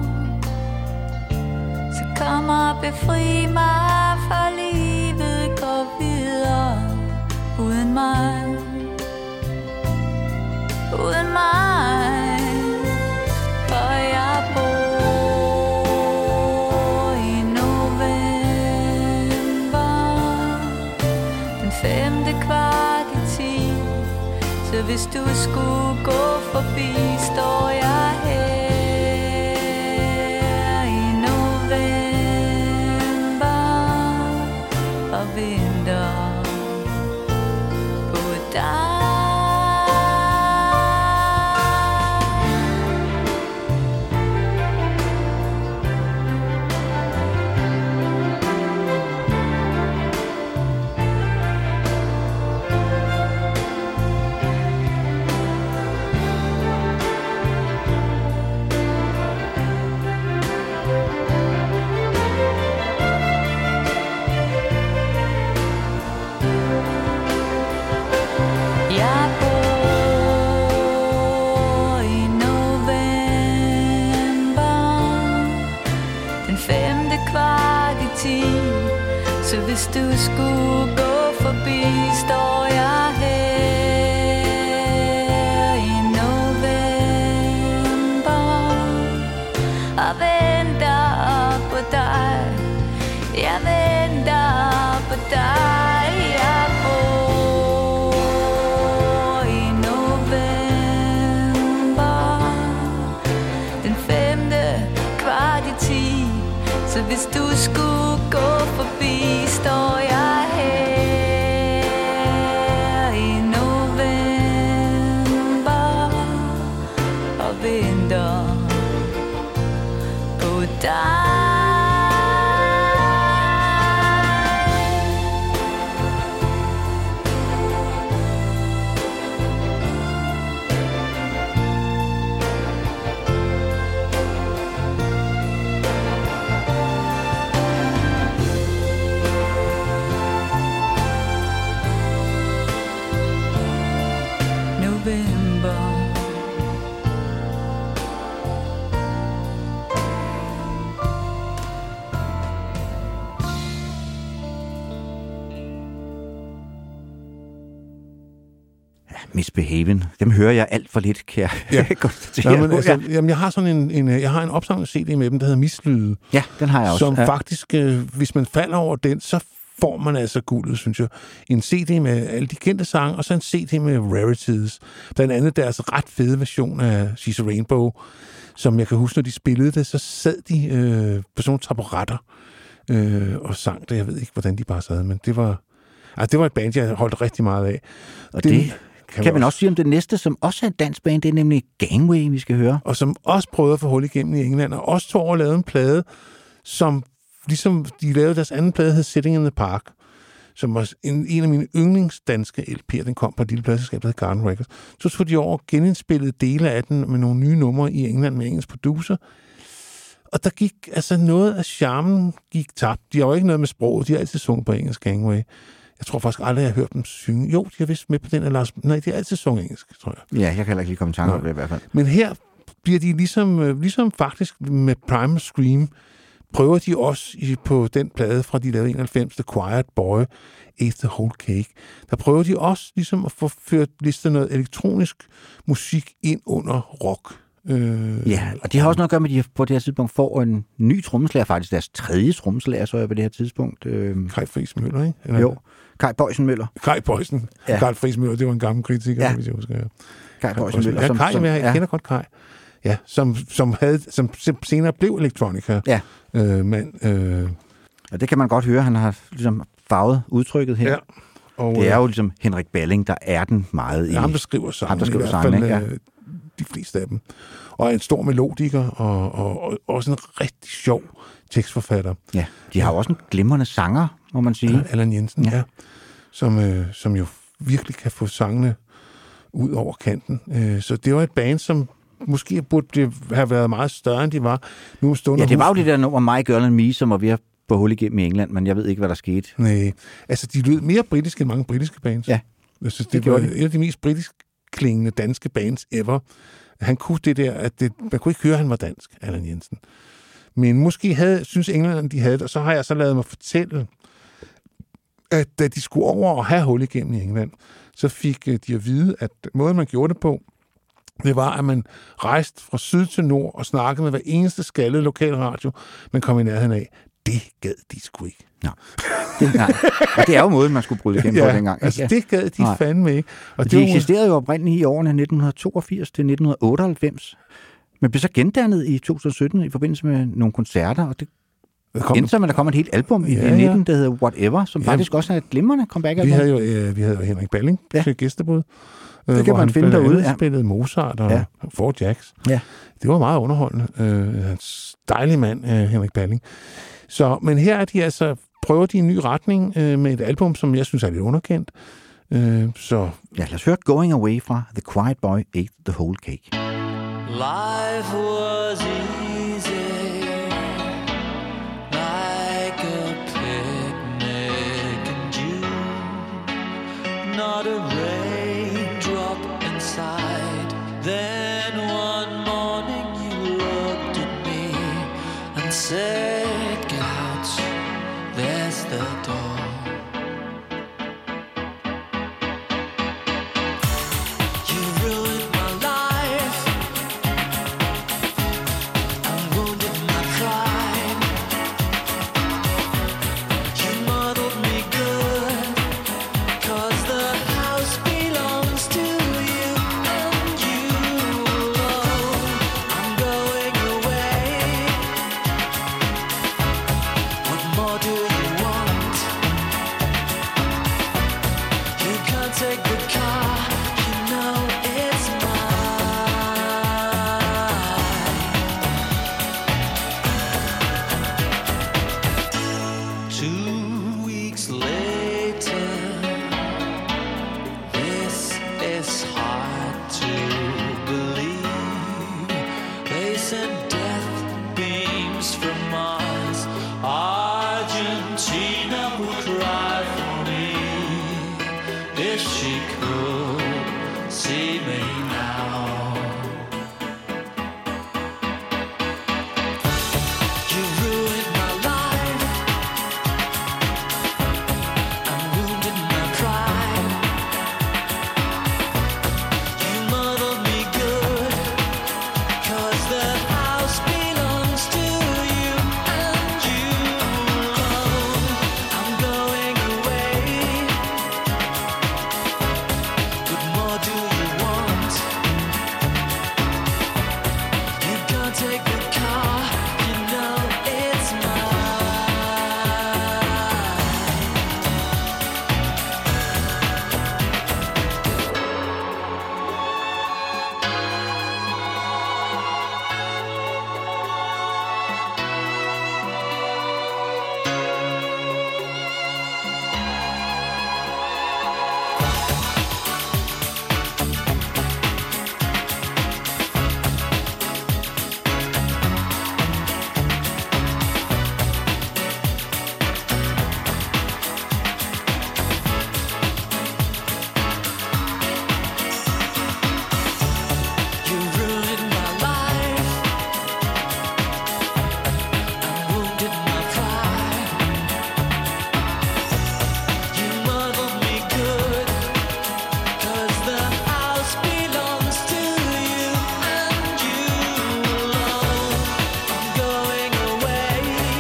Kom og befri mig, for livet går videre uden mig, uden mig. For jeg bor i november, den 5:15. Så hvis du skulle gå forbi, står jeg her. tid. Så hvis du skulle gå forbi, står jeg her i november og venter på dig. Jeg venter på dig. Jeg bor i november, den 5:15. Så hvis du skulle gå forbi, står jeg her i november og venter på dig. Misbehaven. Dem hører jeg alt for lidt, kan jeg konstatere. Ja, men altså, jamen, jeg har sådan jeg har en opsamlet CD med dem, der hedder Mislyde. Ja, den har jeg også. Som faktisk, hvis man falder over den, så får man altså guldet, synes jeg. En CD med alle de kendte sange, og så en CD med rarities. Blandt andet deres ret fede version af She's a Rainbow, som jeg kan huske, når de spillede det, så sad de på sådan nogle taburetter og sang det. Jeg ved ikke, hvordan de bare sad, men det var et band, jeg holdt rigtig meget af. Og det kan man også sige om det næste, som også er et dansk band, det er nemlig Gangway, vi skal høre. Og som også prøvede at få hul igennem i England, og også tog over og lavede en plade, som ligesom de lavede deres anden plade, hed Sitting in the Park, som var en af mine yndlingsdanske LP'er, den kom på et lille pladselskab, der hed Garden Records. Så tog de over og genindspillede dele af den med nogle nye numre i England med engelsk producer. Og der gik, altså noget af charmen gik tabt. De har jo ikke noget med sproget, de har altid sunget på engelsk, Gangway. Jeg tror faktisk aldrig, jeg har hørt dem synge. Jo, de har vist med på den, eller nej, de har altid sunget engelsk, tror jeg. Ja, jeg kan heller ikke lige komme i tanke om det i hvert fald. Men her bliver de ligesom faktisk med Primal Scream, prøver de også på den plade fra de lavede 91, The Quiet Boy, Ate the Whole Cake. Der prøver de også ligesom at få ført listet noget elektronisk musik ind under rock. Ja, og de har også noget at gøre med, at de på det her tidspunkt får en ny trommeslager, faktisk deres 3. trommeslager, så er på det her tidspunkt. Kai Friis Møller, ikke? Eller? Jo, Kai Boysen Møller. Kai Boysen. Ja. Kai Friis Møller, det var en gammel kritiker, hvis jeg husker. Kai Boysen Møller. Ja, Kai, jeg kender godt Kai. Ja, som senere blev elektronika. Ja. Men, og det kan man godt høre, han har ligesom farvet udtrykket her. Ja. Og, det er jo ligesom Henrik Balling, der er den meget i. Ja, ham der skriver sangen. Ham der skriver sangen, ja. De fleste af dem. Og en stor melodiker, og også en rigtig sjov tekstforfatter. Ja, de har jo også en glimrende sanger, må man sige. Allan Jensen, ja. Som jo virkelig kan få sangene ud over kanten. Så det var et band, som måske burde have været meget større, end de var. Nu det var jo det der nummer My Girl and Me, som var ved at få hul igennem i England, men jeg ved ikke, hvad der skete. Nej, altså de lød mere britiske end mange britiske bands. Ja, jeg synes, det var et af de mest britisk klingende danske bands ever. Han kunne det der, at man kunne ikke høre, at han var dansk, Allan Jensen. Men måske synes englænderne, de havde det, og så har jeg så lavet mig fortælle, at da de skulle over og have hul igennem i England, så fik de at vide, at måden, man gjorde det på, det var, at man rejste fra syd til nord og snakkede med hver eneste skaldede lokalradio, man kom i nærheden af. Det gad de sgu ikke. Nå. Og det er jo måden, man skulle bryde igennem på dengang. Altså det gad de fandme ikke. Og de eksisterede jo oprindeligt i årene 1982 til 1998, men blev så gendannet i 2017 i forbindelse med nogle koncerter, og det endte så, at der kom et helt album i 19, der hedder Whatever, som faktisk også er et glimrende comeback-album. Vi havde jo Henrik Balling til gæstebud. Det kan man finde derude. Han spillede Mozart og Four Jacks. Ja. Det var meget underholdende. En dejlig mand, Henrik Balling. Men her er de altså, prøver de en ny retning med et album, som jeg synes er lidt underkendt. Ja, lad os høre Going Away fra The Quiet Boy Ate the Whole Cake. Life was easy, like a picnic in June. Not a raindrop inside. Then one morning you looked at me and said, "Get out, if she could see me now. You ruined my life and wounded my pride. You mothered me good, 'cause the house belongs to you and you alone. I'm going away. What more do you want? You can't take the car, you know it's mine. You ruined my life and wounded my pride. You mothered me good, 'cause the house belongs to you and you alone. I'm going away.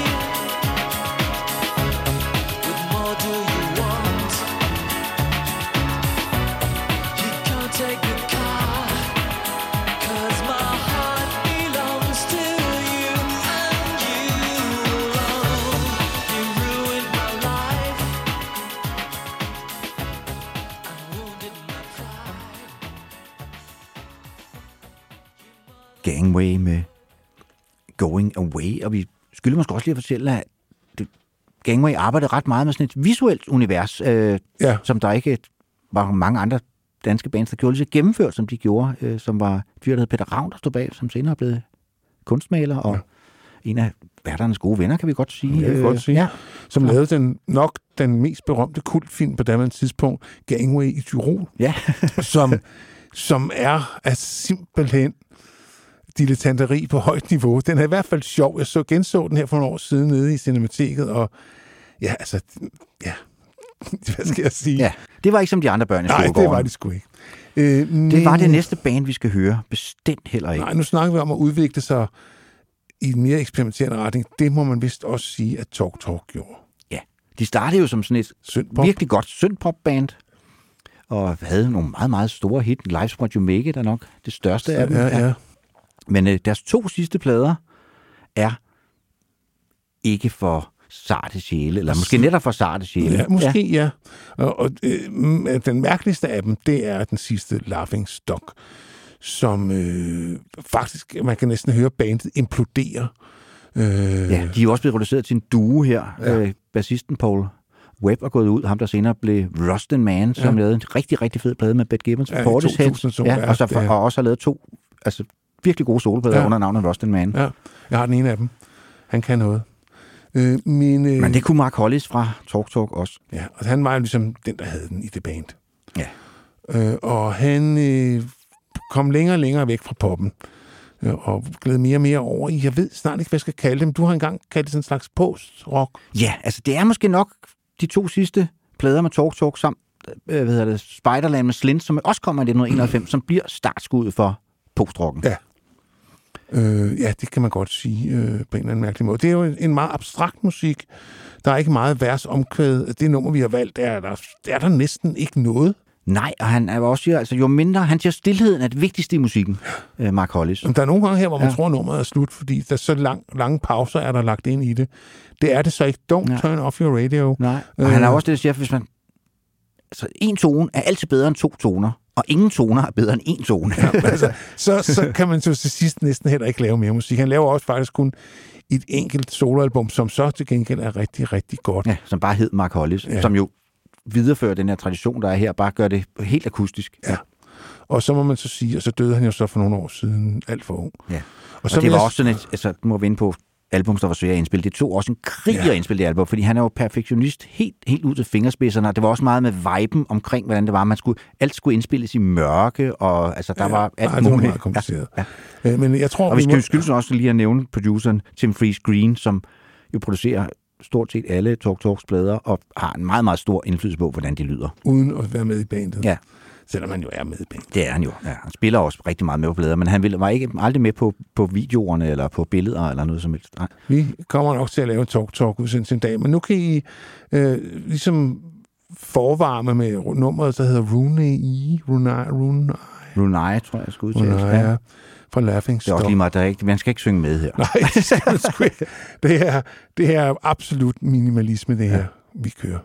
What more do you want? You can't take the car, 'cause my heart belongs to you and you alone. You ruined my life and wounded my pride. Gangway med Going Away, og vi skylder måske også lige at fortælle, at Gangway arbejdede ret meget med sådan et visuelt univers, som der ikke var mange andre danske bands, der gjorde lige så gennemført, som de gjorde, som var fyr, der hed Peter Ravn, der stod bag, som senere er blevet kunstmaler, og en af værternes gode venner, kan vi godt sige. Det kan vi godt sige. Som lavede den mest berømte kultfilm på daværende tidspunkt, Gangway i Tyrol, som er simpelthen dilettanteri på højt niveau. Den er i hvert fald sjov. Jeg genså den her for nogle år siden nede i Cinemateket, og hvad skal jeg sige? Ja, det var ikke som de andre børn i skolegården. Nej, det var det sgu ikke. Det var det næste band, vi skal høre. Bestemt heller ikke. Nej, nu snakker vi om at udvikle sig i en mere eksperimenterende retning. Det må man vist også sige, at Talk Talk gjorde. Ja, de startede jo som sådan et virkelig godt synthpop-band, og havde nogle meget, meget store hit. Life's What You Make It er nok det største af dem. Ja. Men deres 2 sidste plader er ikke for sarte sjæle, eller måske netop for sarte sjæle. Ja, måske ja. Og den mærkeligste af dem, det er den sidste Laughing Stock, som faktisk, man kan næsten høre bandet implodere. Ja, de er jo også blevet reduceret til en duo her. Ja. Bassisten Paul Webb er gået ud, ham der senere blev Rustin Man, som lavede en rigtig, rigtig fed plade med Bette Gibbons for Portishead. Og også har lavet 2 virkelig gode soloplader under navnet Rustin Man. Ja, jeg har den ene af dem. Han kan noget. Men det kunne Mark Hollis fra Talk Talk også. Ja, og han var jo ligesom den, der havde den i det band. Ja. Og han kom længere og længere væk fra poppen, og gled mere og mere over i, jeg ved snart ikke, hvad jeg skal kalde dem. Du har engang kaldt det sådan en slags post-rock. Ja, altså det er måske nok de 2 sidste plader med Talk Talk samt Spiderland med Slint, som også kommer i 1991, som bliver startskuddet for postrocken. Ja. Ja, det kan man godt sige på en eller anden mærkelig måde. Det er jo en meget abstrakt musik. Der er ikke meget vers omkvæd. Det nummer, vi har valgt, er der næsten ikke noget. Nej, og han er også siger, altså jo mindre, han siger, stilheden er det vigtigste i musikken, Mark Hollis. Der er nogle gange her, hvor man tror, nummeret er slut, fordi der er så lange pauser, er der lagt ind i det. Det er det så ikke. Don't turn off your radio. Nej, og han har også det, der siger, hvis man... Altså, en tone er altid bedre end 2 toner, og ingen toner er bedre end 1 tone. Ja, altså, så kan man til sidst næsten heller ikke lave mere musik. Han laver også faktisk kun et enkelt soloalbum, som så til gengæld er rigtig, rigtig godt. Ja, som bare hed Mark Hollis, som jo viderefører den her tradition, der er her, bare gør det helt akustisk. Ja. Og så må man så sige, og så døde han jo så for nogle år siden, alt for ung. Ja. Og så det var også sådan et, altså, nu må vi inde på album, der var svært at indspille. Det tog også en krig at indspille det album, fordi han er jo perfektionist helt ud til fingerspidserne, og det var også meget med viben omkring, hvordan det var. Alt skulle indspilles i mørke, og altså, der var alt muligt. Det var meget kompliceret. Ja. Men jeg tror, og vi skal skyldes også lige at nævne produceren Tim Freeze-Green, som jo producerer stort set alle Talks plader, og har en meget, meget stor indflydelse på, hvordan de lyder. Uden at være med i bandet. Ja. Selvom han jo er med i bandet. Det er han jo. Ja. Han spiller også rigtig meget med på plader, men han var aldrig med på videoerne, eller på billeder, eller noget som helst. Nej. Vi kommer nok til at lave en Talk-udsendelse en dag, men nu kan I ligesom forvarme med nummeret, der hedder Runai, tror jeg, skal udtales. Ja. Fra Laughing Stock. Det er også lige meget, man skal ikke synge med her. Nej, det er absolut minimalisme, det her, vi kører.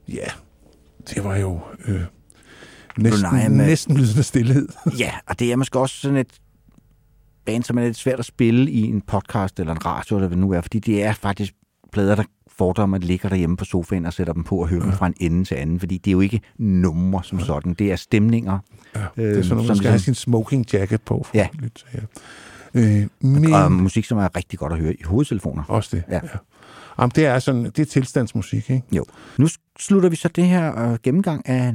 Ja, det var jo Lunaya næsten lydende stillhed. Ja, og det er måske også sådan et band, som er lidt svært at spille i en podcast eller en radio, eller hvad det nu er, fordi det er faktisk plader, der fordrer, at man ligger derhjemme på sofaen og sætter dem på og hører dem fra en ende til anden, fordi det er jo ikke numre som sådan, det er stemninger. Ja, det er sådan, at man skal have sin smoking jacket på. Ja. Lidt, ja. Og musik, som er rigtig godt at høre i hovedtelefoner. Også det, ja. Jamen, det er sådan, det er tilstandsmusik, ikke? Jo. Nu slutter vi så det her gennemgang af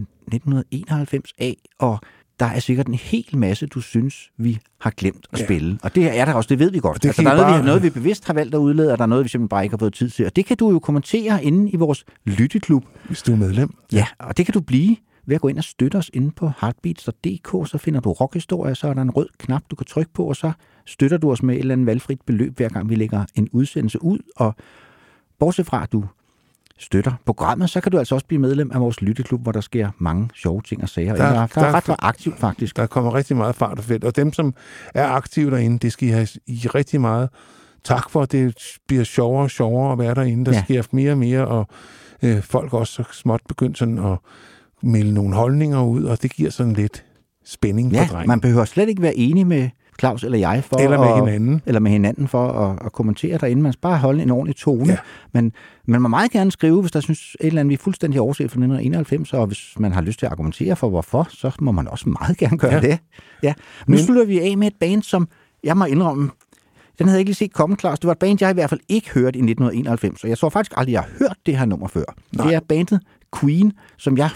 1991 af, og der er sikkert en hel masse, du synes, vi har glemt at spille. Og det er der også, det ved vi godt. Altså, der er noget, vi bevidst har valgt at udlede, og der er noget, vi simpelthen bare ikke har fået tid til. Og det kan du jo kommentere inde i vores lytteklub. Hvis du er medlem. Ja, og det kan du blive ved at gå ind og støtte os inde på heartbeats.dk, så finder du rockhistorie, så er der en rød knap, du kan trykke på, og så støtter du os med et eller andet valgfrit beløb, hver gang vi lægger en udsendelse ud. Og bortset fra, at du støtter programmet, så kan du altså også blive medlem af vores lytteklub, hvor der sker mange sjove ting og sager. Der er ret aktivt, faktisk. Der kommer rigtig meget fart og fedt, og dem, som er aktive derinde, det skal I have i rigtig meget tak for. Det bliver sjovere og sjovere at være derinde. Der sker mere og mere, og folk også så småt begyndt sådan at melde nogle holdninger ud, og det giver sådan lidt spænding for drengen. Man behøver slet ikke være enig med Claus eller jeg for eller med hinanden for at kommentere derinde. Man skal bare holde en ordentlig tone. Ja. Men man må meget gerne skrive, hvis der synes et eller andet, vi er fuldstændig overset fra 1991, og hvis man har lyst til at argumentere for hvorfor, så må man også meget gerne gøre det. Ja. Nu slutter vi af med et band, som jeg må indrømme, den havde jeg ikke lige set komme, Claus. Det var et band, jeg i hvert fald ikke hørte i 1991, og jeg tror faktisk aldrig, jeg har hørt det her nummer før. Nej. Det er bandet Queen, som jeg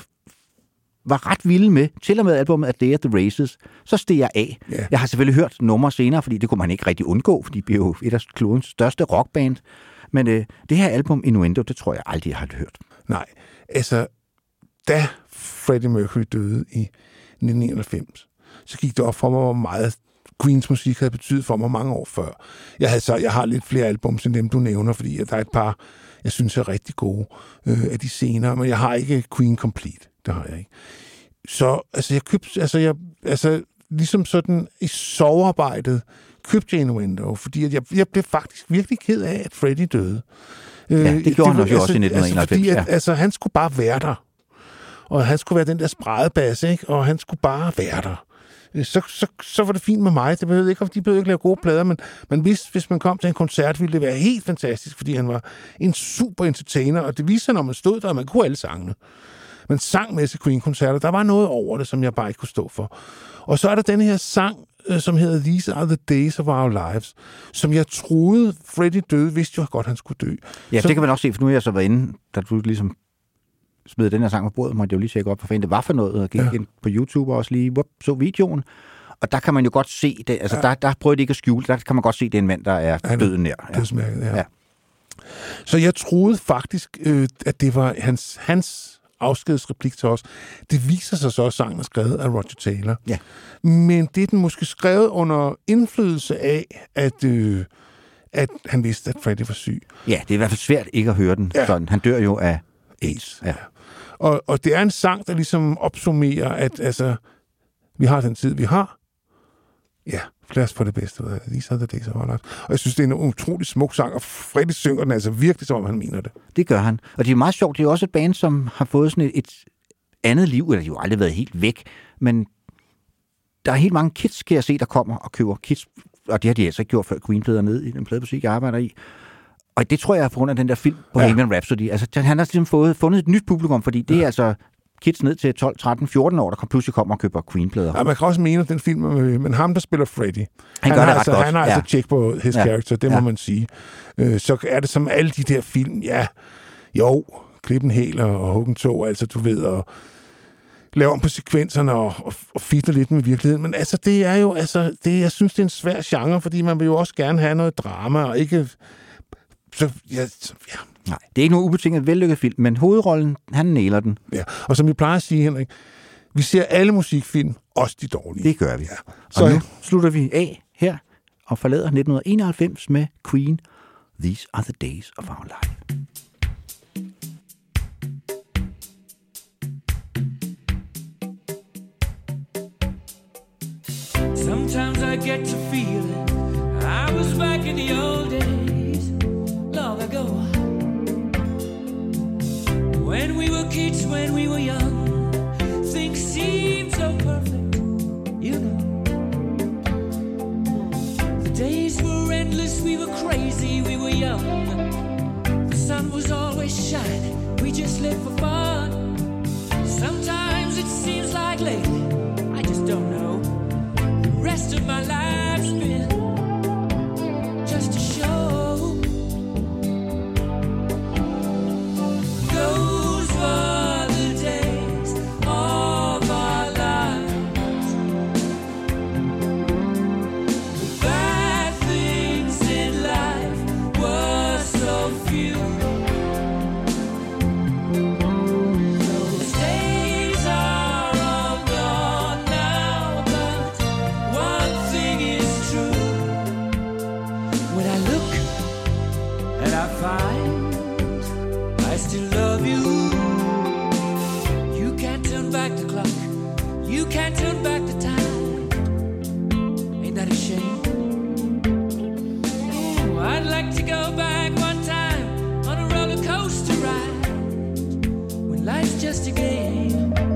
var ret vild med, til og med albumet A Day at the Races, så steg jeg af. Yeah. Jeg har selvfølgelig hørt numre senere, fordi det kunne man ikke rigtig undgå, fordi det er jo et af klodens største rockband. Men det her album, Innuendo, det tror jeg aldrig, jeg har hørt. Nej, altså, da Freddie Mercury døde i 1991, så gik det op for mig, hvor meget Queens musik havde betydet for mig mange år før. Jeg har lidt flere albums end dem, du nævner, fordi der er et par, jeg synes er rigtig gode af de senere, men jeg har ikke Queen Complete. Det har jeg ikke. Så altså, jeg købte, ligesom sådan i sovearbejdet, købte jeg Innuendo, fordi jeg blev faktisk virkelig ked af, at Freddie døde. Ja, det gjorde han også i 1991. Fordi han skulle bare være der. Og han skulle være den der spredebasse, ikke? Og han skulle bare være der. Så var det fint med mig. De behøvede ikke lave gode plader, men man vidste, hvis man kom til en koncert, ville det være helt fantastisk, fordi han var en super entertainer, og det viste sig, når man stod der, og man kunne alle sangene. Men sangmæssige Queen-koncerter, der var noget over det, som jeg bare ikke kunne stå for. Og så er der den her sang, som hedder These Are the Days of Our Lives, som jeg troede, Freddie døde, vidste jo godt, han skulle dø. Ja, så det kan man også se, for nu er jeg så været inde, da du ligesom smed den her sang på bordet, måtte jeg jo lige tjekke op, hvad det var for noget, og gik ind på YouTube og også lige så videoen. Og der kan man jo godt se det, altså der prøver det ikke at skjule, der kan man godt se, det er en mand, der er døden nær. Ja. Så jeg troede faktisk, at det var hans afskedsreplik til os. Det viser sig så, at sangen er skrevet af Roger Taylor. Ja. Men det er den måske skrevet under indflydelse af, at han vidste, at Freddie var syg. Ja, det er i hvert fald svært ikke at høre den. Sådan. Han dør jo af AIDS. Ja. Og det er en sang, der ligesom opsummerer, at altså, vi har den tid, vi har. Ja, plads på det bedste. These are the days of our lives. Og jeg synes, det er en utrolig smuk sang, og Freddie synger den altså virkelig, som om han mener det. Det gør han. Og det er meget sjovt. Det er også et band, som har fået sådan et andet liv, eller de har jo aldrig været helt væk, men der er helt mange kids, kan jeg se, der kommer og køber kids, og det har de altså ikke gjort før Queen-plader ned i den plademusik, jeg arbejder i. Og det tror jeg er på grund af den der film på Bohemian Rhapsody. Altså, han har ligesom fundet et nyt publikum, fordi det er altså kids ned til 12, 13, 14 år, der pludselig kommer og køber Queen-plader. Ja, man kan også mene, at den film, men ham, der spiller Freddie, han har altså tjek på his character, det må man sige. Så er det som alle de der film, Klippen Hæler og Huggen Tog, altså du ved, og lave om på sekvenserne og fitte lidt med virkeligheden. Men altså, det er jo, jeg synes, det er en svær genre, fordi man vil jo også gerne have noget drama, og ikke... Nej, det er ikke nogen ubetinget vellykket film, men hovedrollen, han næler den. Ja, og som vi plejer at sige, Henrik, vi ser alle musikfilm, også de dårlige. Det gør vi. Ja. Så nu slutter vi af her og forlader 1991 med Queen, These Are the Days of Our Life. Sometimes I get to feeling I was back in the old days long ago, When we were kids, when we were young, things seemed so perfect, you know. The days were endless, we were crazy, we were young. The sun was always shining, we just lived for fun. Sometimes it seems like lately, I just don't know. The rest of my life's been just a show. Those were the days of our lives. The bad things in life were so few. Those days are all gone now, but one thing is true. When I look and I find I still love you. You can't turn back the clock. You can't turn back the time. Ain't that a shame? Oh, I'd like to go back one time on a roller coaster ride when life's just a game.